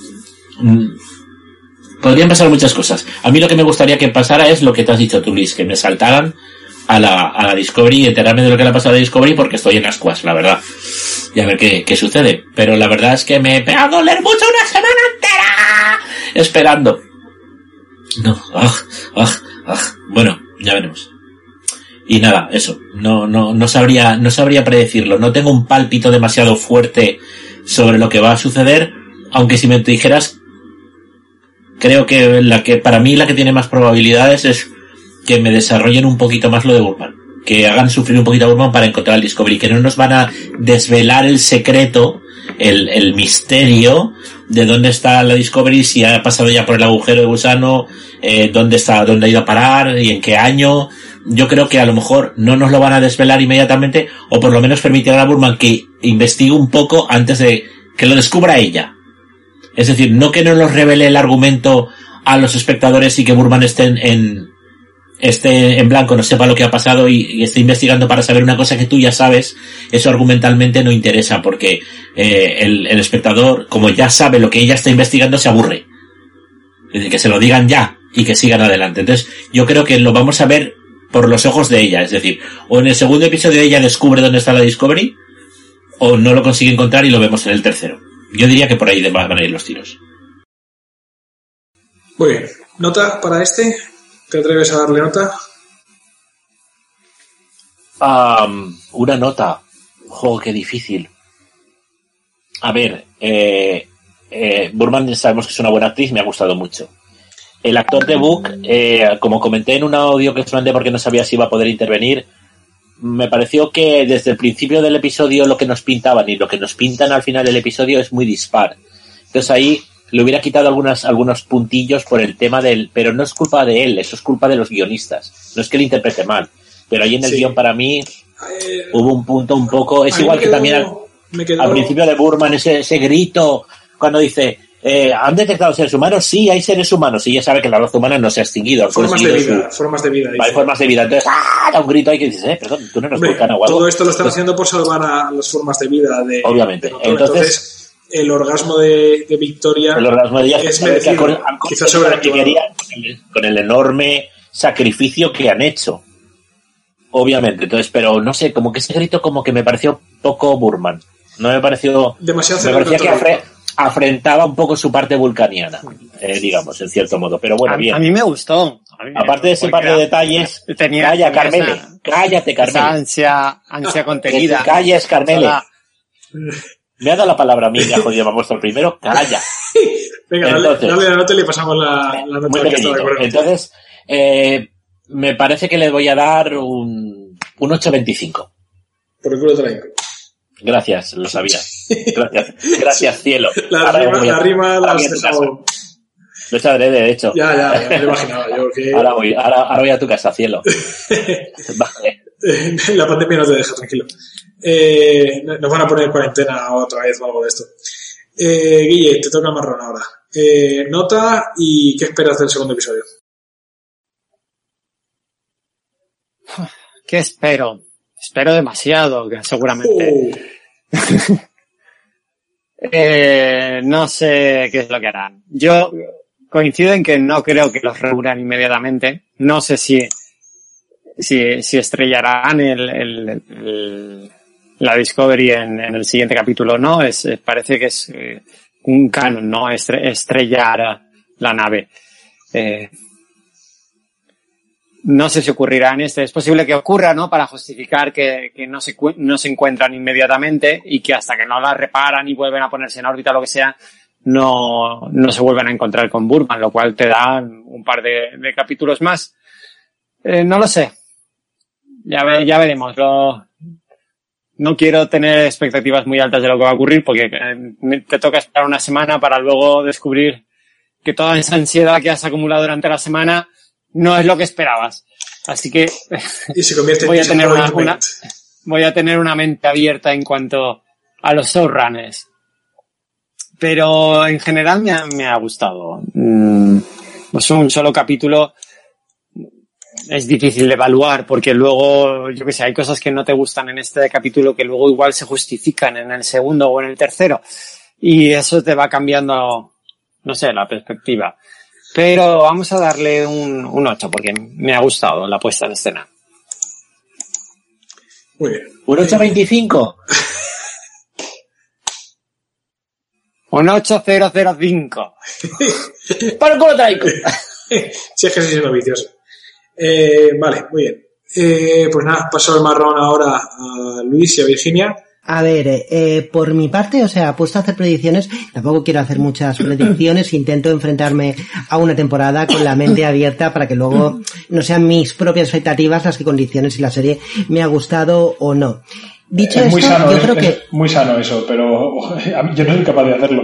E: Podrían pasar muchas cosas. A mí lo que me gustaría que pasara es lo que te has dicho tú, Luis, que me saltaran a la, a la Discovery y enterarme de lo que le ha pasado a la Discovery porque estoy en ascuas, la verdad. Y a ver qué, qué sucede. Pero la verdad es que me va a doler mucho una semana entera esperando. No, ah, ah, ah. Bueno, ya veremos. Y nada, eso. No, no, no sabría, no sabría predecirlo. No tengo un pálpito demasiado fuerte sobre lo que va a suceder. Aunque si me dijeras, creo que la que, para mí la que tiene más probabilidades es que me desarrollen un poquito más lo de Burman. Que hagan sufrir un poquito a Burman para encontrar el Discovery. Que no nos van a desvelar el secreto el, el misterio de dónde está la Discovery, si ha pasado ya por el agujero de gusano, eh, dónde está, dónde ha ido a parar y en qué año. Yo creo que a lo mejor no nos lo van a desvelar inmediatamente, o por lo menos permitirán a Burman que investigue un poco antes de que lo descubra ella. Es decir, no que no nos revele el argumento a los espectadores y que Burman esté en, en esté en blanco, no sepa lo que ha pasado y, y esté investigando para saber una cosa que tú ya sabes. Eso argumentalmente no interesa, porque eh, el, el espectador, como ya sabe lo que ella está investigando, se aburre. Es decir, que se lo digan ya y que sigan adelante. Entonces, yo creo que lo vamos a ver por los ojos de ella. Es decir, o en el segundo episodio ella descubre dónde está la Discovery, o no lo consigue encontrar y lo vemos en el tercero. Yo diría que por ahí van a ir los tiros.
A: Muy bien. ¿Nota para este? ¿Te atreves a darle nota?
E: Um, una nota. Jo, qué difícil. A ver, eh, eh, Burman sabemos que es una buena actriz, me ha gustado mucho. El actor de Book, eh, como comenté en un audio que os mandé porque no sabía si iba a poder intervenir, me pareció que desde el principio del episodio lo que nos pintaban y lo que nos pintan al final del episodio es muy dispar. Entonces ahí le hubiera quitado algunas, algunos puntillos por el tema del... Pero no es culpa de él, eso es culpa de los guionistas. No es que le interprete mal, pero ahí en el sí. guión para mí eh, hubo un punto un poco... Es igual quedó, que también al, quedó... al principio de Burman, ese, ese grito cuando dice... Eh, ¿Han detectado seres humanos? Sí, hay seres humanos. Y ya sabe que la raza humana no se ha extinguido.
A: Formas de vida, su... formas de vida.
E: Hay formas de vida. Entonces, ¡ah! Da un grito ahí que dices, eh, perdón, tú no eres vulcano o algo.
A: Todo esto lo están haciendo por salvar a las formas de vida de...
E: Obviamente.
A: De entonces, Entonces, el orgasmo de, de Victoria
E: el orgasmo de ella
A: es merecido.
E: Con, quizás sobre que quería, con el enorme sacrificio que han hecho. Obviamente. Entonces, pero no sé, como que ese grito como que me pareció poco Burman. No me pareció... Demasiado me parecía que afre, afrentaba un poco su parte vulcaniana, eh, digamos, en cierto modo. Pero bueno,
G: a,
E: bien.
G: A mí me gustó. A mí me
E: Aparte de ese par de detalles...
G: Tenía,
E: calla,
G: tenía
E: Carmele.
G: Esa,
E: cállate, Carmele.
G: Esa ansia, ansia contenida.
E: Que te calles, Carmele. Hola. Me ha dado la palabra a mí, que ha jodido, me ha puesto el primero. Calla.
A: Venga, Entonces, dale, dale la nota y le pasamos la, la nota que está de acuerdo.
E: Entonces, eh, me parece que le voy a dar un, un ocho veinticinco.
A: Por el culo traigo.
E: Gracias, lo sabía. Gracias, gracias cielo.
A: La
E: ahora
A: rima,
E: voy a,
A: la rima la has dejado.
E: Lo sabré, de hecho.
A: Ya, ya, ya me lo imaginaba yo. Que...
E: Ahora, voy, ahora, ahora voy a tu casa, cielo. Vale.
A: La pandemia no te deja tranquilo. Eh, nos van a poner cuarentena otra vez o algo de esto. Eh, Guille, te toca marrón ahora. Eh, nota y qué esperas del segundo episodio.
G: ¿Qué espero? Espero demasiado, seguramente. Oh. eh, no sé qué es lo que harán. Yo coincido en que no creo que los reúnan inmediatamente. No sé si si, si estrellarán el, el, el, la Discovery en, en el siguiente capítulo o no. Es, parece que es eh, un canon, ¿no? Estre, estrellar la nave. Eh, No sé si ocurrirá en este. Es posible que ocurra, ¿no? Para justificar que, que no se, no se encuentran inmediatamente y que hasta que no la reparan y vuelven a ponerse en órbita o lo que sea, no, no se vuelven a encontrar con Burman, lo cual te da un par de, de capítulos más. Eh, no lo sé. Ya, ve, ya veremos. Lo, no quiero tener expectativas muy altas de lo que va a ocurrir porque eh, te toca esperar una semana para luego descubrir que toda esa ansiedad que has acumulado durante la semana no es lo que esperabas. Así que
A: y se convierte
G: voy
A: en
G: a tener una, una voy a tener una mente abierta en cuanto a los showrunners. Pero en general me ha, me ha gustado. Mm, pues un solo capítulo es difícil de evaluar porque luego, yo qué sé, hay cosas que no te gustan en este capítulo que luego igual se justifican en el segundo o en el tercero. Y eso te va cambiando, no sé, la perspectiva. Pero vamos a darle un, un ocho porque me ha gustado la puesta en escena.
A: Muy bien.
E: ¿Un ocho veinticinco?
G: Un ocho cero cero cinco.
E: ¡Para el culo traigo!
A: Si es que soy vicioso. Eh, vale, muy bien. Eh, pues nada, paso el marrón ahora a Luis y a Virginia.
B: A ver, eh, por mi parte, o sea, puesto a hacer predicciones, tampoco quiero hacer muchas predicciones, intento enfrentarme a una temporada con la mente abierta para que luego no sean mis propias expectativas las que condicionen si la serie me ha gustado o no. Dicho
H: es
B: esto,
H: muy sano,
B: yo
H: es,
B: creo
H: es
B: que...
H: muy sano eso, pero a mí, yo no soy capaz de hacerlo.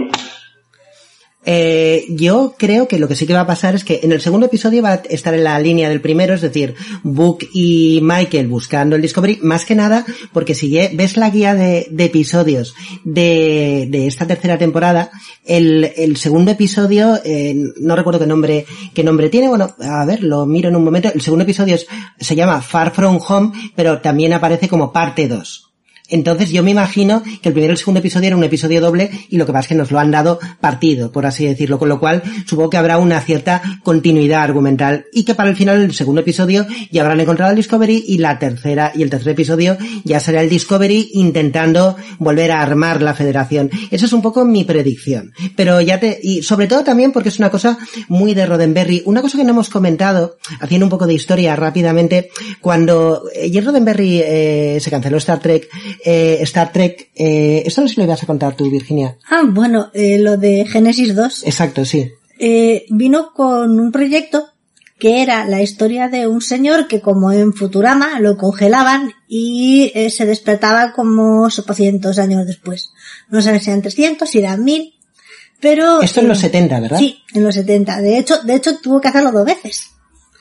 B: Eh, yo creo que lo que sí que va a pasar es que en el segundo episodio va a estar en la línea del primero, es decir, Book y Michael buscando el Discovery, más que nada porque si ves la guía de, de episodios de, de esta tercera temporada, el, el segundo episodio, eh, no recuerdo qué nombre, qué nombre tiene, bueno, a ver, lo miro en un momento, el segundo episodio es, se llama Far From Home, pero también aparece como parte dos. Entonces yo me imagino que el primero y el segundo episodio era un episodio doble y lo que pasa es que nos lo han dado partido, por así decirlo, con lo cual supongo que habrá una cierta continuidad argumental y que para el final del segundo episodio ya habrán encontrado el Discovery y la tercera y el tercer episodio ya será el Discovery intentando volver a armar la Federación. Eso es un poco mi predicción. Pero ya te, y sobre todo también porque es una cosa muy de Roddenberry, una cosa que no hemos comentado, haciendo un poco de historia rápidamente, cuando eh, Roddenberry eh, se canceló Star Trek, Eh, Star Trek, eh, esto no sé si lo ibas a contar tú, Virginia.
C: Ah, bueno, eh, lo de Génesis dos.
B: Exacto, sí.
C: Eh, vino con un proyecto que era la historia de un señor que, como en Futurama, lo congelaban y eh, se despertaba como ochocientos años después. No sabes si eran trescientos, si eran mil, pero...
B: Esto en eh, los setenta, ¿verdad?
C: Sí, en los setenta. De hecho, de hecho tuvo que hacerlo dos veces.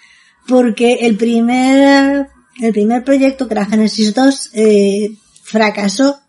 C: Porque el primer, el primer proyecto, que era Génesis dos, eh, fracasó.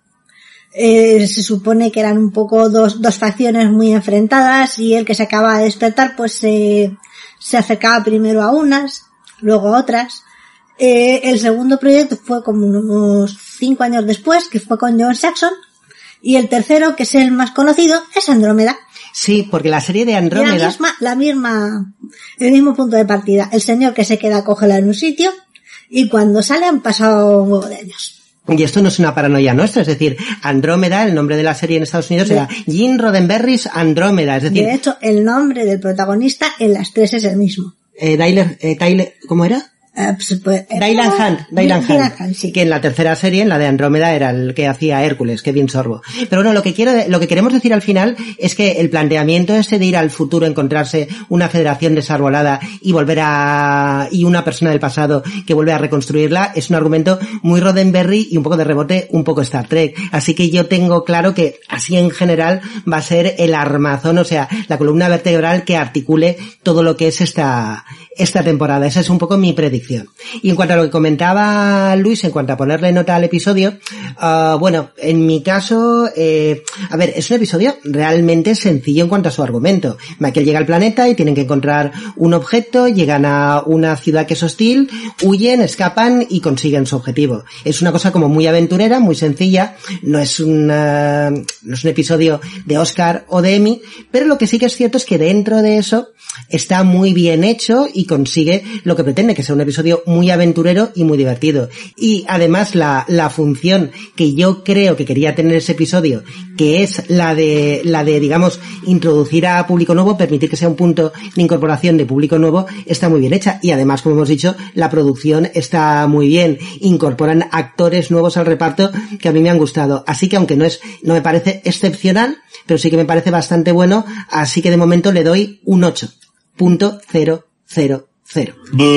C: Eh, se supone que eran un poco dos, dos facciones muy enfrentadas y el que se acaba de despertar pues se, se acercaba primero a unas, luego a otras. Eh, el segundo proyecto fue como unos cinco años después, que fue con John Saxon, y el tercero, que es el más conocido, es Andrómeda.
B: Sí, porque la serie de Andrómeda...
C: La misma, la misma, el mismo punto de partida. El señor que se queda congelado en un sitio y cuando sale han pasado un huevo de años.
B: Y esto no es una paranoia nuestra, es decir, Andrómeda, el nombre de la serie en Estados Unidos
C: de,
B: era Gene Roddenberry's Andrómeda, es decir...
C: De hecho, el nombre del protagonista en las tres es el mismo.
B: Eh, Tyler, eh, Tyler, ¿cómo era?
C: Uh, pues, pues,
B: Dylan Hunt, Dylan Hunt,
C: Hunt sí.
B: Que en la tercera serie, en la de Andrómeda, era el que hacía Hércules, Kevin Sorbo. Pero bueno, lo que quiero, lo que queremos decir al final es que el planteamiento este de ir al futuro, encontrarse una federación desarbolada y volver a, y una persona del pasado que vuelve a reconstruirla, es un argumento muy Roddenberry y un poco de rebote, un poco Star Trek. Así que yo tengo claro que así en general va a ser el armazón, o sea, la columna vertebral que articule todo lo que es esta, esta temporada. Esa es un poco mi predicción. Y en cuanto a lo que comentaba Luis, en cuanto a ponerle nota al episodio, uh, bueno, en mi caso, eh, a ver, es un episodio realmente sencillo en cuanto a su argumento. Michael llega al planeta y tienen que encontrar un objeto, llegan a una ciudad que es hostil, huyen, escapan y consiguen su objetivo. Es una cosa como muy aventurera, muy sencilla, no es un, uh, no es un episodio de Oscar o de Emmy, pero lo que sí que es cierto es que dentro de eso está muy bien hecho y consigue lo que pretende, que sea un episodio muy aventurero y muy divertido. Y además la, la función que yo creo que quería tener ese episodio, que es la de, la de, digamos, introducir a público nuevo, permitir que sea un punto de incorporación de público nuevo, está muy bien hecha. Y además, como hemos dicho, la producción está muy bien. Incorporan actores nuevos al reparto que a mí me han gustado. Así que aunque no es, no me parece excepcional, pero sí que me parece bastante bueno. Así que de momento le doy un ocho punto cero cero cero.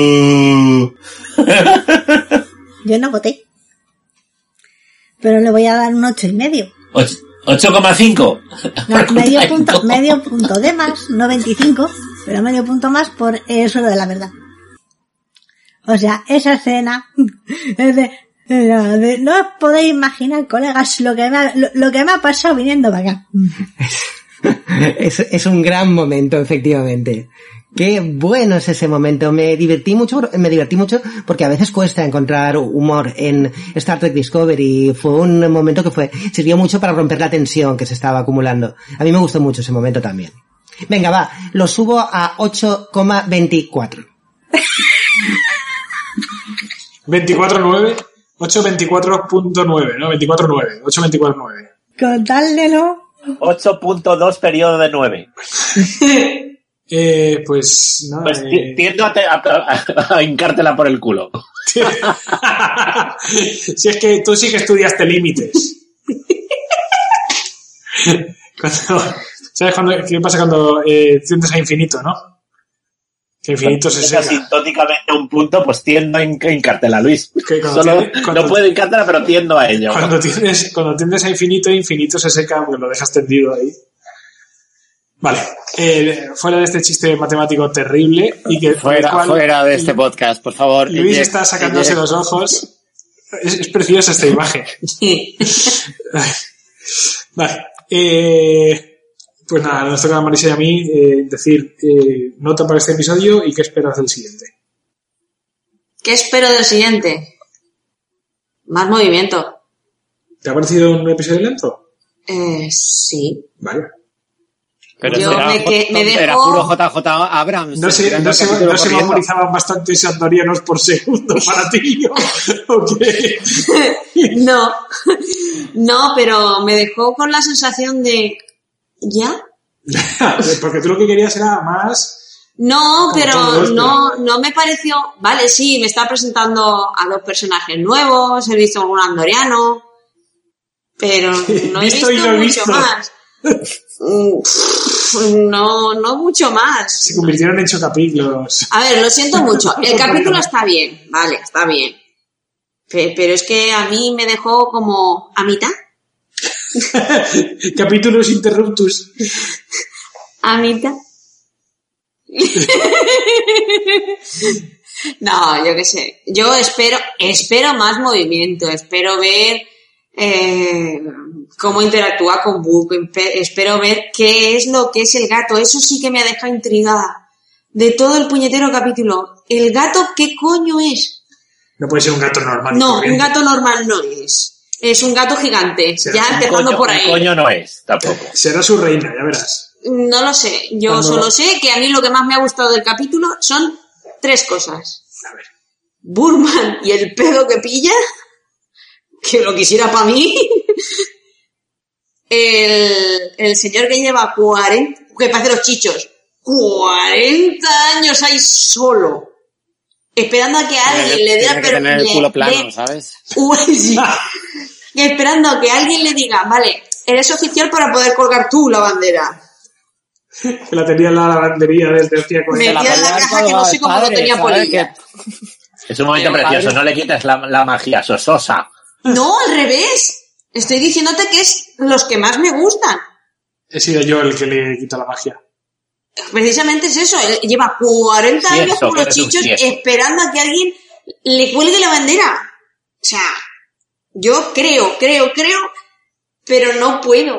C: Yo no voté. Pero le voy a dar un ocho y medio.
E: ocho coma cinco.
C: No, medio punto, medio punto de más, no veinticinco, pero medio punto más por el suelo de la verdad. O sea, esa escena es de, de, de, no os podéis imaginar, colegas, lo que me ha, lo, lo que me ha pasado viniendo para acá.
B: Es, es un gran momento, efectivamente. Qué bueno es ese momento. Me divertí mucho, me divertí mucho porque a veces cuesta encontrar humor en Star Trek Discovery. Fue un momento que fue, sirvió mucho para romper la tensión que se estaba acumulando. A mí me gustó mucho ese momento también. Venga, va, lo subo a ocho coma veinticuatro.
A: veinticuatro punto nueve, ocho veinticuatro punto nueve, ¿no? veinticuatro punto nueve, ocho veinticuatro punto nueve.
C: Contádelo.
E: ocho punto dos periodo de nueve.
A: Eh, pues no,
E: pues
A: eh...
E: tiendo a, te, a, a, a hincártela por el culo.
A: Si es que tú sí que estudiaste límites. Cuando, ¿sabes cuando, qué pasa cuando eh, tiendes a infinito, no? Que infinito se seca.
E: Asintóticamente a un punto, pues tiendo a hincártela, Luis. Solo
A: tiene, cuando,
E: no puedo hincártela, pero tiendo a ello.
A: Cuando tienes, cuando tiendes a infinito, infinito se seca porque lo dejas tendido ahí. Vale. Eh, fuera de este chiste matemático terrible y que
D: fuera, cual,
G: fuera de este podcast, por favor.
A: Luis está sacándose los ojos. Es, es preciosa esta imagen. Vale. Eh, pues nada, nos toca a Marisa y a mí eh, decir eh, nota para este episodio y qué esperas del siguiente.
F: ¿Qué espero del siguiente? Más movimiento.
A: ¿Te ha parecido un episodio lento?
F: Eh, sí.
A: Vale.
G: Pero
F: yo
G: era,
F: me, que, me dejo...
G: era puro J J Abrams.
A: No se, no se, no se memorizaban bastantes andorianos por segundo para ti, ¿o qué?
F: No, no, pero me dejó con la sensación de... ¿Ya?
A: Porque tú lo que querías era más...
F: No, pero no, no me pareció... Vale, sí, me está presentando a dos personajes nuevos, he visto algún andoriano, pero no he visto, visto no mucho visto. más. No, no mucho más.
A: Se convirtieron en chocapiclos.
F: A ver, lo siento mucho. El capítulo está bien, vale, está bien. Pero es que a mí me dejó como a mitad.
A: Capítulos interruptus.
F: A mitad. No, yo qué sé. Yo espero, espero más movimiento. Espero ver eh, cómo interactúa con Book. Espero ver qué es lo que es el gato. Eso sí que me ha dejado intrigada. De todo el puñetero capítulo. ¿El gato qué coño es?
A: No puede ser un gato normal.
F: No, un gato normal no es. Es un gato gigante.
A: ¿Será?
F: Ya empezando
E: coño,
F: por ahí.
E: Un coño no es, tampoco.
A: Será su reina, ya verás.
F: No lo sé. Yo
A: Cuando...
F: solo sé que a mí lo que más me ha gustado del capítulo son tres cosas.
A: A ver.
F: Burman y el pedo que pilla, que lo quisiera para mí. El, el señor que lleva cuarenta, que parece los chichos, cuarenta años ahí solo, esperando a que alguien
G: tiene,
F: le dé
G: tiene que tener el culo plano,
F: le,
G: ¿sabes?
F: Uy, sí. Y esperando a que alguien le diga, vale, eres oficial para poder colgar tú la bandera.
A: Que la tenía en la lavandería del tercia con
F: metida en la caja que no sé cómo lo tenía Polilla.
E: Es un momento
G: Pero
E: precioso,
G: padre.
E: no le quites la, la magia sososa.
F: No, al revés. Estoy diciéndote que es los que más me gustan.
A: He sido yo el que le quita la magia.
F: Precisamente es eso. Él lleva cuarenta
E: Sí,
F: años
E: eso,
F: con los
E: que eres un
F: chichos
E: cieso.
F: esperando a que alguien le cuelgue la bandera. O sea, yo creo, creo, creo, pero no puedo.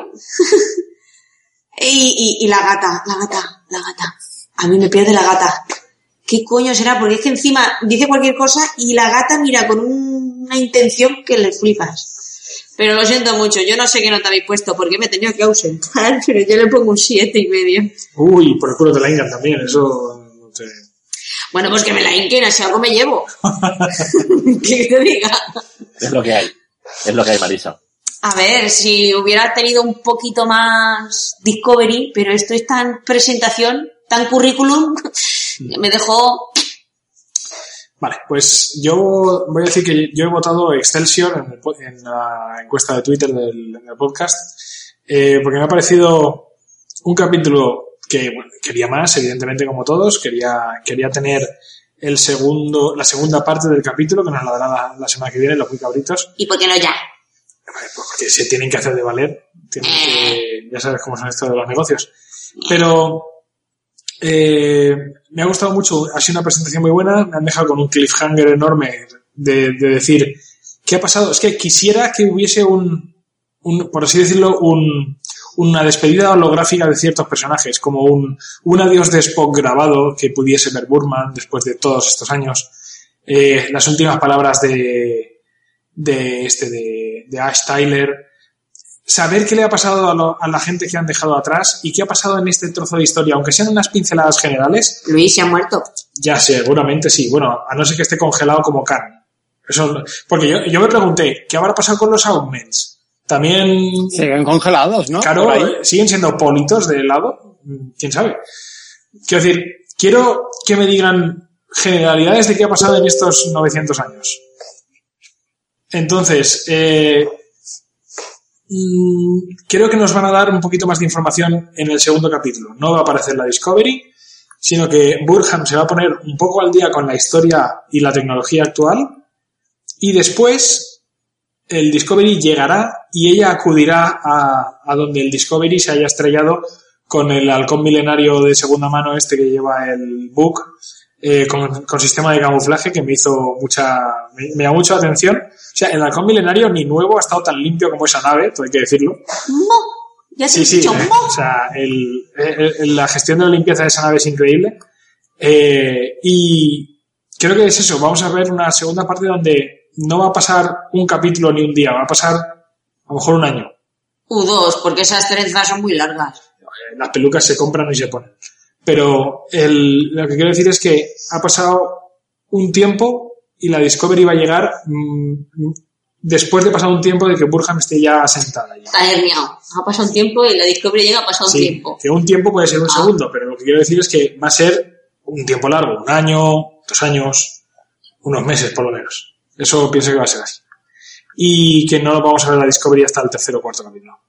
F: y, y, y la gata, la gata, la gata. A mí me pierde la gata. ¿Qué coño será? Porque es que encima dice cualquier cosa y la gata mira con un, una intención que le flipas. Pero lo siento mucho, yo no sé qué nota habéis puesto porque me he tenido que ausentar, pero yo le pongo un siete y medio.
A: Uy, por el culo te la hincan también, eso... No sé.
F: Bueno, pues que me la hinquen, así algo me llevo. ¿Qué te diga?
E: Es lo que hay. Es lo que hay, Marisa.
F: A ver, si hubiera tenido un poquito más Discovery, pero esto es tan presentación, tan currículum, me dejó...
A: Vale, pues yo voy a decir que yo he votado Excelsior en, el, en la encuesta de Twitter del, del podcast, eh, porque me ha parecido un capítulo que, bueno, quería más, evidentemente, como todos, quería, quería tener el segundo, la segunda parte del capítulo, que nos la dará la, la semana que viene, los muy cabritos.
F: ¿Y por qué no ya?
A: Vale, pues porque se tienen que hacer de valer, tienen que, ya sabes cómo son estos de los negocios. Pero... Eh, me ha gustado mucho, ha sido una presentación muy buena, me han dejado con un cliffhanger enorme de, de decir ¿qué ha pasado? Es que quisiera que hubiese un, un por así decirlo, un, una despedida holográfica de ciertos personajes, como un, un adiós de Spock grabado que pudiese ver Burman después de todos estos años, eh, las últimas palabras de de este de, de Ash Tyler, saber qué le ha pasado a, lo, a la gente que han dejado atrás y qué ha pasado en este trozo de historia, aunque sean unas pinceladas generales.
F: Luis se ha muerto.
A: Ya, seguramente sí. Bueno, a no ser que esté congelado como Khan. Eso, porque yo, yo me pregunté, ¿qué habrá pasado con los Augments? También...
G: Siguen congelados, ¿no?
A: Claro, siguen siendo politos de helado. ¿Quién sabe? Quiero decir, quiero que me digan generalidades de qué ha pasado en estos novecientos años. Entonces, eh... creo que nos van a dar un poquito más de información en el segundo capítulo. No va a aparecer la Discovery, sino que Burnham se va a poner un poco al día con la historia y la tecnología actual, y después el Discovery llegará y ella acudirá a, a donde el Discovery se haya estrellado con el halcón milenario de segunda mano este que lleva el Book, eh, con, con sistema de camuflaje, que me hizo mucha, me, me llamó mucho la atención. O sea, el halcón milenario ni nuevo ha estado tan limpio como esa nave, todo hay que decirlo.
F: ¡Mo! Ya se
A: Sí,
F: ha
A: sí,
F: dicho
A: eh,
F: ¡mo!
A: o sea, el, el- el- la gestión de la limpieza de esa nave es increíble. Eh, y creo que es eso, vamos a ver una segunda parte donde no va a pasar un capítulo ni un día, va a pasar a lo mejor un año.
F: U dos, porque esas trenzas son muy largas.
A: Las pelucas se compran y se ponen. Pero el, lo que quiero decir es que ha pasado un tiempo y la Discovery va a llegar mmm, después de pasar un tiempo de que Burnham esté ya asentada. Ya.
F: Está herniado. Ha pasado un tiempo y la Discovery llega ha pasado
A: Sí,
F: un tiempo.
A: que un tiempo puede ser un
F: Ah.
A: segundo, pero lo que quiero decir es que va a ser un tiempo largo, un año, dos años, unos meses por lo menos. Eso pienso que va a ser así. Y que no vamos a ver la Discovery hasta el tercer o cuarto capítulo.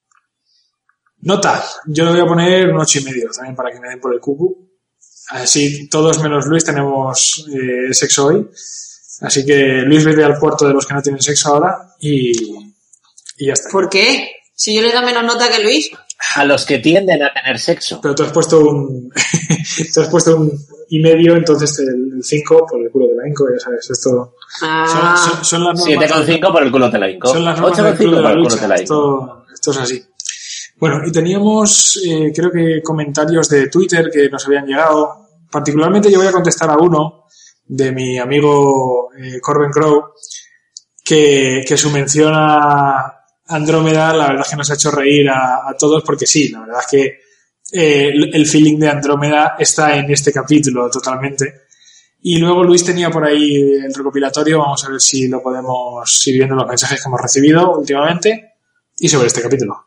A: Nota, yo le voy a poner un ocho y medio también para que me den por el cucu. Así todos menos Luis tenemos eh, sexo hoy. Así que Luis vete al puerto de los que no tienen sexo ahora y, y ya está.
F: ¿Por qué? Si yo le da menos nota que Luis.
E: A los que tienden a tener sexo.
A: Pero tú has puesto un tú has puesto un y medio, entonces el cinco por el culo de la Inco, ya sabes, esto
F: Ah.
A: son, son, son las normas.
E: siete coma cinco por el culo te la hinco.
A: Son las normas
E: ocho
A: del
E: coma cinco
A: club de
E: por
A: la
E: el culo
A: lucha.
E: te la hinco.
A: Esto, esto es así. Bueno, y teníamos, eh, creo que comentarios de Twitter que nos habían llegado. Particularmente yo voy a contestar a uno de mi amigo eh, Corbin Crow, que, que su mención a Andrómeda, la verdad es que nos ha hecho reír a, a todos, porque sí, la verdad es que eh, el, el feeling de Andrómeda está en este capítulo totalmente. Y luego Luis tenía por ahí el recopilatorio, vamos a ver si lo podemos ir viendo los mensajes que hemos recibido últimamente y sobre este capítulo.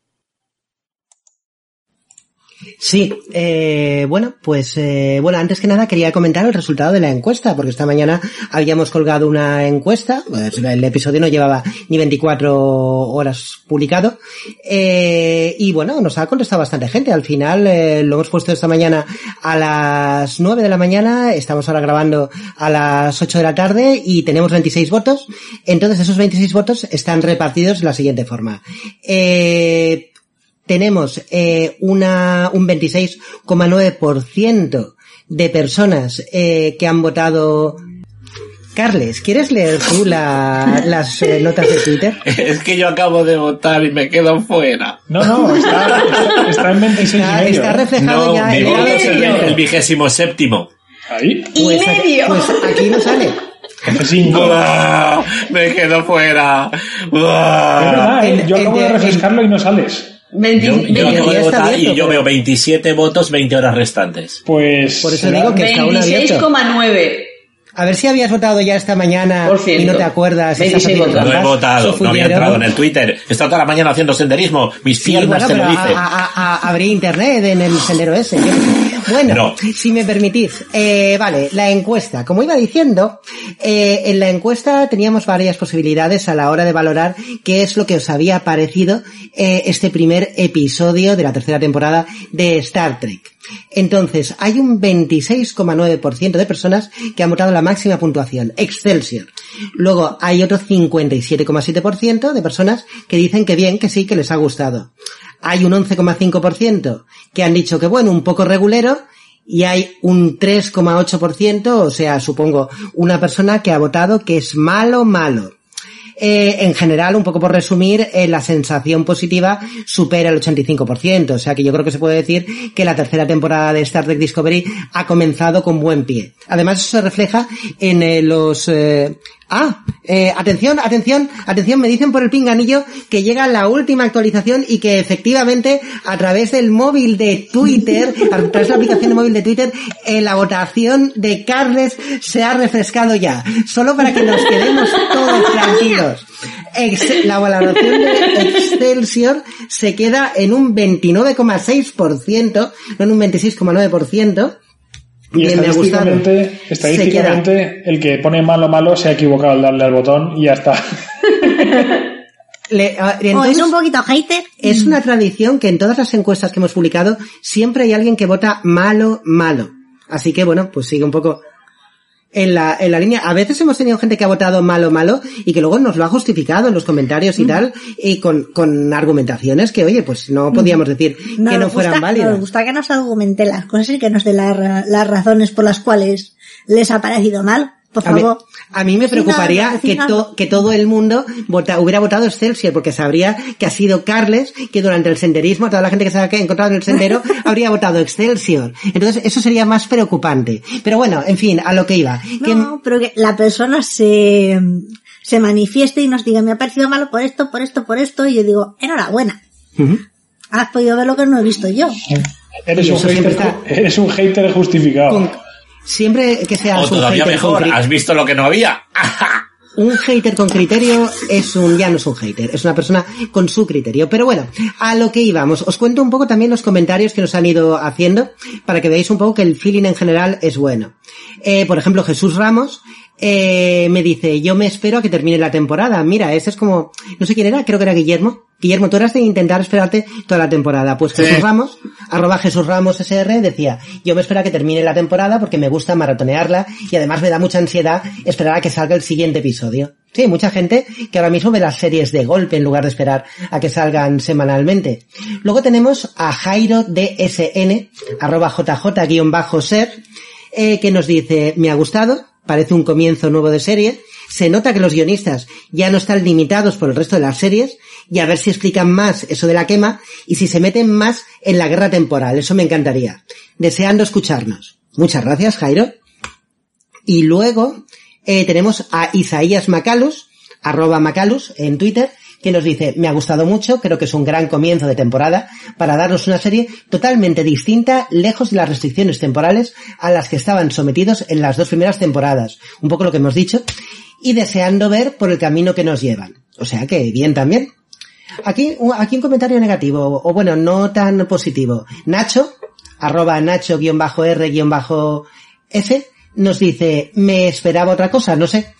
B: Sí, eh, bueno, pues eh, bueno, antes que nada quería comentar el resultado de la encuesta, porque esta mañana habíamos colgado una encuesta, pues el episodio no llevaba ni veinticuatro horas publicado, eh, y bueno, nos ha contestado bastante gente. Al final eh, lo hemos puesto esta mañana a las nueve de la mañana, estamos ahora grabando a las ocho de la tarde y tenemos veintiséis votos. Entonces esos veintiséis votos están repartidos de la siguiente forma. Eh... Tenemos eh, una un veintiséis coma nueve por ciento de personas eh, que han votado. Carles, ¿quieres leer tú la, las eh, notas de Twitter?
E: Es que yo acabo de votar y me quedo fuera.
H: No, no, está, está, está en veintiséis
B: Está,
H: y medio.
B: está
H: ¿eh?
B: reflejado
E: No,
B: ya
E: mi
B: en
E: voto
B: el
E: es el,
B: siguiente.
E: el vigésimo séptimo.
H: Ahí.
B: Pues, aquí- pues aquí no sale.
H: F cinco.
E: ¡Buah! Me quedo fuera.
H: Es
E: ¡Buah!
H: verdad, ¿eh?
B: En-
H: Yo acabo
B: en-
H: de refrescarlo y no sales.
F: veinte,
E: Yo, yo
B: veinte
E: acabo de
B: días está
E: votar
B: abierto,
E: y yo
B: pero-
E: veo veintisiete votos, veinte horas restantes.
H: Pues.
B: Por eso
H: será-
B: digo que está aún abierto.
I: veintiséis coma nueve.
B: A ver si habías votado ya esta mañana
I: Por ciento.
B: y no te acuerdas. Estás
I: veintiséis
B: haciendo
I: votos.
E: No he
B: trampas,
E: votado, no había
B: sofullero.
E: entrado en el Twitter. He estado toda la mañana haciendo senderismo. Mis
B: Sí,
E: piernas
B: bueno,
E: te
B: pero
E: lo
B: a,
E: dicen.
B: a, a, a- abrí internet en el sendero ese. yo qué sé. Bueno,
E: No.
B: si me permitís, eh, vale, la encuesta. Como iba diciendo, eh, en la encuesta teníamos varias posibilidades a la hora de valorar qué es lo que os había parecido eh, este primer episodio de la tercera temporada de Star Trek. Entonces, hay un veintiséis coma nueve por ciento de personas que han votado la máxima puntuación, Excelsior. Luego, hay otro cincuenta y siete coma siete por ciento de personas que dicen que bien, que sí, que les ha gustado. Hay un once coma cinco por ciento que han dicho que bueno, un poco regulero, y hay un tres coma ocho por ciento, o sea, supongo, una persona que ha votado que es malo, malo. Eh, en general, un poco por resumir, eh, la sensación positiva supera el ochenta y cinco por ciento, o sea que yo creo que se puede decir que la tercera temporada de Star Trek Discovery ha comenzado con buen pie. Además, eso se refleja en eh, los... Eh, ah, eh, atención, atención, atención, me dicen por el pinganillo que llega la última actualización y que efectivamente a través del móvil de Twitter, a través de la aplicación de móvil de Twitter, eh, la votación de Carles se ha refrescado ya. Solo para que nos quedemos todos tranquilos. Ex- la valoración de Excelsior se queda en un veintinueve coma seis por ciento, no en un veintiséis coma nueve por ciento.
H: Y
B: Bien, me ha gustado.
H: estadísticamente,
B: Se
H: estadísticamente el que pone malo malo se ha equivocado al darle al botón y ya está.
B: Le, uh,
C: o
B: entonces,
C: es un poquito hater.
B: es una tradición que en todas las encuestas que hemos publicado siempre hay alguien que vota malo, malo. Así que bueno, pues sigue un poco en la, en la línea. A veces hemos tenido gente que ha votado malo, malo y que luego nos lo ha justificado en los comentarios y mm. tal, y con, con argumentaciones que, oye, pues no podíamos decir
C: no
B: que no
C: gusta,
B: fueran válidas.
C: Nos gusta que nos argumente las cosas y que nos dé la, las razones por las cuales les ha parecido mal. Por
B: a
C: favor.
B: Mí, a mí me preocuparía
C: no,
B: que, to, que todo el mundo vota, hubiera votado Excelsior, porque sabría que ha sido Carles que durante el senderismo, toda la gente que se ha encontrado en el sendero, habría votado Excelsior. Entonces, eso sería más preocupante. Pero bueno, en fin, a lo que iba.
C: No,
B: que,
C: pero que la persona se, se manifieste y nos diga, me ha parecido malo por esto, por esto, por esto, y yo digo, enhorabuena. Uh-huh. Has podido ver lo que no he visto yo.
H: Eres, un hater, está... eres un hater justificado. Con...
B: Siempre que seas
E: o todavía un hater mejor, cri- ¿has visto lo que no había?
B: Un hater con criterio es un, ya no es un hater, es una persona con su criterio. Pero bueno, a lo que íbamos, os cuento un poco también los comentarios que nos han ido haciendo para que veáis un poco que el feeling en general es bueno. Eh, por ejemplo, Jesús Ramos eh, me dice, yo me espero a que termine la temporada. Mira, ese es como, no sé quién era, creo que era Guillermo. Guillermo, tú eras de intentar esperarte toda la temporada. Pues Jesús sí. Ramos, arroba Jesús Ramos S R, decía, yo me espero a que termine la temporada porque me gusta maratonearla y además me da mucha ansiedad esperar a que salga el siguiente episodio. Sí, mucha gente que ahora mismo ve las series de golpe en lugar de esperar a que salgan semanalmente. Luego tenemos a Jairo D S N, arroba J J-ser, eh, que nos dice, me ha gustado, parece un comienzo nuevo de serie, se nota que los guionistas ya no están limitados por el resto de las series, y a ver si explican más eso de la quema y si se meten más en la guerra temporal. Eso me encantaría. Deseando escucharnos. Muchas gracias, Jairo. Y luego eh, tenemos a Isaías Macalus, arroba Macalus en Twitter, que nos dice, me ha gustado mucho, creo que es un gran comienzo de temporada para darnos una serie totalmente distinta, lejos de las restricciones temporales a las que estaban sometidos en las dos primeras temporadas. Un poco lo que hemos dicho. Y deseando ver por el camino que nos llevan. O sea que bien también. Aquí, aquí un comentario negativo, o bueno, no tan positivo. Nacho, arroba Nacho-R-F, nos dice, me esperaba otra cosa, no sé.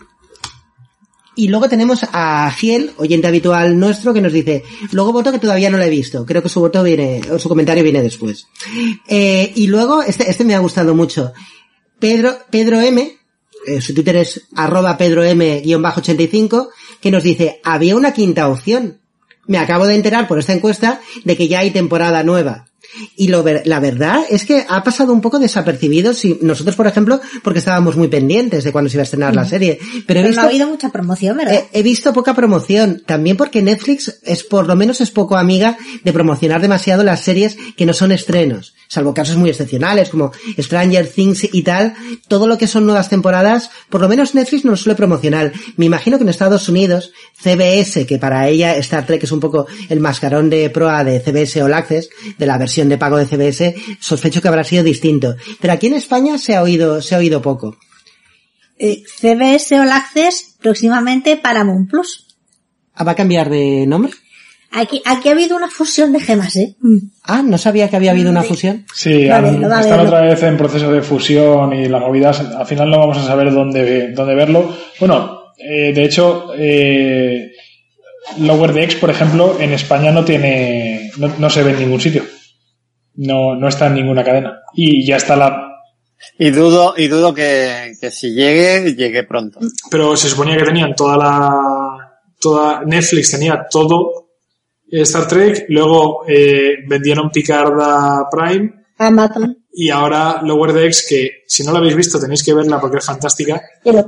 B: Y luego tenemos a Giel, oyente habitual nuestro, que nos dice, luego voto que todavía no lo he visto, creo que su voto viene, o su comentario viene después. Eh, y luego, este, este me ha gustado mucho. Pedro, Pedro M, eh, su Twitter es arroba Pedro M ochenta y cinco, que nos dice, había una quinta opción. Me acabo de enterar por esta encuesta de que ya hay temporada nueva. Y lo ver, la verdad es que ha pasado un poco desapercibido, si nosotros, por ejemplo, porque estábamos muy pendientes de cuando se iba a estrenar mm. la serie. Pero, he
C: pero
B: visto,
C: no ha habido mucha promoción, ¿verdad?
B: He, he visto poca promoción. También porque Netflix es, por lo menos, es poco amiga de promocionar demasiado las series que no son estrenos. Salvo casos muy excepcionales, como Stranger Things y tal. Todo lo que son nuevas temporadas, por lo menos Netflix no lo suele promocionar. Me imagino que en Estados Unidos, C B S, que para ella Star Trek es un poco el mascarón de proa de C B S All Access, de la versión de pago de C B S, sospecho que habrá sido distinto. Pero aquí en España se ha oído, se ha oído poco.
C: Eh, C B S All Access, próximamente Paramount Plus.
B: ¿Va a cambiar de nombre?
C: Aquí, aquí ha habido una fusión de gemas, ¿eh?
B: Ah, no sabía que había habido una fusión.
H: Sí, han, están otra vez en proceso de fusión y la movida, al final no vamos a saber dónde, dónde verlo. Bueno, eh, de hecho, eh, Lower Decks, por ejemplo, en España no tiene, no, no se ve en ningún sitio. No, no está en ninguna cadena. Y ya está la...
D: Y dudo, y dudo que, que si llegue, llegue pronto.
A: Pero se suponía que tenían toda la, toda, Netflix tenía todo Star Trek, luego, eh, vendieron Picard a Prime.
C: Amazon.
A: Y ahora Lower Decks, que si no la habéis visto tenéis que verla porque es fantástica.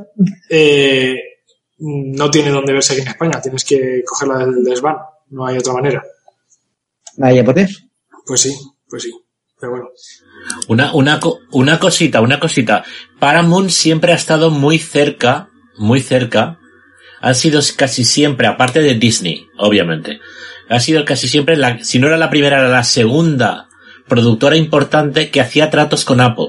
A: Eh, no tiene dónde verse aquí en España, tienes que cogerla del desván, no hay otra manera.
B: Vaya, ¿por qué?
A: Pues sí, pues sí, pero bueno.
E: Una, una, una cosita, una cosita. Paramount siempre ha estado muy cerca, muy cerca. Han sido casi siempre, aparte de Disney, obviamente, ha sido casi siempre, la, si no era la primera, era la segunda productora importante que hacía tratos con Apple.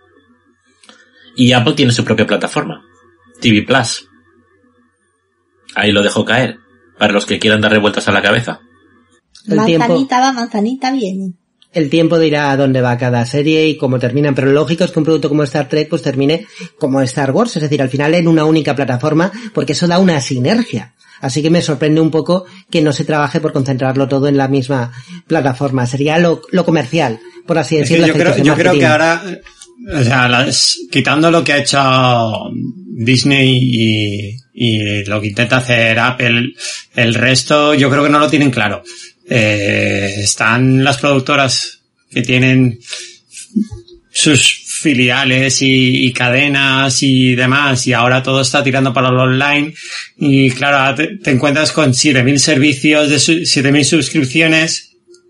E: Y Apple tiene su propia plataforma, T V Plus. Ahí lo dejo caer, para los que quieran darle vueltas a la cabeza.
C: El manzanita tiempo, va, manzanita viene.
B: El tiempo dirá a dónde va cada serie y cómo terminan, pero lo lógico es que un producto como Star Trek pues termine como Star Wars, es decir, al final en una única plataforma, porque eso da una sinergia. Así que me sorprende un poco que no se trabaje por concentrarlo todo en la misma plataforma. Sería lo, lo comercial, por así decirlo.
G: Es que yo creo, yo creo que ahora, o sea, las, quitando lo que ha hecho Disney y, y lo que intenta hacer Apple, el resto yo creo que no lo tienen claro. Eh, están las productoras que tienen sus filiales y, y cadenas y demás, y ahora todo está tirando para lo online, y claro, te, te encuentras con siete mil servicios de su, siete mil suscripciones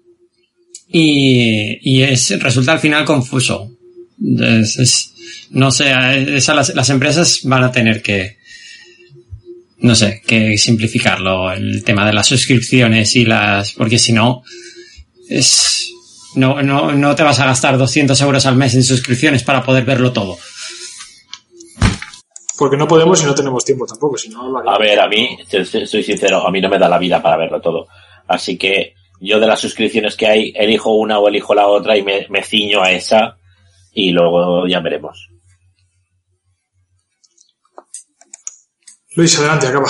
G: y, y es, resulta al final confuso. Es, es, no sé, esa, las, las empresas van a tener que no sé, que simplificarlo, el tema de las suscripciones y las, porque si no, es, no, no, no te vas a gastar doscientos euros al mes en suscripciones para poder verlo todo.
A: Porque no podemos y no tenemos tiempo tampoco, si no lo haría.
E: A ver, a mí, soy sincero, a mí no me da la vida para verlo todo. Así que yo de las suscripciones que hay, elijo una o elijo la otra y me, me ciño a esa y luego ya veremos.
A: Luis, adelante, acaba.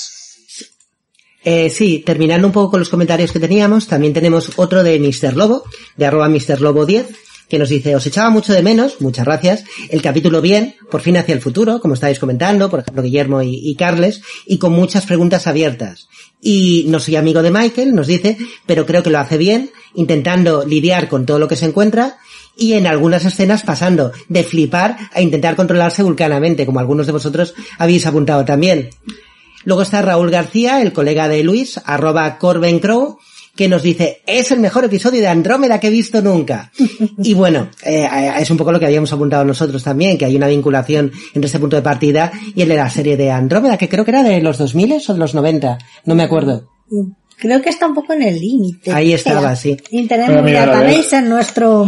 B: Eh, sí, terminando un poco con los comentarios que teníamos, también tenemos otro de mister Lobo, de arroba mister Lobo diez, que nos dice, os echaba mucho de menos, muchas gracias, el capítulo bien, por fin hacia el futuro, como estáis comentando, por ejemplo Guillermo y, y Carles, y con muchas preguntas abiertas. Y no soy amigo de Michael, nos dice, pero creo que lo hace bien, intentando lidiar con todo lo que se encuentra, y en algunas escenas pasando de flipar a intentar controlarse vulcanamente, como algunos de vosotros habéis apuntado también. Luego está Raúl García, el colega de Luis, arroba Corben Crow, que nos dice, es el mejor episodio de Andrómeda que he visto nunca. Y bueno, eh, es un poco lo que habíamos apuntado nosotros también, que hay una vinculación entre este punto de partida y el de la serie de Andrómeda, que creo que era de los dos mil o de los noventa, no me acuerdo.
C: Creo que está un poco en el límite.
B: Ahí estaba, sí.
C: Y tenemos database en nuestro...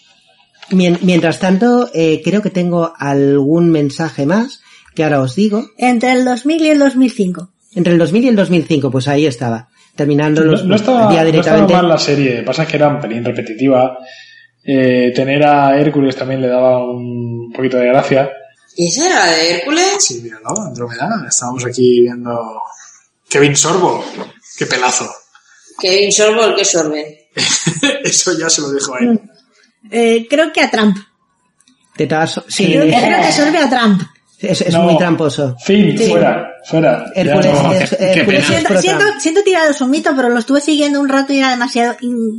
B: Mientras tanto, eh, creo que tengo algún mensaje más que ahora os digo.
C: Entre el dos mil y el dos mil cinco.
B: Entre el dos mil y el dos mil cinco, pues ahí estaba. Terminando
H: no,
B: los,
H: no estaba,
B: día directamente.
H: No estaba mal la serie, pasa es que era un pelín repetitiva. Eh, tener a Hércules también le daba un poquito de gracia.
F: ¿Y esa era de Hércules?
A: Sí, míralo, Andrómeda. Estábamos aquí viendo Kevin Sorbo. Qué pelazo.
F: Kevin Sorbo, el que sorbe.
A: Eso ya se lo dejo a él.
C: Eh, creo que a Trump.
B: Te tas- sí,
C: creo, creo que sorbe a Trump.
B: Es, es
H: no,
B: muy tramposo.
H: Fin,
C: sí.
H: fuera, fuera.
B: Hércules,
H: no.
B: es, Hércules es
C: siento, siento, siento tirado su mito, pero lo estuve siguiendo un rato y era demasiado...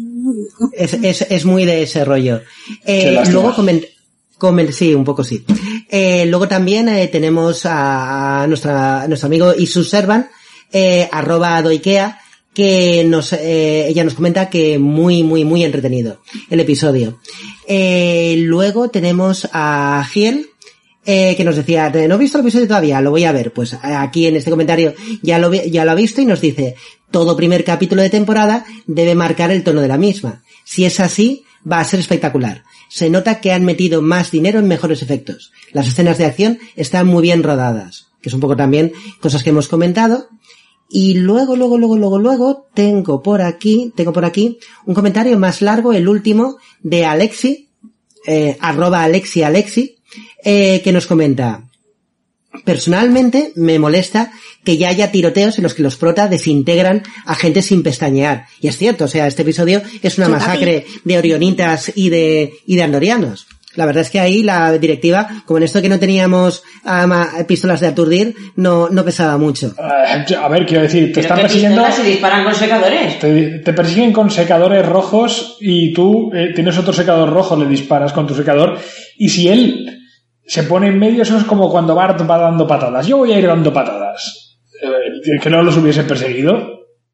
B: Es, es, es muy de ese rollo. Eh, luego coment, coment, sí, un poco sí. Eh, luego también eh, tenemos a, a, nuestra, a nuestro amigo Isus Servan, eh, arroba doikea, que nos, eh, ella nos comenta que muy, muy, muy entretenido el episodio. Eh, luego tenemos a Giel, eh, que nos decía, no he visto el episodio todavía, lo voy a ver. Pues aquí en este comentario ya lo, ya lo ha visto y nos dice, todo primer capítulo de temporada debe marcar el tono de la misma. Si es así, va a ser espectacular. Se nota que han metido más dinero en mejores efectos. Las escenas de acción están muy bien rodadas, que es un poco también cosas que hemos comentado. Y luego, luego, luego, luego, luego, tengo por aquí, tengo por aquí un comentario más largo, el último, de Alexi, eh, arroba Alexi Alexi, eh, que nos comenta, personalmente me molesta que ya haya tiroteos en los que los protas desintegran a gente sin pestañear. Y es cierto, o sea, este episodio es una masacre de orionitas y de, y de andorianos. La verdad es que ahí la directiva, como en esto que no teníamos um, pistolas de aturdir, no, no pesaba mucho.
H: Uh, a ver, quiero decir, te están persiguiendo...
F: se disparan con secadores.
H: Te, te persiguen con secadores rojos y tú eh, tienes otro secador rojo, le disparas con tu secador, y si él se pone en medio, eso es como cuando Bart va dando patadas. Yo voy a ir dando patadas. Eh, que no los hubiesen perseguido.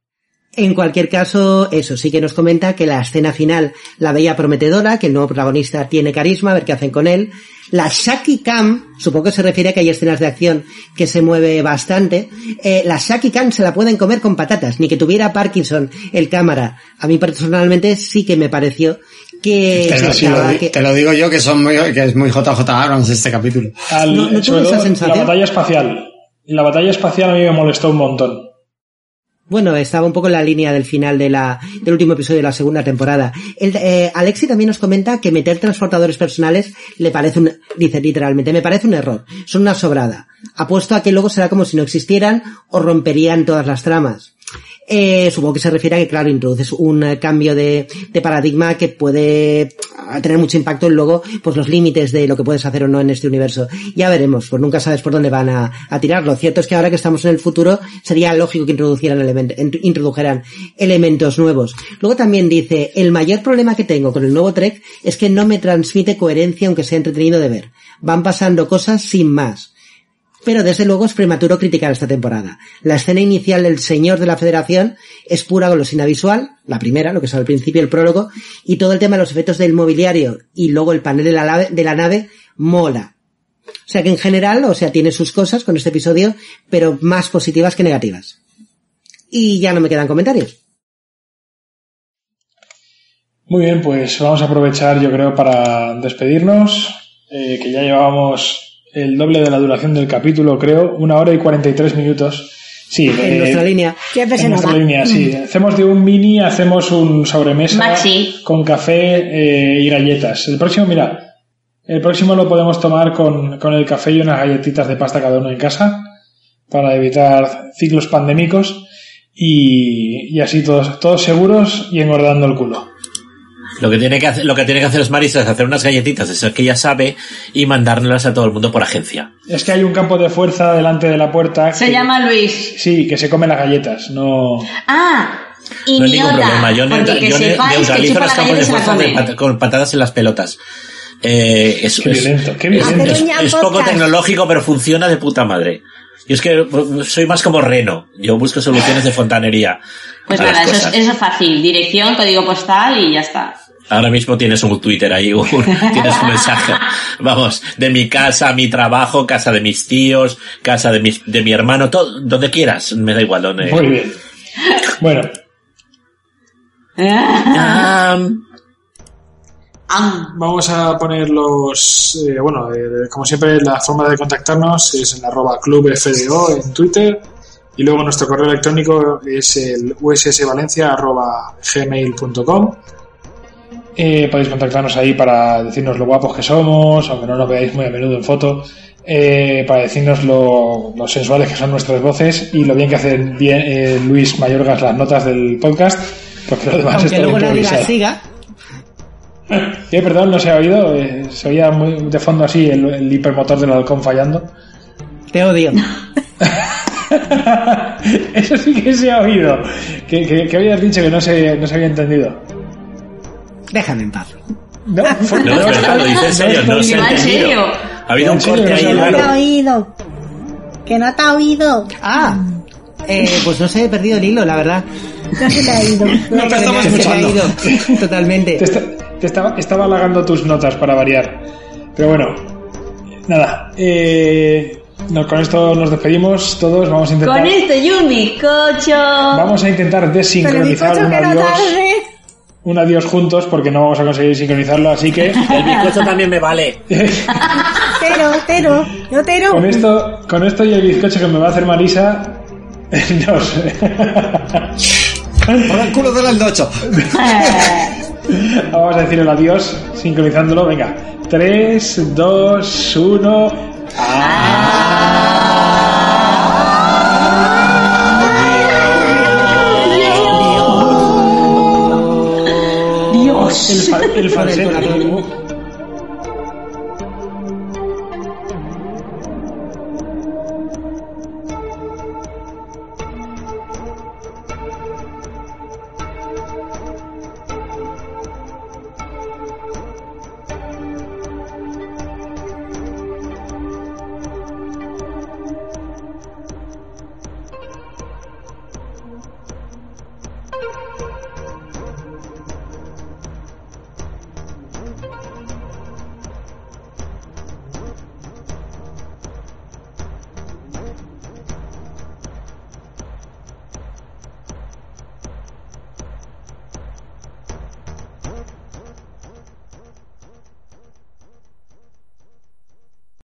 B: En cualquier caso, eso sí que nos comenta que la escena final la veía prometedora, que el nuevo protagonista tiene carisma, a ver qué hacen con él. La Shaki Cam, supongo que se refiere a que hay escenas de acción que se mueve bastante. Eh, la Shaki Cam se la pueden comer con patatas, ni que tuviera Parkinson el cámara. A mí personalmente sí que me pareció que...
G: Te lo,
B: se
G: lo,
B: que...
G: te lo digo yo, que son muy, que es muy J J Abrams este capítulo.
H: Al,
B: no, no tuve esa sensación.
H: La batalla espacial. La batalla espacial a mí me molestó un montón.
B: Bueno, estaba un poco en la línea del final de la, del último episodio de la segunda temporada. El, eh, Alexi también nos comenta que meter transportadores personales le parece un, dice literalmente, me parece un error. Son una sobrada. Apuesto a que luego será como si no existieran o romperían todas las tramas. Eh, supongo que se refiere a que, claro, introduces un eh, cambio de, de paradigma que puede tener mucho impacto en luego, pues los límites de lo que puedes hacer o no en este universo. Ya veremos, pues nunca sabes por dónde van a, a tirar. Lo cierto es que ahora que estamos en el futuro, sería lógico que introducieran elementos, introdujeran elementos nuevos. Luego también dice, el mayor problema que tengo con el nuevo Trek es que no me transmite coherencia aunque sea entretenido de ver. Van pasando cosas sin más. Pero desde luego es prematuro criticar esta temporada. La escena inicial del Señor de la Federación es pura golosina visual, la primera, lo que es al principio el prólogo, y todo el tema de los efectos del mobiliario y luego el panel de la nave, de la nave mola. O sea que en general, o sea, tiene sus cosas con este episodio, pero más positivas que negativas. Y ya no me quedan comentarios.
H: Muy bien, pues vamos a aprovechar, yo creo, para despedirnos, eh, que ya llevábamos el doble de la duración del capítulo, creo, una hora y cuarenta y tres minutos. Sí,
B: en
H: eh,
B: nuestra línea.
C: Siempre se
H: en
C: nos
H: nuestra
C: va.
H: línea, sí. Hacemos de un mini, hacemos un sobremesa
F: Maxi.
H: con café eh, y galletas. El próximo, mira, el próximo lo podemos tomar con, con el café y unas galletitas de pasta cada uno en casa para evitar ciclos pandémicos y, y así todos, todos seguros y engordando el culo.
E: Lo que tiene que hacer, lo que tiene que hacer es Marisa es hacer unas galletitas de esas que ella sabe y mandárnoslas a todo el mundo por agencia.
H: Es que hay un campo de fuerza delante de la puerta.
F: Se
H: que,
F: llama Luis.
H: Sí, que se come las galletas, no.
F: Ah, y
E: No hay ningún
F: Niota,
E: problema. Yo,
F: porque
E: neutra-
F: que
E: yo ne-
F: sepáis que
E: neutralizo
F: chupa
E: los
F: la
E: campos
F: galleta
E: de
F: y se la
E: fuerza de
F: come.
E: pat- con patadas en las pelotas. Eh, es,
H: Qué
E: es-
H: violento, qué
E: es-
H: violento.
E: es-
C: Hacer un
E: es poco
C: podcast.
E: tecnológico, pero funciona de puta madre. Yo es que soy más como Reno. Yo busco soluciones de fontanería.
F: Pues
E: a las
F: nada, eso es,
E: cosas.
F: eso es fácil. Dirección, código postal y ya está.
E: Ahora mismo tienes un Twitter ahí, un- tienes un mensaje. Vamos, de mi casa a mi trabajo, casa de mis tíos, casa de mi, de mi hermano, todo, donde quieras, me da igual donde.
H: Muy bien. Bueno,
E: Ah,
F: Am.
A: Vamos a poner los, eh, bueno, eh, como siempre, la forma de contactarnos es en arroba clubfdo en Twitter y luego nuestro correo electrónico es el ussvalencia arroba gmail punto com.
H: eh, podéis contactarnos ahí para decirnos lo guapos que somos, aunque no nos veáis muy a menudo en foto, eh, para decirnos lo, lo sensuales que son nuestras voces y lo bien que hace bien, eh, Luis Mayorgas las notas del podcast, porque lo demás es
B: Aunque
H: todo
B: luego nadie
H: improvisado.
B: la siga.
H: Eh, perdón, no se ha oído, eh, se oía muy de fondo así el, el hipermotor del halcón fallando.
B: Te odio.
H: Eso sí que se ha oído. Que, que, que habías dicho que no se, no se había entendido.
B: Déjame en paz.
H: No, fue-
E: no, es verdad, lo dice en serio, no se ha
F: ¿En
E: entendido.
F: serio?
E: Ha habido un
H: ¿En serio?
E: corte
H: No
E: ahí
H: se ha
C: Que no te ha
E: raro.
C: oído. Que no te ha oído.
B: Ah, eh, pues no sé, he perdido el hilo, la verdad.
C: No se te ha ido.
G: No te estamos
B: Se me ha
G: escuchando.
B: ido totalmente.
H: Te, está- te estaba, estaba halagando tus notas para variar. Pero bueno, nada. Eh, no, con esto nos despedimos todos. Vamos a intentar,
F: Con esto y un bizcocho.
H: vamos a intentar
C: Pero el
H: desincronizar
C: bizcocho
H: un
C: que no
H: adiós,
C: tarde.
H: un adiós juntos porque no vamos a conseguir sincronizarlo. Así que
E: El bizcocho también me vale.
C: Tero, tero. Yo tero.
H: con esto, con esto y el bizcocho que me va a hacer Marisa, nos,
G: Por el culo del aldocho.
H: vamos a decir el adiós sincronizándolo. Venga, tres, dos, uno.
F: Dios.
H: El, fa- el
B: Con el
H: falsete.
B: corazón.